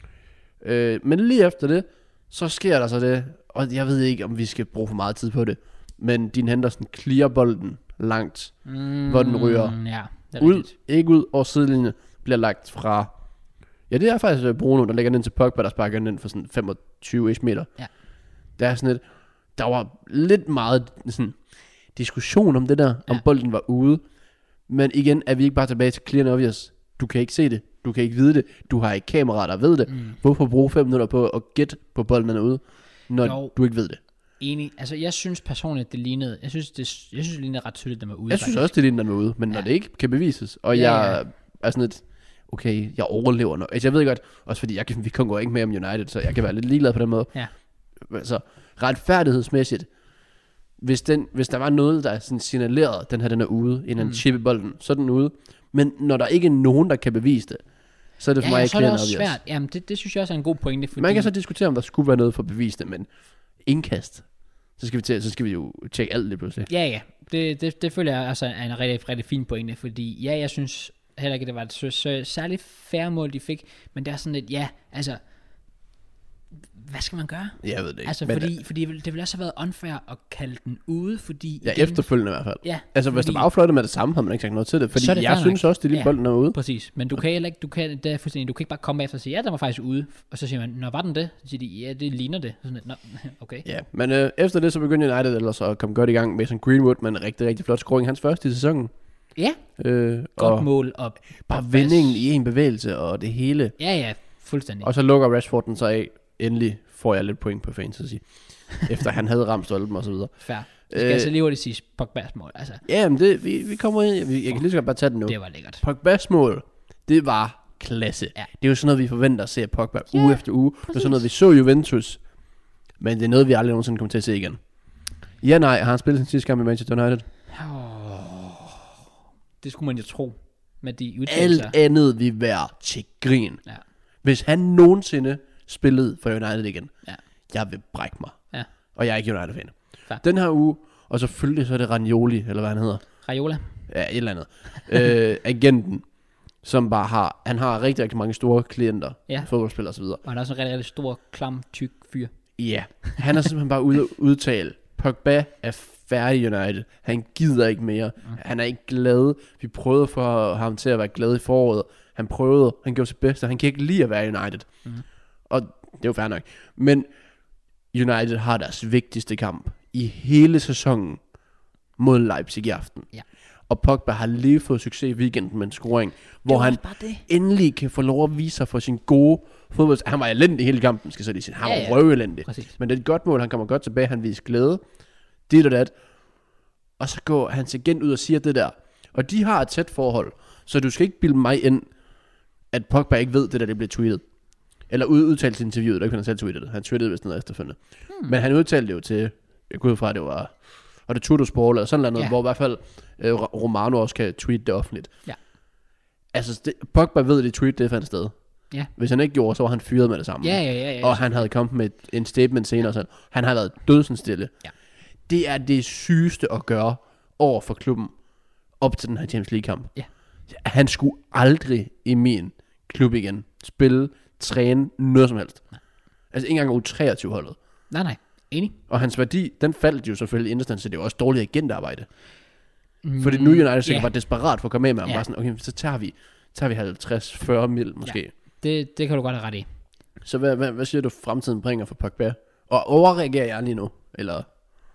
Øh, men lige efter det, så sker der så det, og jeg ved ikke, om vi skal bruge for meget tid på det, men din Henderson clear bolden langt, Mm, hvor den ryger ja, det er ud, rigtigt. ikke ud, og sidelinjen bliver lagt fra... Ja, det er faktisk øh, Bruno, der lægger den ind til Pogba, der sparker den ind for sådan femogtyve meter. Ja. Der er sådan et... Der var lidt meget sådan, diskussion om det der, ja. om bolden var ude. Men igen er vi ikke bare tilbage til clear and obvious. Du kan ikke se det, du kan ikke vide det, du har ikke kamera, der ved det. Mm. Hvorfor bruge fem minutter på at gætte på bolden er ude, når Jo. du ikke ved det? Enig. Altså, jeg synes personligt, det lignede... Jeg synes, det, jeg synes, det lignede ret tydeligt, at den var ude. Jeg synes faktisk. også, det er den, der er ude, men ja. når Ja. det ikke kan bevises, og Ja, jeg er sådan et, okay, jeg overlever noget. Altså, jeg ved godt, også fordi jeg kan, vi konkurrerer ikke mere om United, så jeg kan være lidt ligeglad på den måde. Ja. Altså, retfærdighedsmæssigt, hvis, den, hvis der var noget, der sådan signalerede, den her den er ude, inden han mm. chipper bolden, så er den ude. Men når der ikke er nogen, der kan bevise det, så er det for ja, mig ja, ikke så er det clear også obvious. svært. Jamen, det, det synes jeg også er en god pointe. Fordi... Man kan så diskutere, om der skulle være noget for at bevise det, men indkast, så skal vi, til, så skal vi jo tjekke alt det pludselig. Ja, ja. Det, det, det føler jeg altså er en rigtig, rigtig fin pointe, fordi ja, jeg synes heller ikke, det var et så, så særligt fair mål, de fik, men det er sådan lidt, ja, altså, hvad skal man gøre? Jeg ved det ikke. Altså, men, fordi, fordi det ville også have været unfair at kalde den ude, fordi... Ja, igen, efterfølgende i hvert fald. Ja, altså, fordi, hvis der var affløjtet med det samme, havde man ikke sagt noget til det, fordi så det jeg synes nok. også, det lige ja, bolden er ude. Præcis, men du kan heller ikke, du kan, det er fuldstændig, du kan ikke bare komme efter og sige, ja, den var faktisk ude, og så siger man, nå, var den det? Så siger de, ja, det ligner det. Sådan, nå, okay. Ja, men øh, efter det, så begyndte United ellers at komme godt i gang med sådan Greenwood, med en rigtig, rigtig flot scoring, hans første i sæsonen. Ja, øh, godt og mål. Og bare vendingen i en bevægelse, og det hele. Ja, ja, fuldstændig. Og så lukker Rashford den så af, endelig får jeg lidt point på fantasy, efter han havde ramt stolpen og så videre. Fair. Vi skal øh, altså lige hurtigt sige Pogba's mål. Altså, ja, men det, vi, vi kommer ind, jeg kan lige så godt bare tage den nu. Det var lækkert. Pogba's mål, det var klasse. Ja. Det er jo sådan noget, vi forventer at se af Pogba ja, uge efter uge. Præcis. Det er sådan noget, vi så Juventus, men det er noget, vi aldrig nogensinde kommer til at se igen. Ja, nej, har han spillet sin sidste kamp i Manchester United? Oh, det skulle man jo tro, med de udtalelser. Alt andet vil være til grin. Ja. Hvis han nogensinde spillede for United igen, ja. jeg vil brække mig. Ja. Og jeg er ikke United-fan. Den her uge, og selvfølgelig så er det Ragnoli, eller hvad han hedder. Raiola. Ja, et eller andet. øh, agenten, som bare har, han har rigtig, rigtig mange store klienter, ja. fodboldspillere og så videre. Og han er også en rigtig, rigtig stor, klam, tyk fyr. Ja, han er simpelthen bare ude at udtale, Pogba er færdig i United. Han gider ikke mere. Mm. Han er ikke glad. Vi prøvede for ham til at være glad i foråret. Han prøvede, han gjorde sit bedste. Han kan ikke lide at være i United. Mm. Og det er jo fair nok. Men United har deres vigtigste kamp i hele sæsonen mod Leipzig i aften. Ja. Og Pogba har lige fået succes i weekenden med en scoring, hvor han endelig kan få lov at vise sig for sin gode fodbold. Han var elendig hele kampen, skal så lige sige. Han var ja, ja. røvelendig. Men det er et godt mål, han kommer godt tilbage, han viser glæde. Det og dat. Og så går hans agent ud og siger det der. Og de har et tæt forhold, så du skal ikke bilde mig ind, at Pogba ikke ved det der, det bliver tweetet. Eller ud, udtalt til interviewet, der ikke han selv tweetet det. Han tweetede vist noget efterfølgende. Hmm. Men han udtalte det jo til, jeg går ud fra, at det var, og det Tuttosport eller sådan noget, ja. hvor i hvert fald øh, Romano også kan tweete det offentligt. Ja. Altså, det, Pogba ved, det tweet, det fandt sted. Ja. Hvis han ikke gjorde, så var han fyret med det samme. Ja, ja, ja, ja, og han havde kommet med en statement senere, ja. sådan. Han har været dødsens stille. Ja. Det er det sygeste at gøre over for klubben op til den her Champions League-kamp. Ja. Han skulle aldrig i min klub igen spille, træne, noget som helst. Nej. Altså ikke engang U treogtyve-holdet. Nej, nej. Enig. Og hans værdi, den faldt jo selvfølgelig indstant, så det var også dårligt agentarbejde. Mm, Fordi nu United sikkert yeah. var desperat for at komme med med ham. Yeah. Bare sådan, okay, så tager vi, tager vi halvtreds til fyrre mil måske. Ja, det, det kan du godt have ret i. Så hvad, hvad, hvad siger du, fremtiden bringer for Pogba? Og overreagerer jeg lige nu? Eller?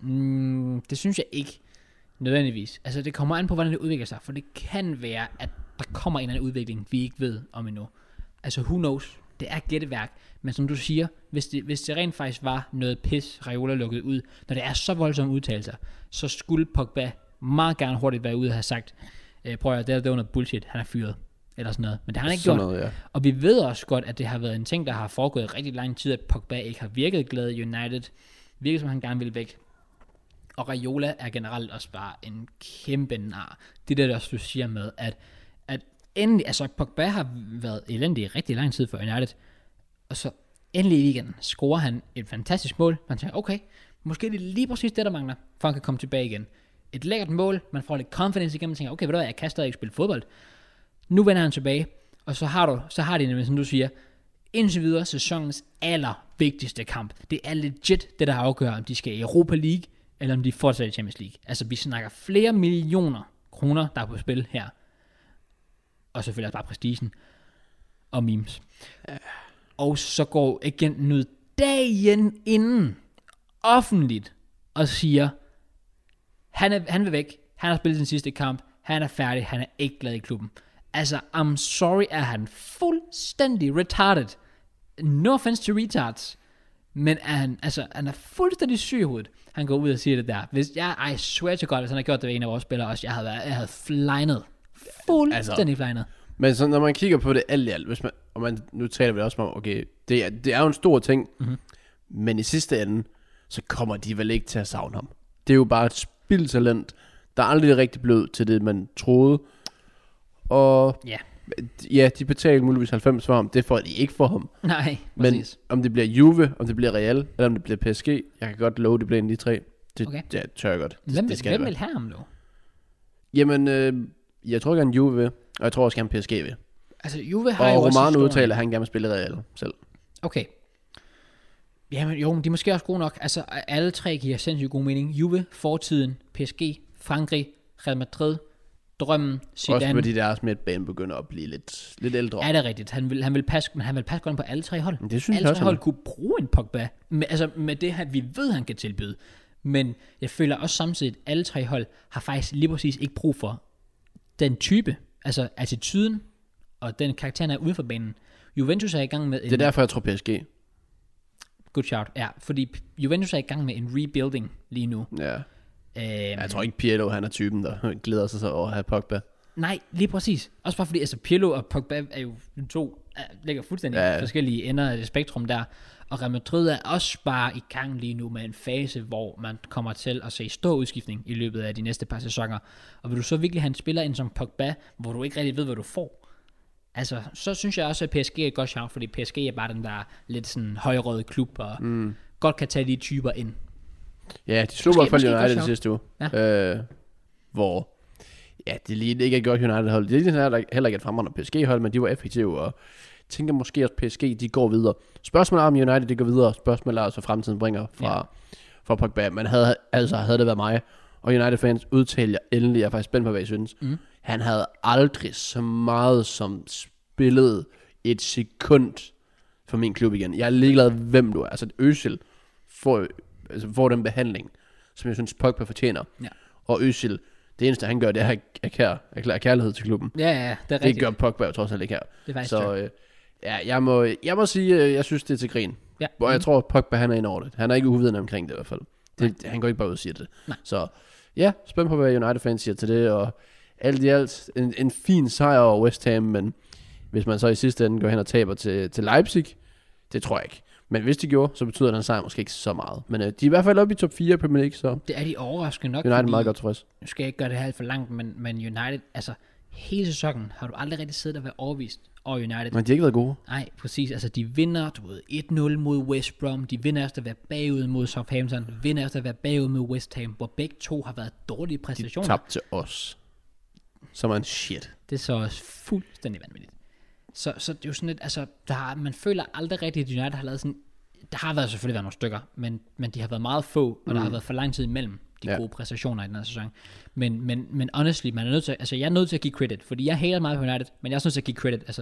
Mm, det synes jeg ikke nødvendigvis. Altså det kommer an på, hvordan det udvikler sig. For det kan være, at der kommer en eller anden udvikling, vi ikke ved om endnu. Altså who knows? Det er gætteværk. Men som du siger, hvis det, hvis det rent faktisk var noget pis, Raiola lukket ud, når det er så voldsomme udtalelser, så skulle Pogba meget gerne hurtigt være ude og have sagt, øh, prøv at det er noget bullshit, han er fyret. Eller sådan noget. Men det har han ikke sådan gjort. Noget, ja. Og vi ved også godt, at det har været en ting, der har foregået i rigtig lang tid, at Pogba ikke har virket glad i United. Virker som han gerne vil væk. Og Raiola er generelt også bare en kæmpe nar. Det der, der du siger med, at, at endelig, altså Pogba har været elendig i rigtig lang tid for United. Og så endelig i weekenden scorer han et fantastisk mål. Man tænker, okay, måske er det lige præcis det, der mangler, for han kan komme tilbage igen. Et lækkert mål, man får lidt confidence igen, man tænker, okay, ved du hvad, jeg kan stadig ikke spille fodbold. Nu vender han tilbage, og så har du, så har de nemlig, som du siger, indtil videre sæsonens allervigtigste kamp. Det er legit det, der afgør, om de skal i Europa League, eller om de fortsætter i Champions League. Altså, vi snakker flere millioner kroner, der er på spil her. Og selvfølgelig også bare prestigen og memes. Og så går agenten ud dagen inden offentligt og siger, han, er, han vil væk, han har spillet sin sidste kamp, han er færdig, han er ikke glad i klubben. Altså, I'm sorry, er han fuldstændig retarded. No offense to retards. Men er han, altså, han er fuldstændig syg i hovedet. Han går ud og siger det der. Hvis jeg, I swear to God, hvis han har gjort det ved en af vores spillere også, jeg havde, været, jeg havde flynet. Fuldstændig altså, flynet. Men så når man kigger på det alt i alt, hvis man, og man, nu taler vi også om, okay, det er, det er jo en stor ting, mm-hmm. men i sidste ende, så kommer de vel ikke til at savne ham. det er jo bare et spildtalent, der aldrig rigtig blev til det, man troede. Og Ja. ja, de betalte muligvis halvfems for ham. Det får de ikke for ham. Nej, Men præcis. om det bliver Juve, om det bliver Real, eller om det bliver P S G, jeg kan godt love, det bliver en af de tre. Det, Okay. det tør jeg godt. Det, Hvem, det skal hvem det vil være. have ham nu? Jamen, øh, jeg tror gerne Juve vil, og jeg tror også gerne P S G vil. Altså, Juve har jo Og også Romano historien. udtaler, at han gerne vil spille Real selv. Okay. Jamen jo, men de er måske også gode nok. Altså, alle tre giver sindssygt god mening. Juve, fortiden, P S G, Frankrig, Real Madrid, drømmen, Zidane. Zidane. Også fordi deres midtbane begynder at blive lidt, lidt ældre. Er det rigtigt? Han vil, han vil passe, men han vil passe godt på alle tre hold. Men det synes alle jeg også, tre han hold kunne bruge en Pogba. Med, altså med det her, vi ved, han kan tilbyde. Men jeg føler også samtidig, at alle tre hold har faktisk lige præcis ikke brug for den type. Altså attituden og den karakteren er uden for banen. Juventus er i gang med en... Det er derfor, jeg tror P S G. Good shout, ja. Fordi Juventus er i gang med en rebuilding lige nu. Ja. Øhm, Jeg tror ikke, Pirlo han er typen, der glæder sig så over at have Pogba. Nej, lige præcis. Også bare fordi, altså Pirlo og Pogba er jo to, er, ligger fuldstændig Ja. ja. forskellige ender af det spektrum der. Og Real Madrid er også bare i gang lige nu med en fase, hvor man kommer til at se stor udskiftning i løbet af de næste par sæsoner. Og vil du så virkelig have en spiller ind som Pogba, hvor du ikke rigtig ved, hvad du får? Altså, så synes jeg også, at P S G er et godt shout, fordi P S G er bare den der lidt sådan højrøde klub, og mm. godt kan tage de typer ind. Ja, de slog i Måske- hvert fald måske United godt i sidste uge. Ja. Øh, hvor, ja, det lige ikke er et godt United-hold. Det er heller ikke et fremragende P S G-hold, men de var effektive, og tænker måske også P S G, de går videre. Spørgsmålet er, om United de går videre. Spørgsmålet er også, hvad fremtiden bringer fra, ja. fra Pogba. Men havde, altså, havde det været mig, og United-fans udtalte jeg endelig, jeg er faktisk spændt på, hvad I synes. Mm. Han havde aldrig så meget som spillet et sekund for min klub igen. Jeg er ligeglad, hvem du er. Altså, Özil får, altså, får den behandling, som jeg synes, Pogba fortjener. Ja. Og Özil, det eneste, han gør, det er at erklære, erklære kærlighed til klubben. Ja, ja, det er Det rigtigt. gør Pogba jo trods alt ikke her. Det er faktisk Så true. øh, ja, jeg må, jeg må sige, øh, jeg synes, det er til grin. Ja. Hvor jeg tror, at Pogba han er ind over det. Han er ikke uvidende omkring det i hvert fald. Det, han går ikke bare ud og siger det. Nej. Så ja, spændt på, hvad United-fans siger til det. Og alt i alt, en, en fin sejr over West Ham. Men hvis man så i sidste ende går hen og taber til, til Leipzig, det tror jeg ikke. Men hvis de gjorde, så betyder den sejr måske ikke så meget. Men øh, de er i hvert fald oppe i top fire i Premier League, så Det er de overraskende nok, United er fordi, meget godt tilfreds. nu skal jeg ikke gøre det her alt for langt, men, men United, altså hele sæsonen har du aldrig rigtig siddet og været overvist over United. Men de har ikke været gode. Nej, præcis. Altså, de vinder, du ved, et nul mod West Brom. De vinder efter at være bagud mod Southampton. De vinder efter at være bagud mod West Ham, hvor begge to har været dårlige De præstationer. tabte til os. Som er en shit. Det er så også fuldstændig vanvittigt. Så, så det er jo sådan lidt, altså, der har, man føler aldrig rigtigt, at United har lavet sådan, der har været selvfølgelig været nogle stykker, men, men de har været meget få, og mm. der har været for lang tid imellem de Ja. gode præstationer i den her sæson. Men, men, men honestly, man er nødt til, altså jeg er nødt til at give credit, fordi jeg hater meget på United, men jeg er også nødt til at give credit, altså,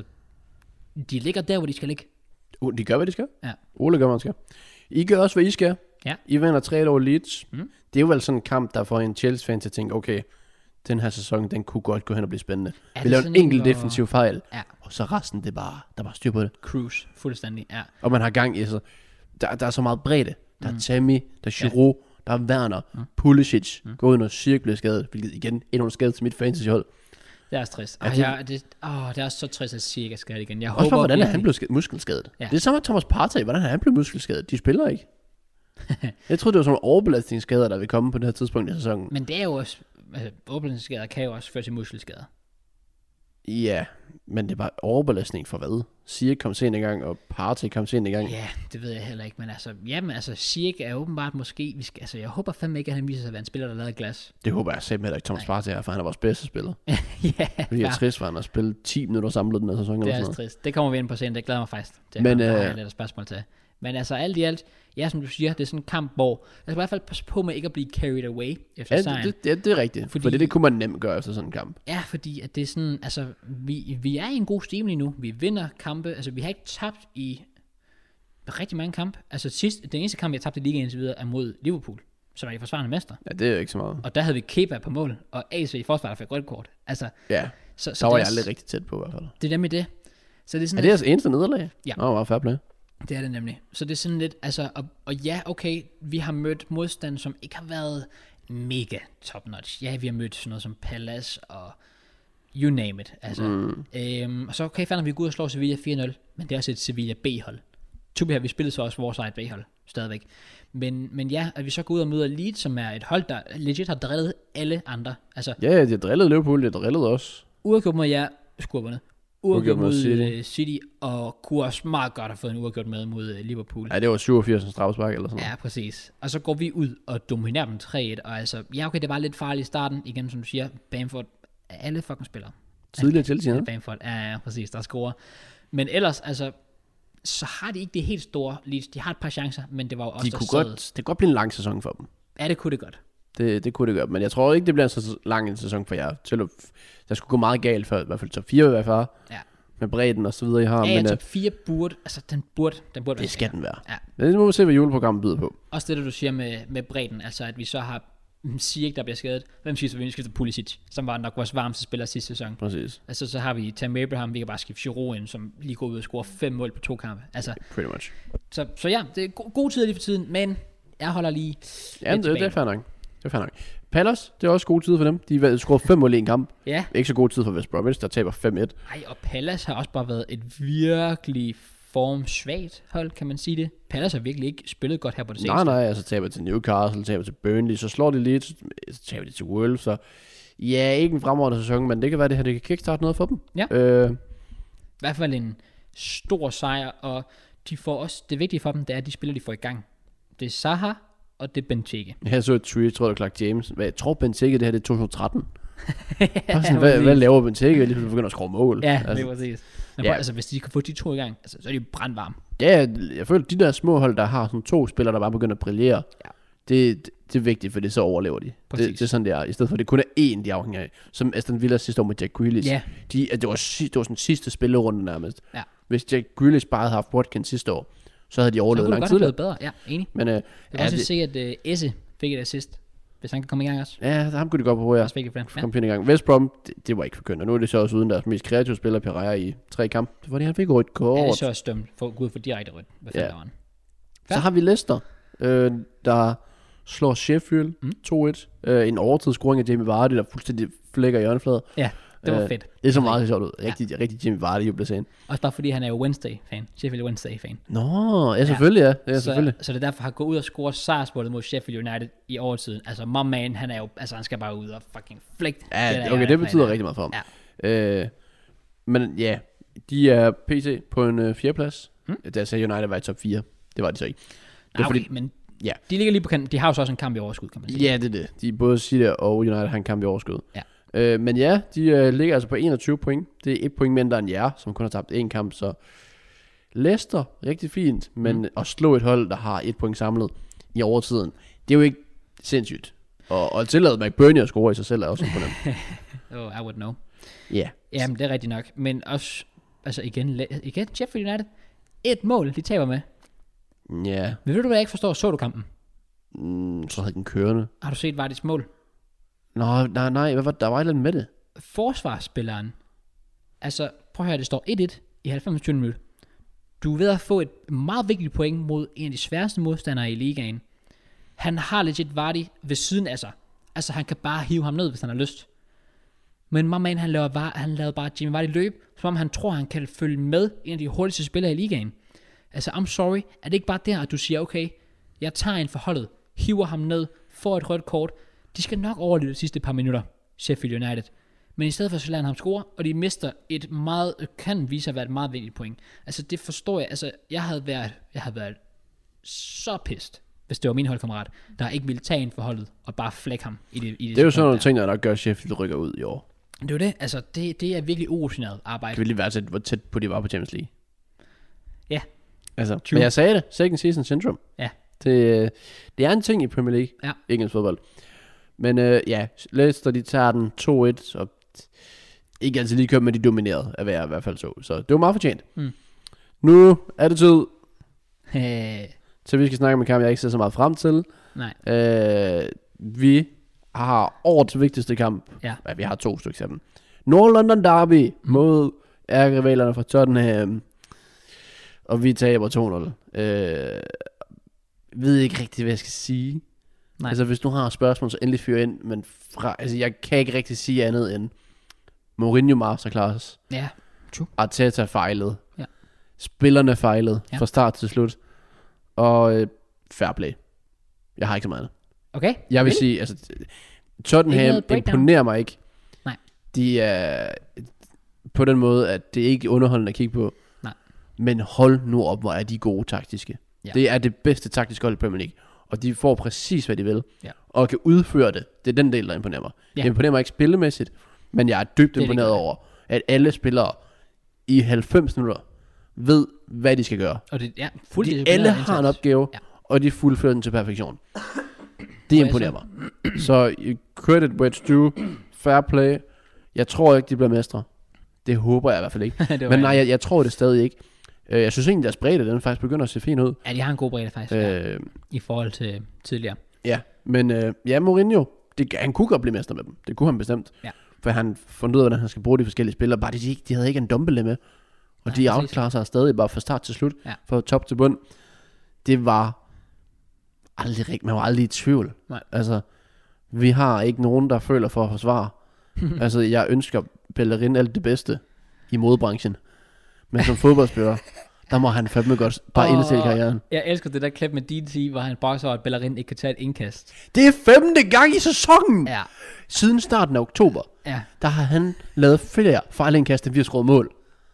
de ligger der, hvor de skal ligge. Uh, de gør, hvad de skal. Ja. Ole gør, hvad han skal. I gør også, hvad I skal. Ja. I vinder tre over Leeds. Mm. Det er jo vel sådan en kamp, der får en Chelsea-fan til at tænke, okay, den her sæson, den kunne godt gå hen og blive spændende. Er Vi det laver en sådan en, enkelt hvor- defensiv fejl, Ja, og så resten, det er bare, der er bare styr på det. cruise, fuldstændig, ja. Og man har gang i, så der, der er så meget bredde. Der er Tammy, der er Giroud, der er Werner, mm. Pulisic, mm. går ud og cirkler skadet, hvilket igen, endnu en skade til mit fantasyhold. Det er også trist. Ja, Og det- jeg, det, åh, det er også så trist, at Siega skal igen. Jeg Også håber for, hvordan er virkelig- han blevet skadet, muskelskadet. Ja. Det er samme med Thomas Partey, hvordan er han blevet muskelskadet? De spiller ikke. Jeg troede, det var sådan nogle overbelastningsskader, der vil komme på det her tidspunkt i sæsonen. Men det er jo også, altså, overbelastningsskader kan jo også føre til muskelskader. Ja, men det er bare overbelastning for hvad? Sieg kom sent i gang, og Partey kom sent i gang. Ja, det ved jeg heller ikke, men altså, jamen altså, Sieg er åbenbart måske, vi skal, altså, jeg håber fandme ikke, at han viser sig at være en spiller, der lavede glas. Det håber jeg simpelthen heller ikke, Thomas Partey er, for han er vores bedste spiller. ja, Fordi jeg er fair. trist, for han har spillet ti minutter samlet den her sæson. Det Eller er sådan også noget. trist. Det kommer vi ind på senere, det glæder mig faktisk. Det Men, men, øh, har øh, jeg lidt af spørgsmål til. Men altså, alt i alt, ja, som du siger, det er sådan en kamp, hvor jeg skal i hvert fald passe på med ikke at blive carried away efter Ja, sejren. det, det, det er rigtigt, fordi... Fordi- for det, det kunne man nemt gøre efter sådan en kamp. Ja, fordi at det er sådan, altså, vi, vi er i en god steam lige nu. Vi vinder kampe, altså vi har ikke tabt i rigtig mange kampe. Altså sidst, den eneste kamp, jeg tabte i ligaen indtil videre, er mod Liverpool, som er de forsvarende mester. Ja, det er jo ikke så meget. Og der havde vi Kepa på mål, og A C i forsvaret fik rødt kort. Altså, Ja, så, så så var det jeg er, aldrig rigtig tæt på i hvert fald. det er nemlig det. Så det er Er sådan det jeres eneste nederlag? Ja. Nå, var fair play. Det er det nemlig. Så det er sådan lidt, altså, og, og ja, okay, vi har mødt modstand, som ikke har været mega top notch. Ja, vi har mødt sådan noget som Palace og you name it. Altså, mm. øhm, og så okay, fandt vi går ud og slår Sevilla fire nul, men det er også et Sevilla B-hold. To be her, vi spillede så også vores eget B-hold. stadigvæk. Men, men ja, at vi så går ud og møder Leeds, som er et hold, der legit har drillet alle andre. Altså, Ja, ja, de har drillet Liverpool, de har drillet os. uafgjort mod jer, skulle have vundet. Uafgjort Uafgjort mod mod City. City. City, og kunne også meget godt have fået en uafgjort med mod uh, Liverpool. Ja, det var syvogfirs en straffespark eller sådan noget. Ja, præcis. Og så går vi ud og dominerer dem tre et, og altså, ja okay, det var lidt farligt i starten, igen som du siger, Bamford, alle fucking spillere. Tidligere Chelsea, ja. Bamford, ja, ja, præcis, der scorer. Men ellers, altså, så har de ikke det helt store Leeds. De har et par chancer, men det var jo også De der kunne sad. godt, det kunne godt blive en lang sæson for dem. Ja, det kunne det godt. Det, det kunne det gøre, men jeg tror ikke, det bliver en så lang en sæson for jer. Til at, der skulle gå meget galt før, i hvert fald top fire i hvert fald. Ja. Med bredden og så videre, I har. Ja, men, ja, øh, top fire burde, altså den burde, den burde det være skal sikker. den være. Ja. Men det må vi se, hvad juleprogrammet byder på. Også det, der du siger med, med bredden, altså at vi så har Ziyech, der bliver skadet. Hvem skifter vi? Vi skifter Pulisic, som var nok vores varmeste spiller sidste sæson. Præcis. Altså så har vi Tammy Abraham, vi kan bare skifte Giroud ind, som lige går ud og scorer fem mål på to kampe. Altså, Pretty much. så, så ja, det er go- god tid lige for tiden, men jeg holder lige Ja, lidt det, det er tilbage. fair nok. Det er fair nok. Palace, det er også god tid for dem. De har scoret fem mål i en kamp. Ja, Ikke så god tid for West Bromwich, der taber fem et. ej, og Palace har også bare været et virkelig formsvagt hold, kan man sige det. Palace har virkelig ikke spillet godt her på det Nej, seneste. nej, altså taber til Newcastle, taber til Burnley, så slår de Leeds, så taber de til Wolves, så ja, ikke en fremragende sæson, men det kan være, det her det kan kickstarte noget for dem. Ja. Øh, I hvert fald en stor sejr, og de får også, det vigtige for dem, det er, at de spiller, de får i gang. Det er Zaha, og det er Benteke. jeg så et tweet, tror jeg, Clark James. Hvad, jeg tror Benteke, det her det er to tusind og tretten. ja, Sådan, hvad, hvad laver Benteke? Lige pludselig begynder at score mål. Ja, altså, det er præcis. Men ja. prøv, altså, hvis de kan få de to i gang, altså, så er de jo brandvarme. Ja, jeg føler, de der små hold, der har sådan to spillere, der bare begynder at brillere, Ja. det, det, det er vigtigt, for det så overlever de. Det, Præcis. det er sådan, det er. I stedet for, at det kun er én, de er afhængige af. Som Aston Villa sidste år med Jack Grealish. Ja. De, det, var, si- det var sådan sidste spillerunde nærmest. Ja. Hvis Jack Grealish bare havde haft Watkins sidste år, så havde de Så overlevet kunne det lang godt tid. have blevet bedre. Ja, enig. Men øh, Jeg kan ja, også det, se, at uh, Esse fik et assist, hvis han kan komme i gang også. ja, ham kunne de godt på, ja. Også vigtigt for den. Ja. Kom fint i gang. West Brom, det, det var ikke for kønt. Og nu er det så også uden deres mest kreative spiller, Pereira, i tre kampe. Det var det, han fik rødt kort. Ja, det er så også dømt for Gud for direkte rødt. Hvad fanden Ja. laver han? Så har vi Leicester, øh, der slår Sheffield Mm. to et. Øh, en overtidsscoring af Jamie Vardy, der fuldstændig flækker i hjørneflader. Ja, det var Øh, fedt. Det er så meget sjovt ud. Rigtig, ja. rigtig Jamie Vardy jubler sig ind. Også bare fordi han er jo Wednesday-fan. Sheffield Wednesday-fan. Nå, ja selvfølgelig ja. Ja, selvfølgelig. Så, så det er derfor, han går ud og scorer sejrsmålet mod Sheffield United i overtiden. Altså, my man, han er jo, altså han skal bare ud og fucking flægt. Ja, der okay, det United-fan betyder er. rigtig meget for ham. Ja. Øh, men ja, de er P C på en øh, fjerdeplads. Mm. Der sagde United var i top fire. Det var de så ikke. Det Nej, er okay, fordi, men ja. de ligger lige på kanten. De har jo så også en kamp i overskud, kan man sige. Ja, det er det. De både City og United har en kamp i overskud. Ja. Øh, men ja, de øh, ligger altså på enogtyve point. Det er et point mindre end jer, som kun har tabt én kamp. Så Leicester, rigtig fint. Men mm. at slå et hold, der har et point samlet i overtiden, det er jo ikke sindssygt. Og, og tillade McBurney at score i sig selv er også imponerende. Oh, I would know. Ja. Yeah. Jamen, det er rigtigt nok. Men også, altså igen, le- igen Sheffield United. Et mål, de taber med. Ja. Men ved du, hvad jeg ikke forstår? Så du kampen? Mm, så havde den kørende. Har du set Vardis mål? Nå, nej, nej, hvad var, der var et eller andet med det. Forsvarsspilleren. Altså, prøv at høre, det står et et i halvfems minutter. Du er ved at få et meget vigtigt point mod en af de sværeste modstandere i ligaen. Han har legit Vardy ved siden af sig. Altså, han kan bare hive ham ned, hvis han har lyst. Men my man, han laver bare, han lavede bare Jimmy Vardy løb, som om han tror, han kan følge med en af de hurtigste spillere i ligaen. Altså, I'm sorry. Er det ikke bare der, at du siger, okay, jeg tager en for holdet, hiver ham ned, får et rødt kort. De skal nok overleve de sidste par minutter, Sheffield United. Men i stedet for, så lader han ham score, og de mister et meget, kan vise at være et meget vigtigt point. Altså, det forstår jeg. Altså, jeg havde været, jeg havde været så pissed, hvis det var min holdkammerat, der ikke ville tage en for holdet, og bare flække ham i det. I det Det er jo sådan nogle der. ting, der nok gør, at Sheffield rykker ud i år. Det er jo det. Altså, det, det er virkelig urutineret arbejde. Kan vi lige være til, hvor tæt på de var på Champions League? Ja. Altså, True. men jeg sagde det. Second season syndrome. Ja. Det, det er en ting i Premier League. Ja. Engelsk fodbold. Men øh, ja, Leicester, de tager den to et, og ikke altid lige kørt, men de dominerede, af hvad jeg i hvert fald så. Så det var meget fortjent. Mm. Nu er det tid, Øh, så vi skal snakke om en kamp, jeg ikke ser så meget frem til. nej. Øh, vi har årets vigtigste kamp. Ja. Ja, vi har to stykker af dem. Nord-London Derby mm. mod ærkerivalerne fra Tottenham. Og vi taber to nul. Øh, ved ikke rigtig, hvad jeg skal sige. Nej. Altså, hvis du har spørgsmål, så endelig fyr ind. Men fra, altså, jeg kan ikke rigtig sige andet end Mourinho masterclass. Ja. True. Arteta fejlede. Ja. Spillerne fejlede Ja. fra start til slut. Og øh, fair play. Jeg har ikke så meget. Okay. Jeg vil really? sige, altså, Tottenham imponerer mig ikke. Nej. De er på den måde, at det er ikke underholdende at kigge på. Nej. Men hold nu op, hvor er de gode taktiske. Ja. Det er det bedste taktiske hold i Premier League. Og de får præcis, hvad de vil. Ja. Og kan udføre det. Det er den del, der imponerer mig. Ja. Det imponerer mig ikke spillemæssigt, men jeg er dybt det imponeret det over, at alle spillere i halvfems minutter ved, hvad de skal gøre. Og det, ja, de alle har en opgave, ja. Og de fuldfører den til perfektion. Det imponerer mig. Så credit where it's due, fair play. Jeg tror ikke, de bliver mestre. Det håber jeg i hvert fald ikke. Men nej, jeg, jeg tror det stadig ikke. Jeg synes egentlig, deres bredde, den faktisk begynder at se fin ud. Ja, de har en god bredde faktisk, øh, ja, i forhold til tidligere. Ja, men øh, ja, Mourinho, det, han kunne godt blive mester med dem. Det kunne han bestemt. Ja. For han fundet ud af, hvordan han skal bruge de forskellige spillere. Bare de, de havde ikke en Dumbele med. Og ja, de outklarer sig stadig bare fra start til slut. Ja. Fra top til bund. Det var aldrig rigtigt. Man var aldrig i tvivl. Nej. Altså, vi har ikke nogen, der føler for at forsvare. Altså, jeg ønsker Bellerin alt det bedste i modebranchen. Men som fodboldspiller, der må han fandme godt bare oh, indstille karrieren. Jeg elsker det der klip med D T, hvor han bare så, at Bellerin ikke kan tage et indkast. Det er femte gang i sæsonen! Ja. Siden starten af oktober, ja. Der har han lavet flere fejlindkast, end vi har skruet mål.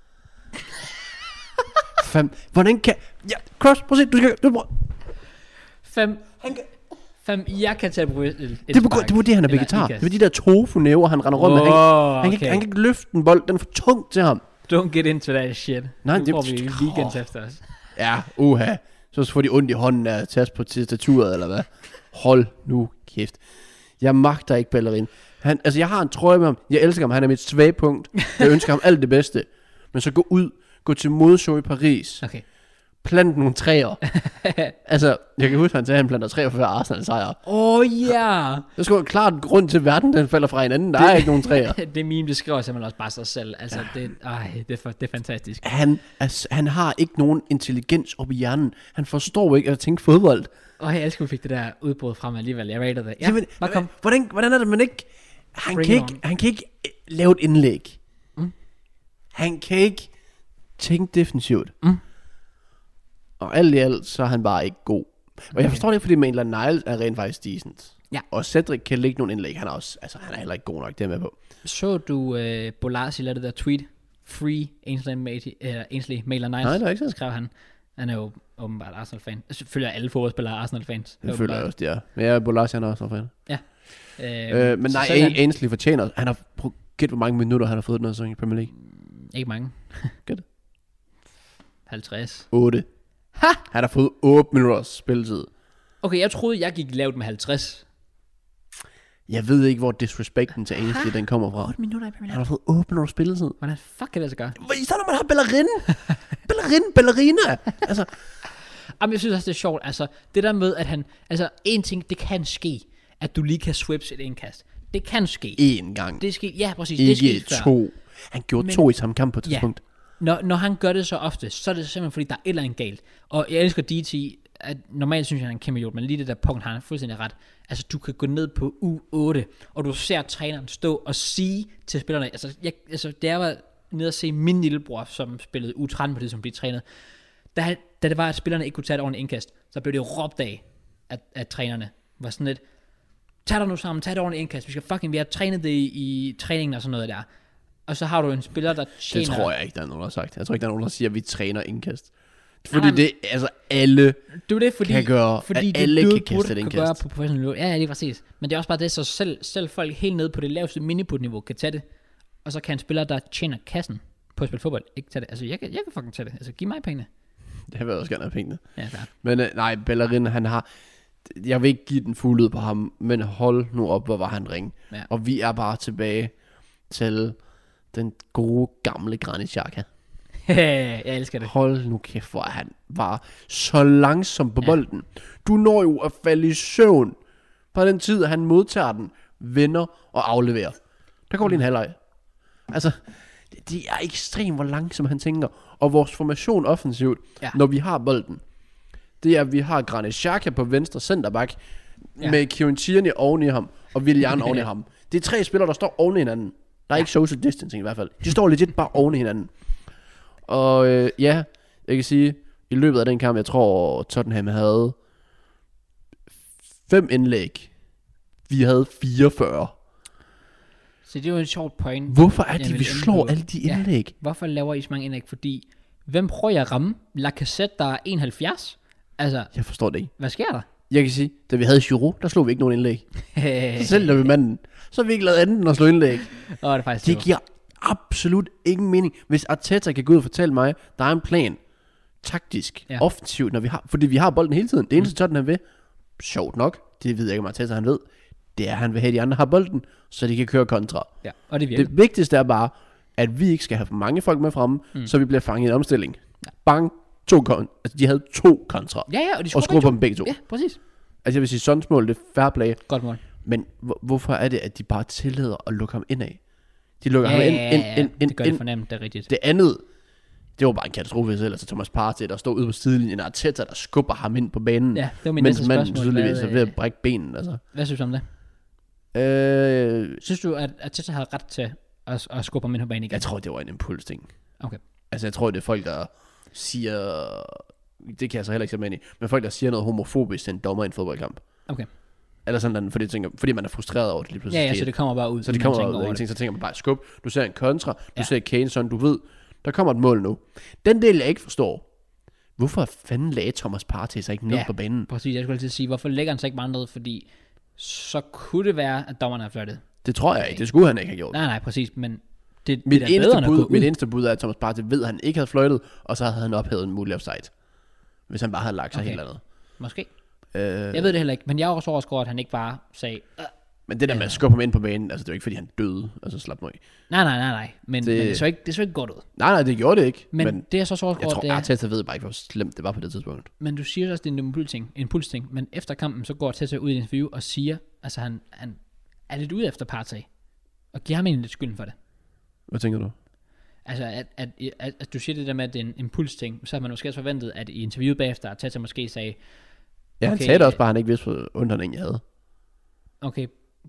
Fem. Hvordan kan... Ja, Cross, prøv at se, du skal... Du... Fem... Han kan... Fem, jeg kan tage et, et det, er på, det var det, han er vegetar. Det var de der tofu-næver, han render rundt oh, med. Han, han, okay. kan, han kan ikke løfte en bold, den er for tung til ham. Don't get into that shit. Nej, det får vi weekends oh. efter os. Ja, uha. Så får de ondt i hånden af at tage på tastaturet, eller hvad? Hold nu kæft. Jeg magter ikke Bellerin. Han, altså, jeg har en trøje med ham. Jeg elsker ham. Han er mit svagpunkt. Jeg ønsker ham alt det bedste. Men så gå ud. Gå til modshow i Paris. Okay. Plant nogle træer. Altså, jeg kan huske, at han sagde, at han planter træer for hver Arsenal sejr. Åh, oh, ja. Yeah. Der skulle klart grund til, at verden den falder fra hinanden. Der det, er ikke nogen træer. Det meme, det skriver simpelthen også bare sig selv. Altså, det, ej, det, er, for, det er fantastisk. Han, altså, han har ikke nogen intelligens op i hjernen. Han forstår ikke at tænke fodbold. Åh, oh, jeg elsker, at vi fik det der udbrud frem alligevel. Jeg rated det. Ja, Jamen, bare kom. Hvordan, hvordan er det, man ikke... Han kan ikke, han kan ikke lave et indlæg. Mm. Han kan ikke tænke defensivt. Mm. Og alt i alt, så er han bare ikke god. Og okay. Jeg forstår det ikke, fordi Maitland Niles er rent faktisk decent. Ja. Og Cedric kan lægge nogle indlæg. Han er også, altså han er heller ikke god nok, det er med på. Så du uh, Bolasi lavede det der tweet? Free Ainsley, uh, Ainsley Maitland Niles. Nej, det er ikke så. Skrev han. Han er jo åbenbart Arsenal-fan. Jeg følger alle fodboldspillere Arsenal-fans. Det føler jeg også, det er. Men jeg er Bolasi, han er Arsenal-fan. Ja. Øh, men nej, han... Ainsley fortjener. Han har gæt, hvor mange minutter han har fået den her sæson i Premier League. Ikke mange. Gæt. halvtreds. otte. Ha! Han har fået otte minutters spilletid. Okay, jeg troede, jeg gik lavt med halvtreds. Jeg ved ikke, hvor disrespekten til Ainsley den kommer fra. otte minutter i Premier League. Han har fået otte minutters spilletid. Hvordan fuck kan det så gøre? Især når man har Bellerin. Bellerin, Ballerina. Altså. Jamen, jeg synes også, det er sjovt. Altså, det der med, at han... Altså, en ting, det kan ske, at du lige kan swips et indkast. Det kan ske. En gang. Det sker, ja, præcis. Ikke det sker to. Før. Han gjorde Men, to i samme kamp på et tidspunkt. Ja. Når, når han gør det så ofte, så er det simpelthen, fordi der er et eller andet galt. Og jeg elsker D T, at normalt synes jeg, han er en kæmpe idiot, men lige det der punkt har han fuldstændig ret. Altså, du kan gå ned på U otte, og du ser træneren stå og sige til spillerne, altså, jeg, altså da jeg var nede og se min lillebror, som spillede U tretten på det, som blev trænet, da, da det var, at spillerne ikke kunne tage et ordentligt indkast, så blev det råbt af, at, at trænerne var sådan lidt, tag dig nu sammen, tag et ordentligt indkast, vi skal fucking, vi har trænet det i, i træningen og sådan noget der. Og så har du en spiller, der tjener... Det tror jeg ikke, der er nogen, der har sagt. Jeg tror ikke, der er nogen, der siger, at vi træner indkast. Fordi nej, det, altså alle det er det, fordi, kan gøre, fordi at alle det, kan kaste et indkast. Gøre på professionel niveau. Ja, ja, det er præcis. Men det er også bare det, så selv, selv folk helt nede på det laveste miniput-niveau kan tage det. Og så kan en spiller, der tjener kassen på at spille fodbold, ikke tage det. Altså, jeg kan, jeg kan fucking tage det. Altså, giv mig pengene. Det vil jeg også gerne have pengene. Ja, klart. Men uh, nej, Bellerin, han har... Jeg vil ikke give den fuld ud på ham, men hold nu op, hvor var han ringe. Ja. Og vi er bare tilbage til... den gode gamle Granit Xhaka. Jeg elsker det. Hold nu kæft, hvor han var så langsom på ja. bolden. Du når jo at falde i søvn på den tid, han modtager den, vender og afleverer. Der går lige en halvleg. Altså, det, det er ekstremt, hvor langsomt han tænker. Og vores formation offensivt, ja. når vi har bolden, det er, at vi har Granit Xhaka på venstre centerback, ja. med Kieran Tierney oven i ham, og Willian oven i ham. Det er tre spillere, der står oven i hinanden. Der er ja. ikke social distancing i hvert fald. De står legit bare oven i hinanden. Og øh, ja, jeg kan sige, i løbet af den kamp, jeg tror Tottenham havde fem indlæg. Vi havde fireogfyrre. Så det er jo en sjovt point. Hvorfor er jeg det, vil vi ende slår på. alle de Ja. indlæg? Hvorfor laver I så mange indlæg? Fordi, hvem prøver jeg at ramme? Lacazette, der er enoghalvfjerds? Altså, Jeg forstår det ikke. hvad sker der? Jeg kan sige, da vi havde Giroud, der slog vi ikke nogen indlæg. Så sælger vi manden. Så har vi ikke lavet andet end at slå indlæg. Åh, det er faktisk Det sjovt. giver absolut ingen mening. Hvis Arteta kan gå ud og fortælle mig, der er en plan, taktisk, Ja. ja. offensivt, når vi har, fordi vi har bolden hele tiden. Det eneste mm. Tottenham vil, sjovt nok, det ved jeg ikke, om Arteta han ved, det er, at han vil have, at de andre har bolden, så de kan køre kontra. Ja, og det virker. Det vigtigste er bare, at vi ikke skal have for mange folk med fremme, mm. så vi bliver fanget i en omstilling. Ja. Bang, to kon- altså de havde to kontra. Ja, ja, og de og skruer skruer på dem begge to. Ja, præcis. Altså jeg vil sige, Sons mål, det er fair play. Godt mål. Men hvor, hvorfor er det, at de bare tillader at lukke ham ind af? De lukker Ja, ham ind, ja, ind, ja, ind, ind, det gør det ind. for nemt, det er rigtigt. Det andet, det var bare en katastrofe selv. Altså Thomas Partey, der stod ude på sidelinjen, og Arteta, der skubber ham ind på banen. Ja, det var mit mens næste manden spørgsmål. tydeligvis er Hvad, ved at brække benen. Altså. hvad synes du om det? Øh, Synes du, at Arteta har ret til at, at skubbe ham ind på banen igen? jeg tror, det var en impuls ting. Okay. Altså jeg tror, det er folk, der siger... Det kan jeg så heller ikke sætte mig ind i. Men folk, der siger noget homofobisk til en dommer i en fodboldkamp. Okay. Eller sådan, fordi, tænker, fordi man er frustreret over det lige pludselig. Ja, ja, skete. så det kommer bare ud. Så det man kommer tænker ud af over ingenting, så tænker man bare, skub, du ser en kontra, du Ja. ser Kane, sådan, du ved, der kommer et mål nu. Den del, jeg ikke forstår, hvorfor fanden lagde Thomas Partey sig ikke ned Ja. på banen? Præcis, jeg skulle altid sige, hvorfor lægger han sig ikke bare ned? Fordi så kunne det være, at dommerne har flirtet. Det tror jeg ikke, det skulle han ikke have gjort. Nej, nej, præcis, men det, Mit, det er da eneste bedre, end at gå bud, ud. mit eneste bud er, at Thomas Partey ved, at han ikke havde fløjtet, og så havde han ophævet en mulig offside. Hvis han bare havde lagt sig Okay. helt andet. Måske. Øh, Jeg ved det heller ikke, men jeg er også overrasket over, at han ikke bare sagde, "Øh." men det der med at skubbe ham ind på banen, altså det var ikke fordi han døde, altså slap nu af. nej, nej, nej, nej, men det, Det- men det, så ikke, det så ikke godt ud. Nej, nej, det gjorde det ikke. Men, Men, men det er så så overrasket jeg over, tror, det er, Arteta ved bare ikke, hvor slemt det var på det tidspunkt. men du siger også, at det er en impulsting, en impulsting, men efter kampen, så går Arteta ud i et interview og siger, altså han, han er lidt ude efter Partey, og giver ham egentlig lidt skylden for det. Hvad tænker du? Altså, at, at, at, at du siger det der med, at det er en impulsting, så har man måske også forventet, at i interviewet bagefter, at Arteta måske sagde, Ja, han Okay, sagde det også øh, bare, at han ikke vidste, hvor underning jeg havde. okay,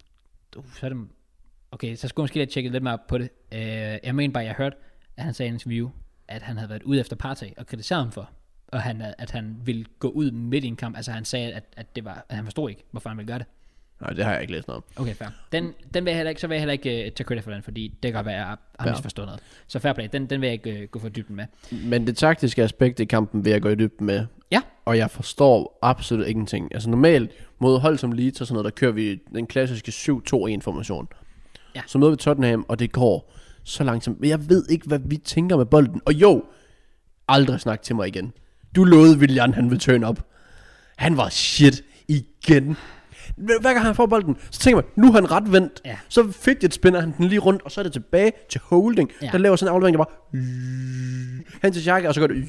uh, så er det, okay, så skulle jeg måske lige tjekke lidt mere op på det. Uh, jeg mener bare, jeg hørte, at han sagde i en interview, at han havde været ude efter Partey og kritiseret ham for, og han, at han ville gå ud midt i en kamp. Altså han sagde, at, at, det var, at han forstod ikke, hvorfor han ville gøre det. Nej, det har jeg ikke læst noget om. Okay, fair. Den, den vil jeg heller ikke, så vil jeg heller ikke uh, tage credit for den, fordi det kan godt være, at jeg har Ja. misforstået noget. Så fair play, den, den vil jeg ikke uh, gå for dybden med. Men det taktiske aspekt i kampen vil jeg gå i dybden med. Ja. Og jeg forstår absolut ingenting. Altså normalt mod hold som Leeds og sådan noget, der kører vi den klassiske syv to en formation. Ja. Så møder vi Tottenham, og det går så langsomt. Men jeg ved ikke, hvad vi tænker med bolden. Og jo, aldrig snak til mig igen. Du lovede Willian, han ville turn op. Han var shit igen. Hver gang han får bolden, så tænker man, nu er han ret vendt. Ja. Så fidget spinner han den lige rundt, og så er det tilbage til holding. Ja. Der laver sådan en aflevering, der bare... Han til Xhaka, og så går det...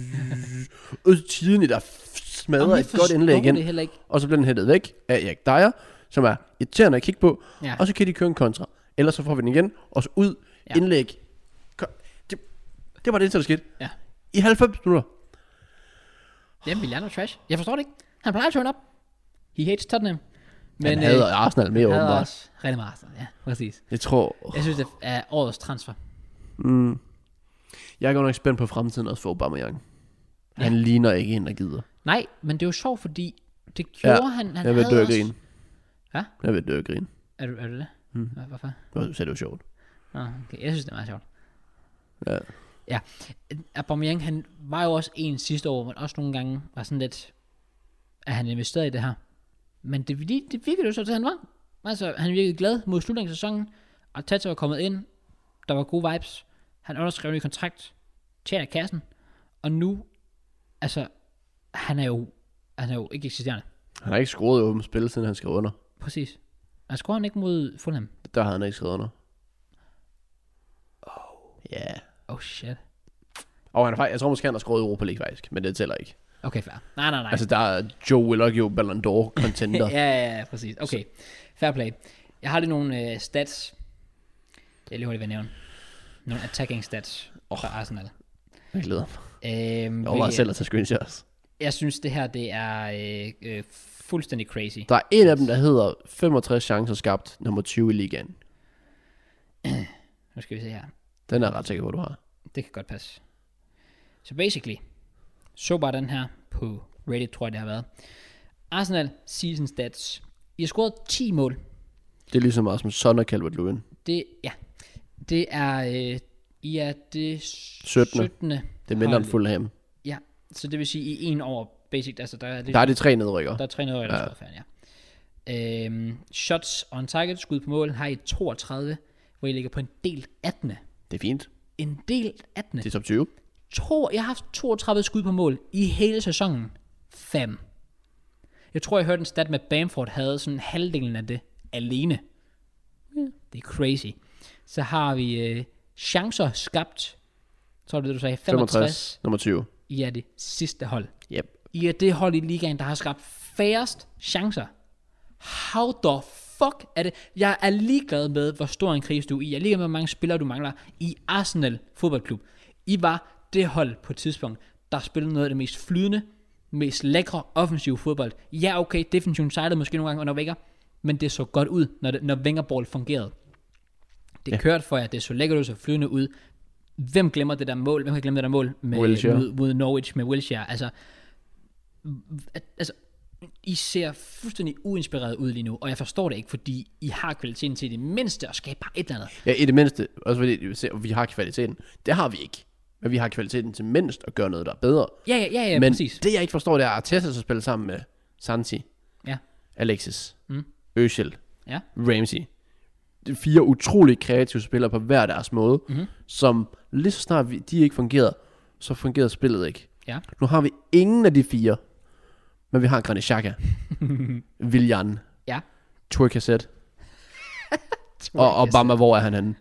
ud til tiden, der smadrer Jamen, jeg et godt indlæg forstår igen. det heller ikke. Og så bliver den hættet væk af Erik Dyer, som er irriterende at kigge på. Ja. Og så kan de køre en kontra. Ellers så får vi den igen, og så ud, Ja. indlæg. Ko- Det, det var det eneste, der skete. Ja. I halvfems minutter. Jamen, Willian er trash. Jeg forstår det ikke. Han plejer at turn up. He hates Tottenham. Men han hader Arsenal mere han hader åbenbart. også rigtig meget Arsenal. Ja, præcis. Jeg tror... Jeg synes, det er årets transfer. Mm, jeg er godt nok spændt på fremtiden også for Aubameyang. Han Ja. ligner ikke en, der gider. Nej, men det er jo sjovt, fordi det gjorde Ja, han. Han Jeg vil havde dø også... grine. Hvad? Jeg vil dø grine. Er du, er du det? Hmm. Hvad, hvorfor? Du sagde, det var sjovt. Nå, okay. Jeg synes, det er meget sjovt. Ja. Ja, Aubameyang, han var jo også en sidste år, men også nogle gange var sådan lidt, at han investerede i det her. Men det, det, det virkede jo så til, han var. Altså, han virkede glad mod slutningen af sæsonen, og Tata var kommet ind, der var gode vibes, han underskrev en ny kontrakt, tjener kassen, og nu, altså, han er jo, han er jo ikke eksisterende. Han har ikke scoret i åbent spil, siden han skrev under. Præcis. Han scorede han ikke mod Fulham. Der havde han ikke skrevet under. Ja. Yeah. Oh shit. Og han er faktisk, jeg tror måske, han har scoret i Europa League faktisk, men det tæller ikke. Okay, fair. Nej, nej, nej. Altså, der er Joe Willock jo Ballon d'Or contender. ja, ja, ja, præcis. Okay, fair play. Jeg har lige nogle øh, stats, jeg lige hurtigt vil nævne. Nogle attacking stats oh. fra Arsenal. Jeg glæder mig. Øhm, Jeg overvejer selv at tage screenshots. Jeg synes, det her, det er øh, øh, fuldstændig crazy. Der er en af dem, der hedder femogtres chancer skabt, nummer tyve i ligaen. Nu skal vi se her. Den er jeg ret sikker på, du har. Det kan godt passe. Så basically, så bare den her på Reddit, tror jeg det har været. Arsenal season stats. I har scoret ti mål. Det er lige så meget som Son og Calvert-Lewin. Det, ja. Det er, øh, I er det syttende. syttende. Det er mindre end Fulham. Ja, så det vil sige, I en år, basic, altså der er det, Der er de tre nedrykker. der er tre nedrykker, der Ja. er færdig, ja. Øhm, shots on target, skud på mål, har I toogtredive, hvor I ligger på en del attende. Det er fint. En del attende. Det er top tyve. To, jeg har haft toogtredive skud på mål i hele sæsonen. Fem. Jeg tror, jeg hørte en stat med, Bamford havde sådan halvdelen af det alene. Yeah. Det er crazy. Så har vi øh, chancer skabt. Så er det det, du sagde. femogtres. femogtres. Nummer tyve. I er det sidste hold. Yep. I er det hold i ligaen, der har skabt færrest chancer. How the fuck er det? Jeg er ligeglad med, hvor stor en krise du er i. Jeg er ligeglad med, hvor mange spillere du mangler i Arsenal fodboldklub. I var det hold på et tidspunkt, der spillede noget af det mest flydende, mest lækre offensive fodbold. Ja, okay, defensiven sejlede måske nogle gange under Wenger, men det så godt ud, når, det, når Wenger-ball fungerede. Det Ja. kørte for jer, det så lækkert ud, så flydende ud. Hvem glemmer det der mål? Hvem kan glemme det der mål med, Wilshere. mod, mod Norwich med Wilshere? Altså, altså, I ser fuldstændig uinspireret ud lige nu, og jeg forstår det ikke, fordi I har kvaliteten til det mindste at skabe bare et eller andet. Ja, i det mindste. Også fordi vi ser, vi har kvaliteten. Det har vi ikke. Men vi har kvaliteten til mindst at gøre noget, der er bedre. Ja, ja, ja, ja Men præcis. det jeg ikke forstår, det er Arteta så spiller sammen med Santi, Ja, Alexis, Mm. Özil, ja. Ramsey. Det er fire utrolig kreative spillere på hver deres måde, Mhm. som lige så snart vi, de ikke fungerede, så fungerede spillet ikke. Ja. Nu har vi ingen af de fire, men vi har Granit Xhaka, Willian, Ja. Touré og Obama, hvor er han henne?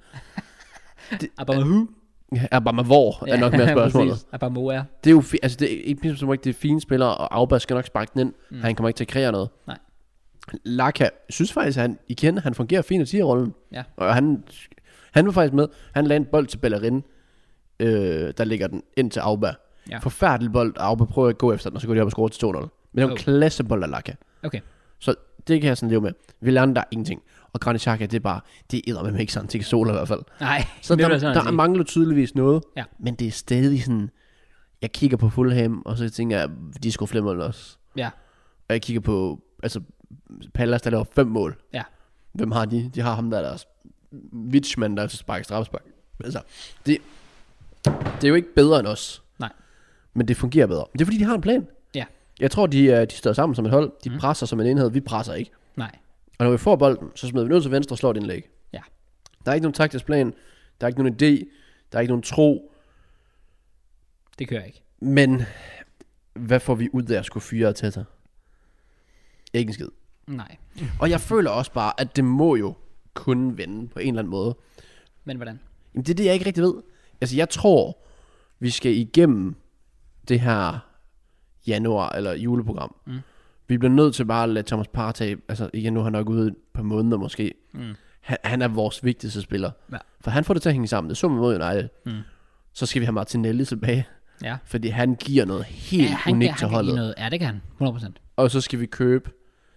Abamu. Obama, hvor er nok mere spørgsmålet. Abamu er. Det er jo fi- altså det er ikke som ikke det er fine spillere, og Auba skal nok sparke den ind. Mm. Han kommer ikke til at kreere noget. Nej. Laka, jeg synes faktisk, at han igen, han fungerer fint i tier-rollen. Ja. Og han, han var faktisk med. Han lagde en bold til Bellerin, øh, der ligger den ind til Auba. Ja. Forfærdelig bold, og Auba prøver at gå efter den, og så går de op og score til to nul. Men det var en Oh. klassebold af Laka. Okay. Så det kan jeg sådan leve med. Villan, der er ingenting. Og Granit Xhaka, det er bare, det er eddermame ikke sådan til Sola i hvert fald. Nej, Så det der, vil jeg sådan der sige. mangler tydeligvis noget, Ja. men det er stadig sådan, jeg kigger på Fulham, og så tænker jeg, de skulle flere mål også. Ja. Og jeg kigger på, altså, Pallas, der laver fem mål. Ja. Hvem har de? De har ham der, der er Witchman, der er til spark, straffespark. Altså, det, det er jo ikke bedre end os. Nej. Men det fungerer bedre. Det er fordi, de har en plan. Ja. Jeg tror, de, øh, de står sammen som et hold. De Mm. presser som en enhed. Vi presser ikke. Nej. Og når vi får bolden, så smider vi ned til venstre og slår det indlæg. Ja. Der er ikke nogen taktisk plan. Der er ikke nogen idé. Der er ikke nogen tro. Det kører jeg ikke. Men hvad får vi ud af at skulle fyre Arteta? Ikke en skid. Nej. Og jeg føler også bare, at det må jo kunne vende på en eller anden måde. Men hvordan? Jamen det er det, jeg ikke rigtig ved. Altså jeg tror, vi skal igennem det her januar eller juleprogram. Mm. Vi bliver nødt til bare at lade Thomas Partey, altså igen nu er han nok ude et par måneder måske. Mm. Han, han er vores vigtigste spiller. Ja. For han får det til at hænge sammen. Det så man mod United. Mm. Så skal vi have Martinelli tilbage. Ja. Fordi han giver noget helt Ja, han, unikt han, til han kan holdet. give noget. Ja, det kan han. hundrede procent. Og så skal vi købe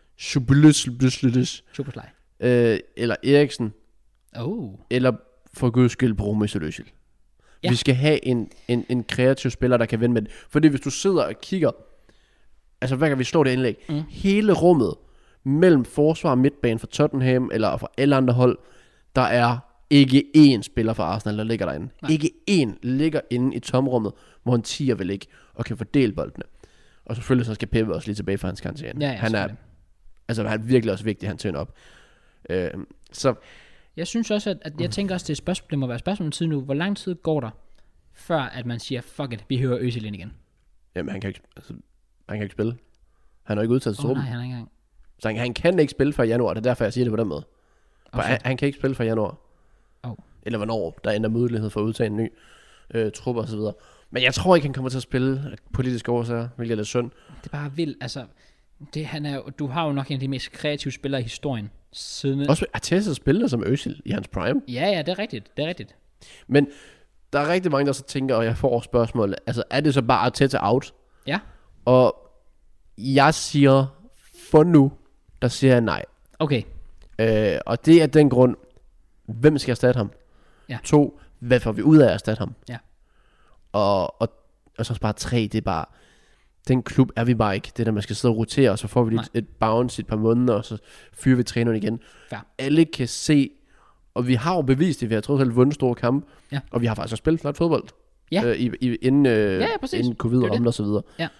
Schublus, Supersly. øh, eller Eriksen, Oh. eller for guds skyld Bruno Mesut. Ja. Vi skal have en, en, en kreativ spiller, der kan vende med det. Fordi hvis du sidder og kigger, altså hver gang vi slår det indlæg, Mm. hele rummet mellem forsvar og midtbane for Tottenham, eller for alle andre hold, der er ikke én spiller fra Arsenal, der ligger derinde. Nej. Ikke én ligger inde i tomrummet, hvor en tier vil ligge og kan fordele boldene. Og selvfølgelig så skal Peppe også lige tilbage fra hans karantæne. Ja, ja, han er, selvfølgelig. altså han er virkelig også vigtig, at han tønder op. Øh, så Jeg synes også, at, at jeg tænker også, det, er spørgsmål, det må være spørgsmål om tid nu. Hvor lang tid går der, før at man siger, fuck it, vi hører Özil ind igen? jamen, han kan ikke, altså, han kan ikke spille. Han er ikke udtaget til Åh oh, truppen. nej, han er ikke engang. Så han, han kan ikke spille før januar. Det er derfor, jeg siger det på den måde. For Okay. han, han kan ikke spille før januar. Oh. Eller hvornår der ender mulighed for at udtage en ny øh, trup og så videre. Men jeg tror ikke, han kommer til at spille af politiske årsager, hvilket er lidt synd. Det er bare vildt, altså. Det, han er, jo- du har jo nok en af de mest kreative spillere i historien. Siden... Også Arteta spiller som Özil i hans prime. Ja, ja, det er rigtigt. Det er rigtigt. Men der er rigtig mange, der så tænker, og jeg får spørgsmålet, altså er det så bare Arteta out? Ja. Og jeg siger, for nu, der siger jeg nej. Okay. Øh, og det er den grund, hvem skal erstatte ham? Ja. To, hvad får vi ud af at erstatte ham? Ja. Og, og, og så bare tre, det er bare, den klub er vi bare ikke. Det der, man skal sidde og rotere, og så får vi et, et bounce i et par måneder, og så fyrer vi træneren igen. Ja. Alle kan se, og vi har jo bevist det, vi har trods alt vundet store kampe, ja. og vi har faktisk også spillet flot fodbold, ja. øh, i, i, inden, øh, ja, ja, inden covid ramte og så videre. Ja.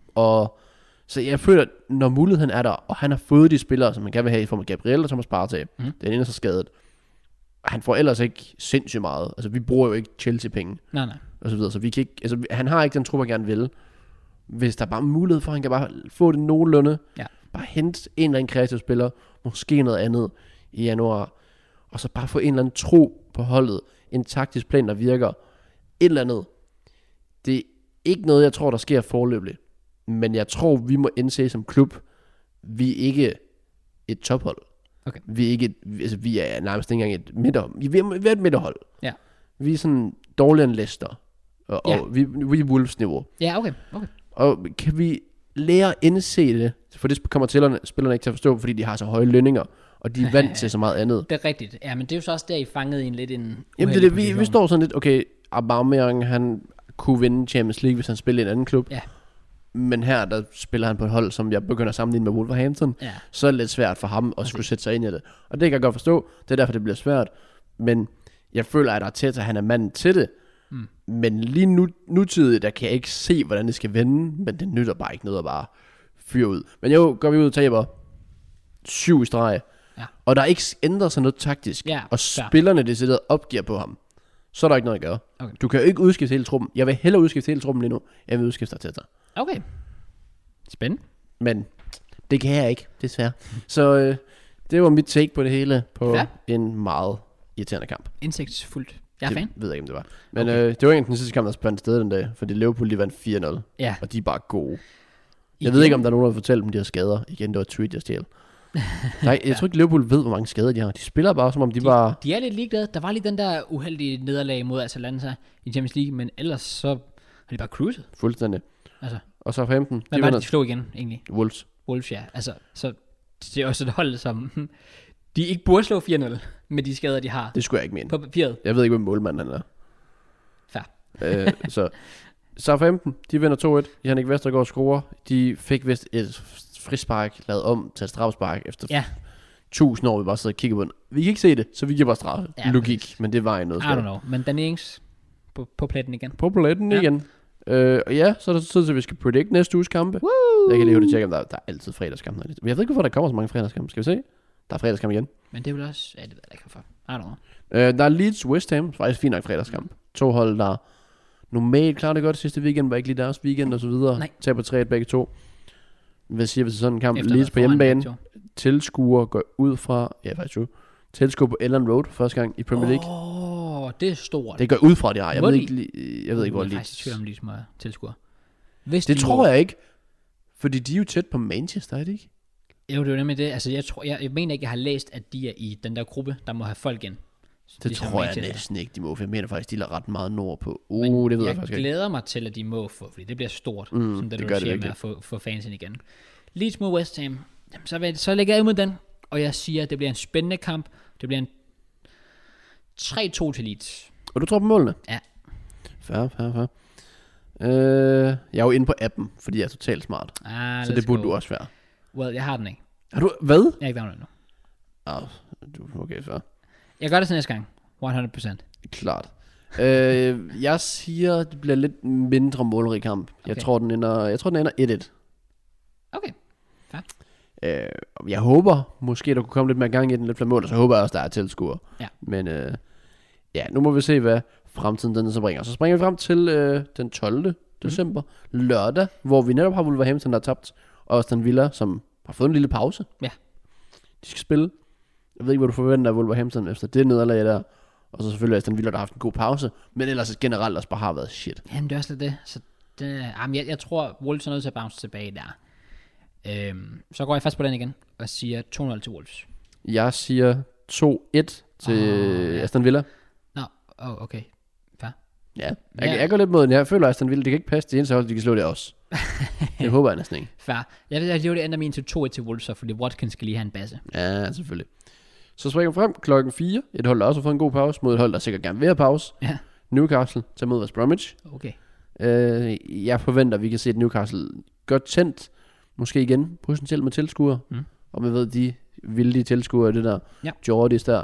Og så jeg føler, at når muligheden er der, og han har fået de spillere, som man gerne vil have i form af Gabriel og Thomas Partey, mm. den ene er så skadet. Han får ellers ikke sindssygt meget. Altså, vi bruger jo ikke Chelsea-penge. Nej, nej. Og så videre, så vi kan ikke, altså, han har ikke den trup, jeg gerne vil. Hvis der er bare mulighed for, at han kan bare få det nogenlunde. Ja. Bare hente en eller anden kreativ spiller, måske noget andet i januar, og så bare få en eller anden tro på holdet. En taktisk plan, der virker. Et eller andet. Det er ikke noget, jeg tror, der sker forløbigt. Men jeg tror, vi må indse som klub, vi er ikke et tophold. Okay. Vi er ikke et, altså vi er nærmest ikke engang et midter, vi er, vi er et midterhold. Ja. Vi er sådan dårligere end Leicester. Og, ja. og vi, vi er Wolves niveau. Ja, okay. okay. Og kan vi lære at indse det, for det kommer til spillerne ikke til at forstå, fordi de har så høje lønninger, og de er vant til så meget andet. Det er rigtigt. Ja, men det er jo så også der, I fangede i en lidt en Jamen det er det, vi, vi står sådan lidt, okay, Aubameyang, han kunne vinde Champions League, hvis han spillede i en anden klub. Ja. Men her, der spiller han på et hold, som jeg begynder at sammenligne med Wolverhampton. Ja. Så er det lidt svært for ham at okay. skulle sætte sig ind i det. Og det kan jeg godt forstå. Det er derfor, det bliver svært. Men jeg føler, at Arteta, han er manden til det. Mm. Men lige nu, nutidigt, der kan jeg ikke se, hvordan det skal vende. Men det nytter bare ikke noget at bare fyre ud. Men jo, går vi ud og taber syv i streg. Ja. Og der er ikke ændret sig noget taktisk. Ja, og spillerne decideret opgiver på ham. Så er der ikke noget at gøre. Okay. Du kan jo ikke udskifte hele truppen. Jeg vil hellere udskifte hele truppen lige nu. Jeg vil udskifte Arteta. Okay. Spændende. Men det kan jeg ikke, desværre. Så øh, det var mit take på det hele, på ja. en meget irriterende kamp. Indsigtsfuldt. Jeg er det fan. ved jeg ikke, om det var. Men okay. øh, det var ikke den sidste kamp, der spændte sted den dag, fordi Liverpool, de vandt fire nul. Ja. Og de er bare gode. Jeg igen. ved ikke, om der er nogen, der vil fortælle dem, de har skader. Igen, det var et tweet, jeg stjal. Nej, jeg tror ikke, Liverpool ved, hvor mange skader de har. De spiller bare, som om de, de bare... De er lidt ligeglade. Der var lige den der uheldige nederlag mod Atalanta i Champions League, men ellers så har de bare cruiset. Fuldstændig. Altså. Og så femten. Hvad de var det, de slog igen, egentlig? Wolves. Wolves, ja. Altså, så det er også et hold, som de ikke burde slå fire nul med de skader, de har. Det skulle jeg ikke mene. På papiret. Jeg ved ikke, hvem målmanden er. Fair. øh, så så femten, de vinder to et. Jannik Vestergaard scorer. De fik vist et frispark lavet om til et strafspark efter ja. tusind år, vi bare sidder og kigger på den. Vi kan ikke se det, så vi giver bare straffe. Ja, logik, præcis. Men det var ikke noget. I don't know. Men Danny Ings på, på pletten igen. På pletten ja. igen. Øh, og ja, så er der tid til, at vi skal predict næste uges kampe. Woo! Jeg kan lige hurtigt tjekke, om der, der er altid fredagskampe. Men jeg ved ikke, hvorfor der kommer så mange fredagskampe. Skal vi se? Der er fredagskamp igen. Men det er vel også... Ja, det ved jeg ikke, hvorfor. I don't know. Øh, der er Leeds West Ham. Faktisk fint nok fredagskamp. Mm. To hold, der normalt klarer det godt sidste weekend. Var ikke lige deres weekend og så videre. Nej. Taber tre begge to. Hvad siger vi til sådan en kamp? Efter Leeds på hjemmebane. Tilskuer går ud fra... Ja, faktisk true. Tilskuer på Ellen Road første gang i Premier League. Åh, oh, det er stort. Det går ud fra det her. Jeg ved ikke, jeg ved ikke hvor Leeds... Jeg er faktisk i tvivl om Leeds må tilskuer. Hvis det de tror må... jeg ikke. Fordi de er jo tæt på Manchester, er det ikke? Jo, det er jo nemlig det. Altså, jeg, tror, jeg, jeg mener ikke, jeg har læst, at de er i den der gruppe, der må have folk ind. Det ligesom tror jeg næsten ikke, de må. For jeg mener faktisk, de er ret meget nord på. Uh, Men det ved jeg, jeg faktisk ikke. Jeg glæder mig til, at de må få, fordi det bliver stort, mm, som det, det du gør siger det med at få, få fans ind igen. Leeds mod West Ham. Jamen, så, vil, så lægger jeg ud med den, og jeg siger, at det bliver en spændende kamp. Det bliver en tre to til Leeds. Og du tror på målene? Ja. Fair, fair, fair. Øh, jeg er jo inde på appen, fordi jeg er totalt smart. Ah, så det burde go. Du også være. Well, jeg har den ikke. Har du, hvad? Jeg er ikke downloadet nu. Ah, du, okay, fair. Jeg gør det til næste gang. hundrede procent. Klart. øh, jeg siger, det bliver lidt mindre målrig kamp. Okay. Jeg tror, den ender, jeg tror, den ender et et. Okay, fair. Øh, jeg håber, måske der kunne komme lidt mere gang i den, lidt flere mål, og så håber jeg også, der er tilskuere. Ja. Men øh, ja, nu må vi se, hvad fremtiden den så bringer. Så springer vi frem til øh, den tolvte december, mm. lørdag, hvor vi netop har Wolverhampton, der har tabt, og Aston Villa, som har fået en lille pause. Ja. De skal spille. Jeg ved ikke, hvad du forventer af Wolverhampton efter det nederlag der. Og så selvfølgelig Aston Villa, der har haft en god pause. Men ellers generelt også bare har været shit. Jamen det er også lidt det. Så det jamen, jeg, jeg tror, Wolves er nødt til at bounce tilbage der. Øhm, så går jeg fast på den igen og siger to nul til Wolves. Jeg siger to et til oh, ja. Aston Villa. Nå, no, oh, okay. Fair. Ja, jeg, ja. jeg går lidt mod den. Jeg føler, at Aston Villa, det kan ikke passe til eneste hold, de kan slå det også. Det håber jeg næsten ikke. Fair. Jeg ved, at det ender min til to et til Wolves, fordi Watkins skal lige have en base. Ja, selvfølgelig. Så springer vi frem klokken fire. Et hold, der også har fået en god pause, mod et hold, der sikkert gerne vil have pause. Ja. Newcastle til mod West Bromwich. Okay. Øh, jeg forventer, at vi kan se et Newcastle godt tændt, måske igen, potentielt med tilskuere, Mm. og man ved, de vilde tilskuere, det der, Ja. Jordis der,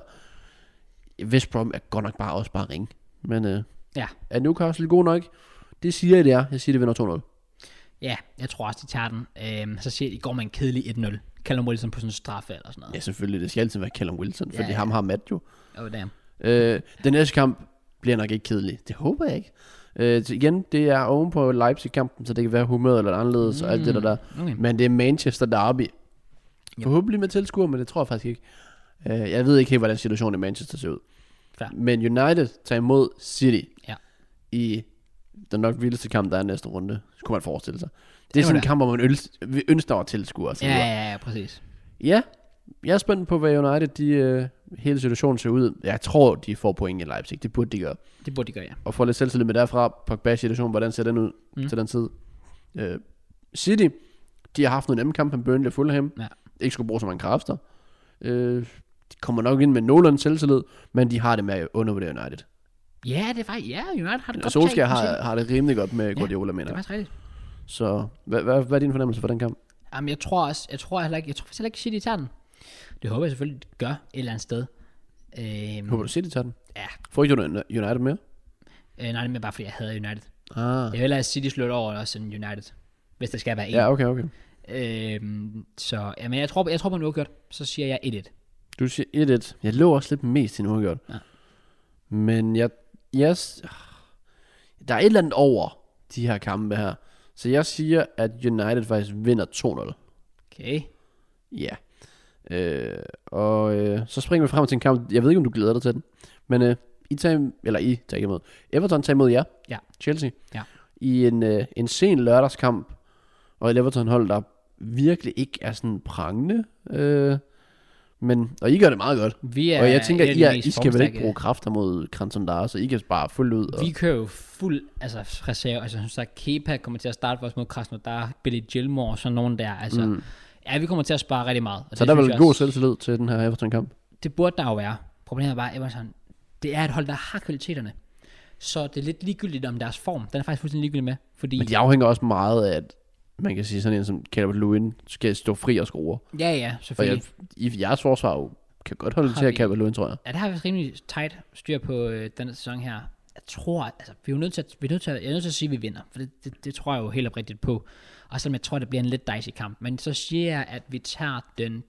West Brom er godt nok bare også bare ringe, men øh, Ja. er Newcastle god nok? Det siger jeg, det er. Jeg siger, det vinder to nul. Ja, jeg tror også, de tager den. Øhm, så siger de, går man en kedelig et nul. Callum Wilson på sådan en straffe eller sådan noget. Ja, selvfølgelig, det skal altid være Callum Wilson, fordi Ja, ja. ham har Matt jo. Oh, damn. Øh, den næste kamp bliver nok ikke kedelig. Det håber jeg ikke. Øh, så igen, det er oven på Leipzig-kampen, så det kan være humøret eller anderledes mm. og alt det der der. Okay. Men det er Manchester Derby. Forhåbentlig med tilskuer, men det tror jeg faktisk ikke. Øh, jeg ved ikke helt, hvordan situationen i Manchester ser ud. Fair. Men United tager imod City Ja. i den nok vildeste kamp, der er næste runde. Så kunne man forestille sig. Det er var sådan en det. kamp, hvor man ønsker, ønsker over tilskuer. og så Ja, videre. ja, ja, præcis. Ja, jeg er spændt på, hvad United, de, øh, hele situationen ser ud. Jeg tror, de får point i Leipzig. Det burde de gøre. Det burde de gøre, ja. Og få lidt selvtillid med derfra. Pogba situation, hvordan ser den ud Mm. mm. til den tid. Øh, City, de har haft nogle nemme kampe med Burnley og Fulham. Ja. Ikke skulle bruge så mange kræfter. Øh, de kommer nok ind med nogenlunde selvtillid, men de har det med at undervurdere United. Ja, det er faktisk, ja, United har det Og godt Solskjaer talt, har, har det rimelig godt med Guardiola, Det mener er jeg. faktisk rigtigt. Så hvad, hvad, hvad er din fornemmelse for den kamp? Jamen, jeg tror også, jeg tror heller ikke, jeg tror faktisk heller ikke, City tager den. Det håber jeg selvfølgelig, de gør et eller andet sted. Øhm, Håber du City tager den? Ja, Får ikke du United med? øh, nej, det er bare fordi, jeg havde United. Ah. Jeg vil hellere have City slået over også end United, hvis der skal være en. Ja, okay, okay. Øhm, så, jamen, jeg tror, jeg tror på en uafgjort, så siger jeg et et. Du siger et et. Jeg lå også lidt mest til en uafgjort. Ja. Men jeg, yes, der er et eller andet over de her kampe her. Så jeg siger, at United faktisk vinder to nul. Okay. Ja. Øh, og øh, så springer vi frem til en kamp. Jeg ved ikke, om du glæder dig til den. Men øh, I tager, eller I tager ikke imod. Everton tager imod jer. Ja. Chelsea. Ja. I en, øh, en sen lørdagskamp. Og et Everton-hold, der virkelig ikke er sådan prangende. Øh, men, og I gør det meget godt. Vi er Og jeg tænker, et af I, de er, mest I skal vel ikke formstærke- bruge kræfter mod Krantondar, så I kan bare fuldt ud. Og, Vi kører jo fuld, altså reserve, altså som sagt, Kepa kommer til at starte for os mod Krasnodar, Billy Gilmore og sådan nogen der, altså, mm. ja, vi kommer til at spare rigtig meget. Og så det der er synes vel jeg god også- selvtillid til den her Everton-kamp. Det burde der jo være. Problemet er bare, Everton, det er et hold, der har kvaliteterne. Så det er lidt ligegyldigt om deres form. Den er faktisk fuldstændig ligegyldig med, fordi... Men de afhænger også meget af, at man kan sige sådan en som Calvert Lewin skal stå fri og score. Ja, ja, For selvfølgelig. jeg, i jeres forsvar jo kan godt holde Har til at vi- Calvert Lewin, tror jeg. Ja, det har vi rimelig tight styr på øh, denne sæson her. Jeg tror, altså, vi er jo nødt til at, vi er nødt til at, jeg er nødt til at sige, at vi vinder. For det, det, det tror jeg jo helt oprigtigt på. Og selvom jeg tror, det bliver en lidt dicey kamp. Men så siger jeg, at vi tager den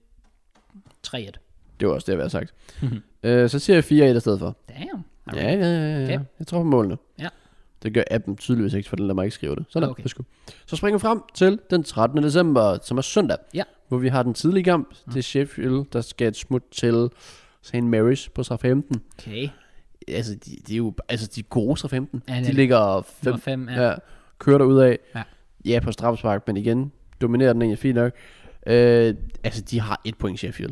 tre et. Det var også det, jeg havde sagt. øh, så siger jeg fire et i stedet for. Damn. Ja, ja, ja, ja. Okay. Jeg tror på målene. Ja. Det gør appen tydeligvis ikke, for den lader mig ikke skrive det. Sådan Okay. okay. Så springer vi frem til den trettende december, som er søndag. Ja. Hvor vi har den tidlige kamp mm. til Sheffield, der skal et smut til Saint Mary's på Southampton. Okay. Altså, de, de er jo altså, de er gode Southampton. Ja, det er de det. ligger fem, Nummer fem, ja. ja. ja, kører der ud af. Ja. Ja, på straffespark, men igen, dominerer den egentlig fint nok. Øh, altså, de har et point Sheffield.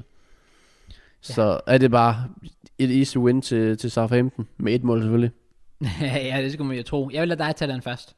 Ja. Så er det bare et easy win til, til Southampton, med et mål selvfølgelig. Ja, det skulle man jo tro. Jeg vil lade dig tage den først.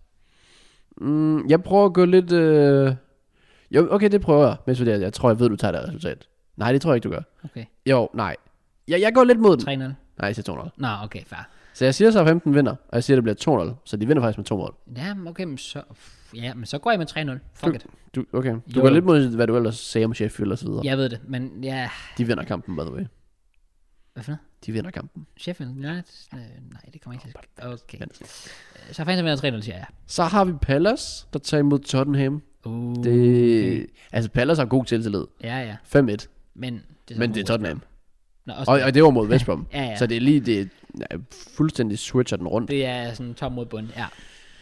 Mm, jeg prøver at gå lidt... Øh... Jo, okay, det prøver jeg. Men jeg, jeg tror, jeg ved, du tager det resultat. Nej, det tror jeg ikke, du gør. Okay. Jo, nej. Jeg, jeg går lidt mod den. tre nul. Nej, jeg siger to nul. Nå, okay, fair. Så jeg siger, at Southampton vinder, og jeg siger, at det bliver to nul. Så de vinder faktisk med to mål. Ja, men okay, men så, ja, men så går jeg med tre nul. Fuck it. Du, okay. Du Jo. går lidt mod, hvad du ellers sagde om Sheffield og så videre. Jeg ved det, men ja, De vinder kampen, by the way. hvad for noget? De vinder kampen. Sheffield United? Øh, nej, det kommer ikke til at ske. Okay. Men- Så fandt jeg med tre nul, siger jeg. Så har vi Palace, der tager imod Tottenham. Uh, Det... okay. Altså, Palace har god selvtillid. Ja, ja. fem et. Men det er, Men det er Tottenham. Nå, også Og, og det var mod West Brom. Ja, ja. Så det er lige det ja, fuldstændig switcher den rundt. det er sådan tom mod bund, ja.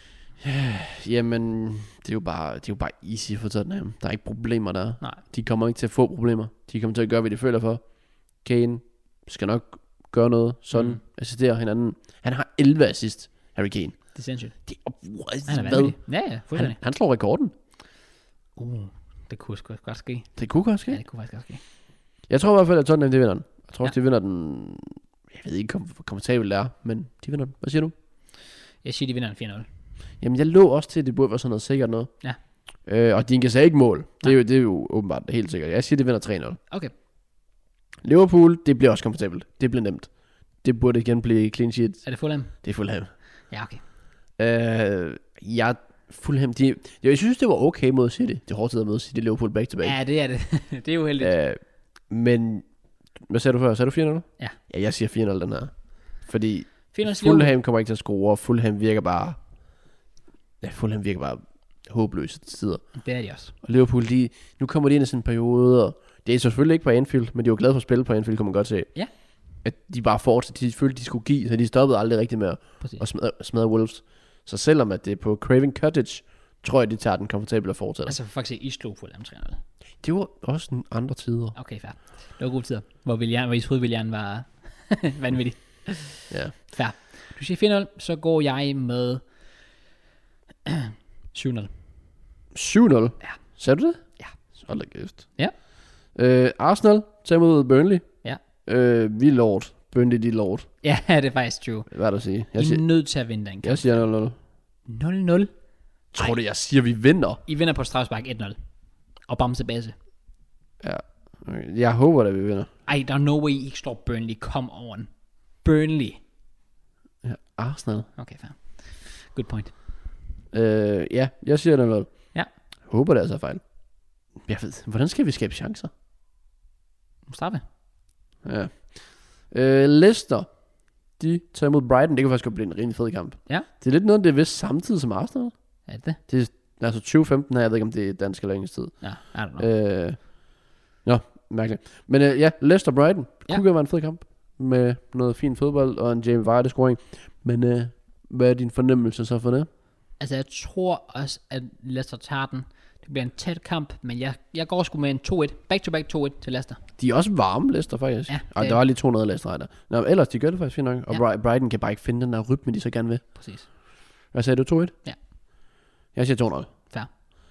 Jamen, det er jo bare, det er jo bare easy for Tottenham. Der er ikke problemer der. Nej. De kommer ikke til at få problemer. De kommer til at gøre, hvad de føler for. Kane skal nok gøre noget. Sådan Mm. mm. assisterer hinanden. Han har elleve assist, Harry Kane. Det er sindssygt. Det er, Han er hvad? vanvittig. Ja, ja, Han, fuldstændig. han slår rekorden. Uh, det kunne sgu godt ske. Det kunne godt ske. Ja, det kunne faktisk godt ske. Jeg tror i hvert fald, at Tottenham de vinder den. Jeg tror også, Ja. de vinder den. Jeg ved ikke, hvor komfortabelt det er, men de vinder den. Hvad siger du? Jeg siger, de vinder en fire nul. Jamen, jeg lå også til, at det burde være sådan noget sikkert noget. Ja. Øh, og de kan sige ikke mål. Det er, jo, det er jo åbenbart helt sikkert. Jeg siger, de vinder tre nul. Okay. Liverpool, det bliver også komfortabelt. Det bliver nemt. Det burde igen blive clean sheet. Er det Fulham? Det er Fulham. Ja, okay. Øh, jeg Fulham, de, jeg synes, det var okay mod City. Det er hårdt tid at møde City, Liverpool back to back. Ja, det er det. Det er jo heldigt. Øh, men, hvad sagde du før? Sagde du fire nul? Ja. Ja, jeg siger fire nul den her. Fordi Fulham Fulham kommer ikke til at score. Fulham virker bare... Ja, Fulham virker bare håbløse til tider. Det er de også. Og Liverpool, de, nu kommer de ind i sådan en periode, og det er selvfølgelig ikke på Anfield, men de var glade for at spille på Anfield, kan man godt se. Ja. At de bare fortsatte, de følte, de skulle give, så de stoppede aldrig rigtigt med at, at smadre, smadre Wolves. Så selvom at det er på Craven Cottage, tror jeg, de tager den komfortabelt og fortsætter. Altså faktisk, I slog Fulham tre nul. Det var også en andre tider. Okay, fair. Det var gode tider, hvor, Willian, hvor I troede, Willian var vanvittig. Ja. Fair. Du siger fire nul, så går jeg med syv nul. syv nul? Ja. Sagde du det? Ja. Så da gæst. Ja. Øh, Arsenal tager mod Burnley. Ja. Øh, vi er lort. Burnley, de er lort. Ja, det er faktisk true. Hvad er der at sige? I Jeg siger, er nødt til at vinde den kamp. jeg siger nul nul. nul nul. Tror du, jeg siger, vi vinder? I vinder på strafspark et nul. Og bamse base. Ja. Okay. Jeg håber, at vi vinder. Ej, der er no way, I ikke slår Burnley. Come on. Burnley. Ja, Arsenal. Okay, fair. Good point. Øh, ja, jeg siger nul nul. Ja. Håber, det er så fejl. Jeg ved, hvordan skal vi skabe chancer? Straffe. Ja. Øh, Leicester, de tager imod Brighton. Det kan faktisk godt blive en rimelig fed kamp. Ja. Det er lidt noget, det er vist samtidig som Arsenal. Er det det? Det er altså tyve femten her, jeg ved ikke, om det er dansk eller engelsk tid. Ja, I don't know. Øh, nå, mærkeligt. Men øh, ja, Leicester Brighton. Ja. Kunne godt være en fed kamp. Med noget fin fodbold og en Jamie Vardy scoring. Men øh, hvad er din fornemmelse så for det? Altså, jeg tror også, at Leicester tager den. Det bliver en tæt kamp, men jeg, jeg går sgu med en to et. Back-to-back to et til Leicester. De er også varme, Leicester, faktisk. Ja, Og det- der var lige to nul Leicester der. Nå, men ellers, de gør det faktisk fint nok. Og Ja. Bri- Brighton kan bare ikke finde den der rytme, de så gerne vil. Præcis. Hvad sagde du, to et? Ja. Jeg siger to nul. Fair.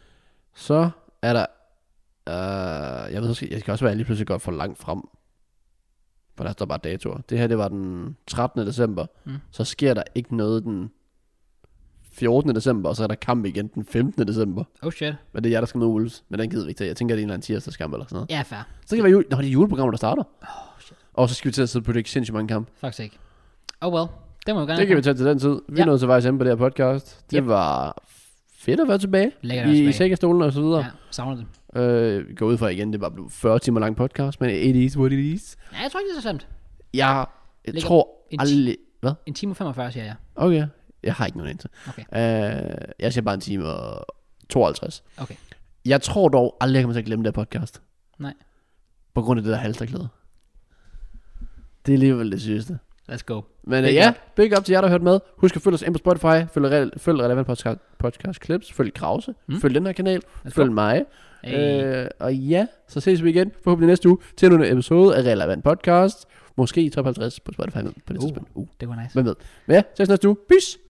Så er der... Øh, jeg ved også, jeg skal også være lige pludselig godt for langt frem. For der står bare datoer. Det her, det var den trettende december. Mm. Så sker der ikke noget den fjortende december, og så er der kamp igen den femtende december. Oh shit. Men det er jeg, der skal med Wolves. Men den gider vi ikke til. Jeg tænker, det er en eller anden tirsdagskamp eller sådan noget. Ja, fair. Så kan det være jule... Nå, det er juleprogrammer, der starter. Oh shit. Og så skal vi til at sidde på det sindssygt mange kamp. Faktisk ikke. Oh well. Det må vi gerne Det kan vi tage til den tid. Vi er Ja. nået til vejs ende på det her podcast. Det Yep. var fedt at være tilbage. Lækkert at være I, i tilbage. sækkestolen og så videre. Ja, savner det. Øh, vi går ud fra igen, det var blevet fyrre timer lang podcast, men it is what it is. Ja, jeg tror ikke, det er så slemt. Jeg, jeg Ligger tror en ti- aldrig... Hvad? En time og femogfyrre, siger jeg. Okay. Jeg har ikke nogen indtil. Okay. Øh, jeg siger bare en time og tooghalvtreds. Okay. Jeg tror dog aldrig, jeg kommer til at glemme det her podcast. Nej. På grund af det der halsterklæde. Det er alligevel det sygeste. Let's go. Men Big uh, ja, up. big up til jer, der har hørt med. Husk at følge os ind på Spotify. Følg, re- følg Relevant podcast, podcast Clips. Følg Krause. Mm. Mm. Følg den her kanal. Let's Følg go. mig. Hey. Øh, og ja, så ses vi igen forhåbentlig næste uge til en episode af Relevant Podcast. Måske top halvtreds på Spotify på det Uh. tidspunkt. Uh, Det var nice. hvem ved. Men ja, ses næste uge. Peace!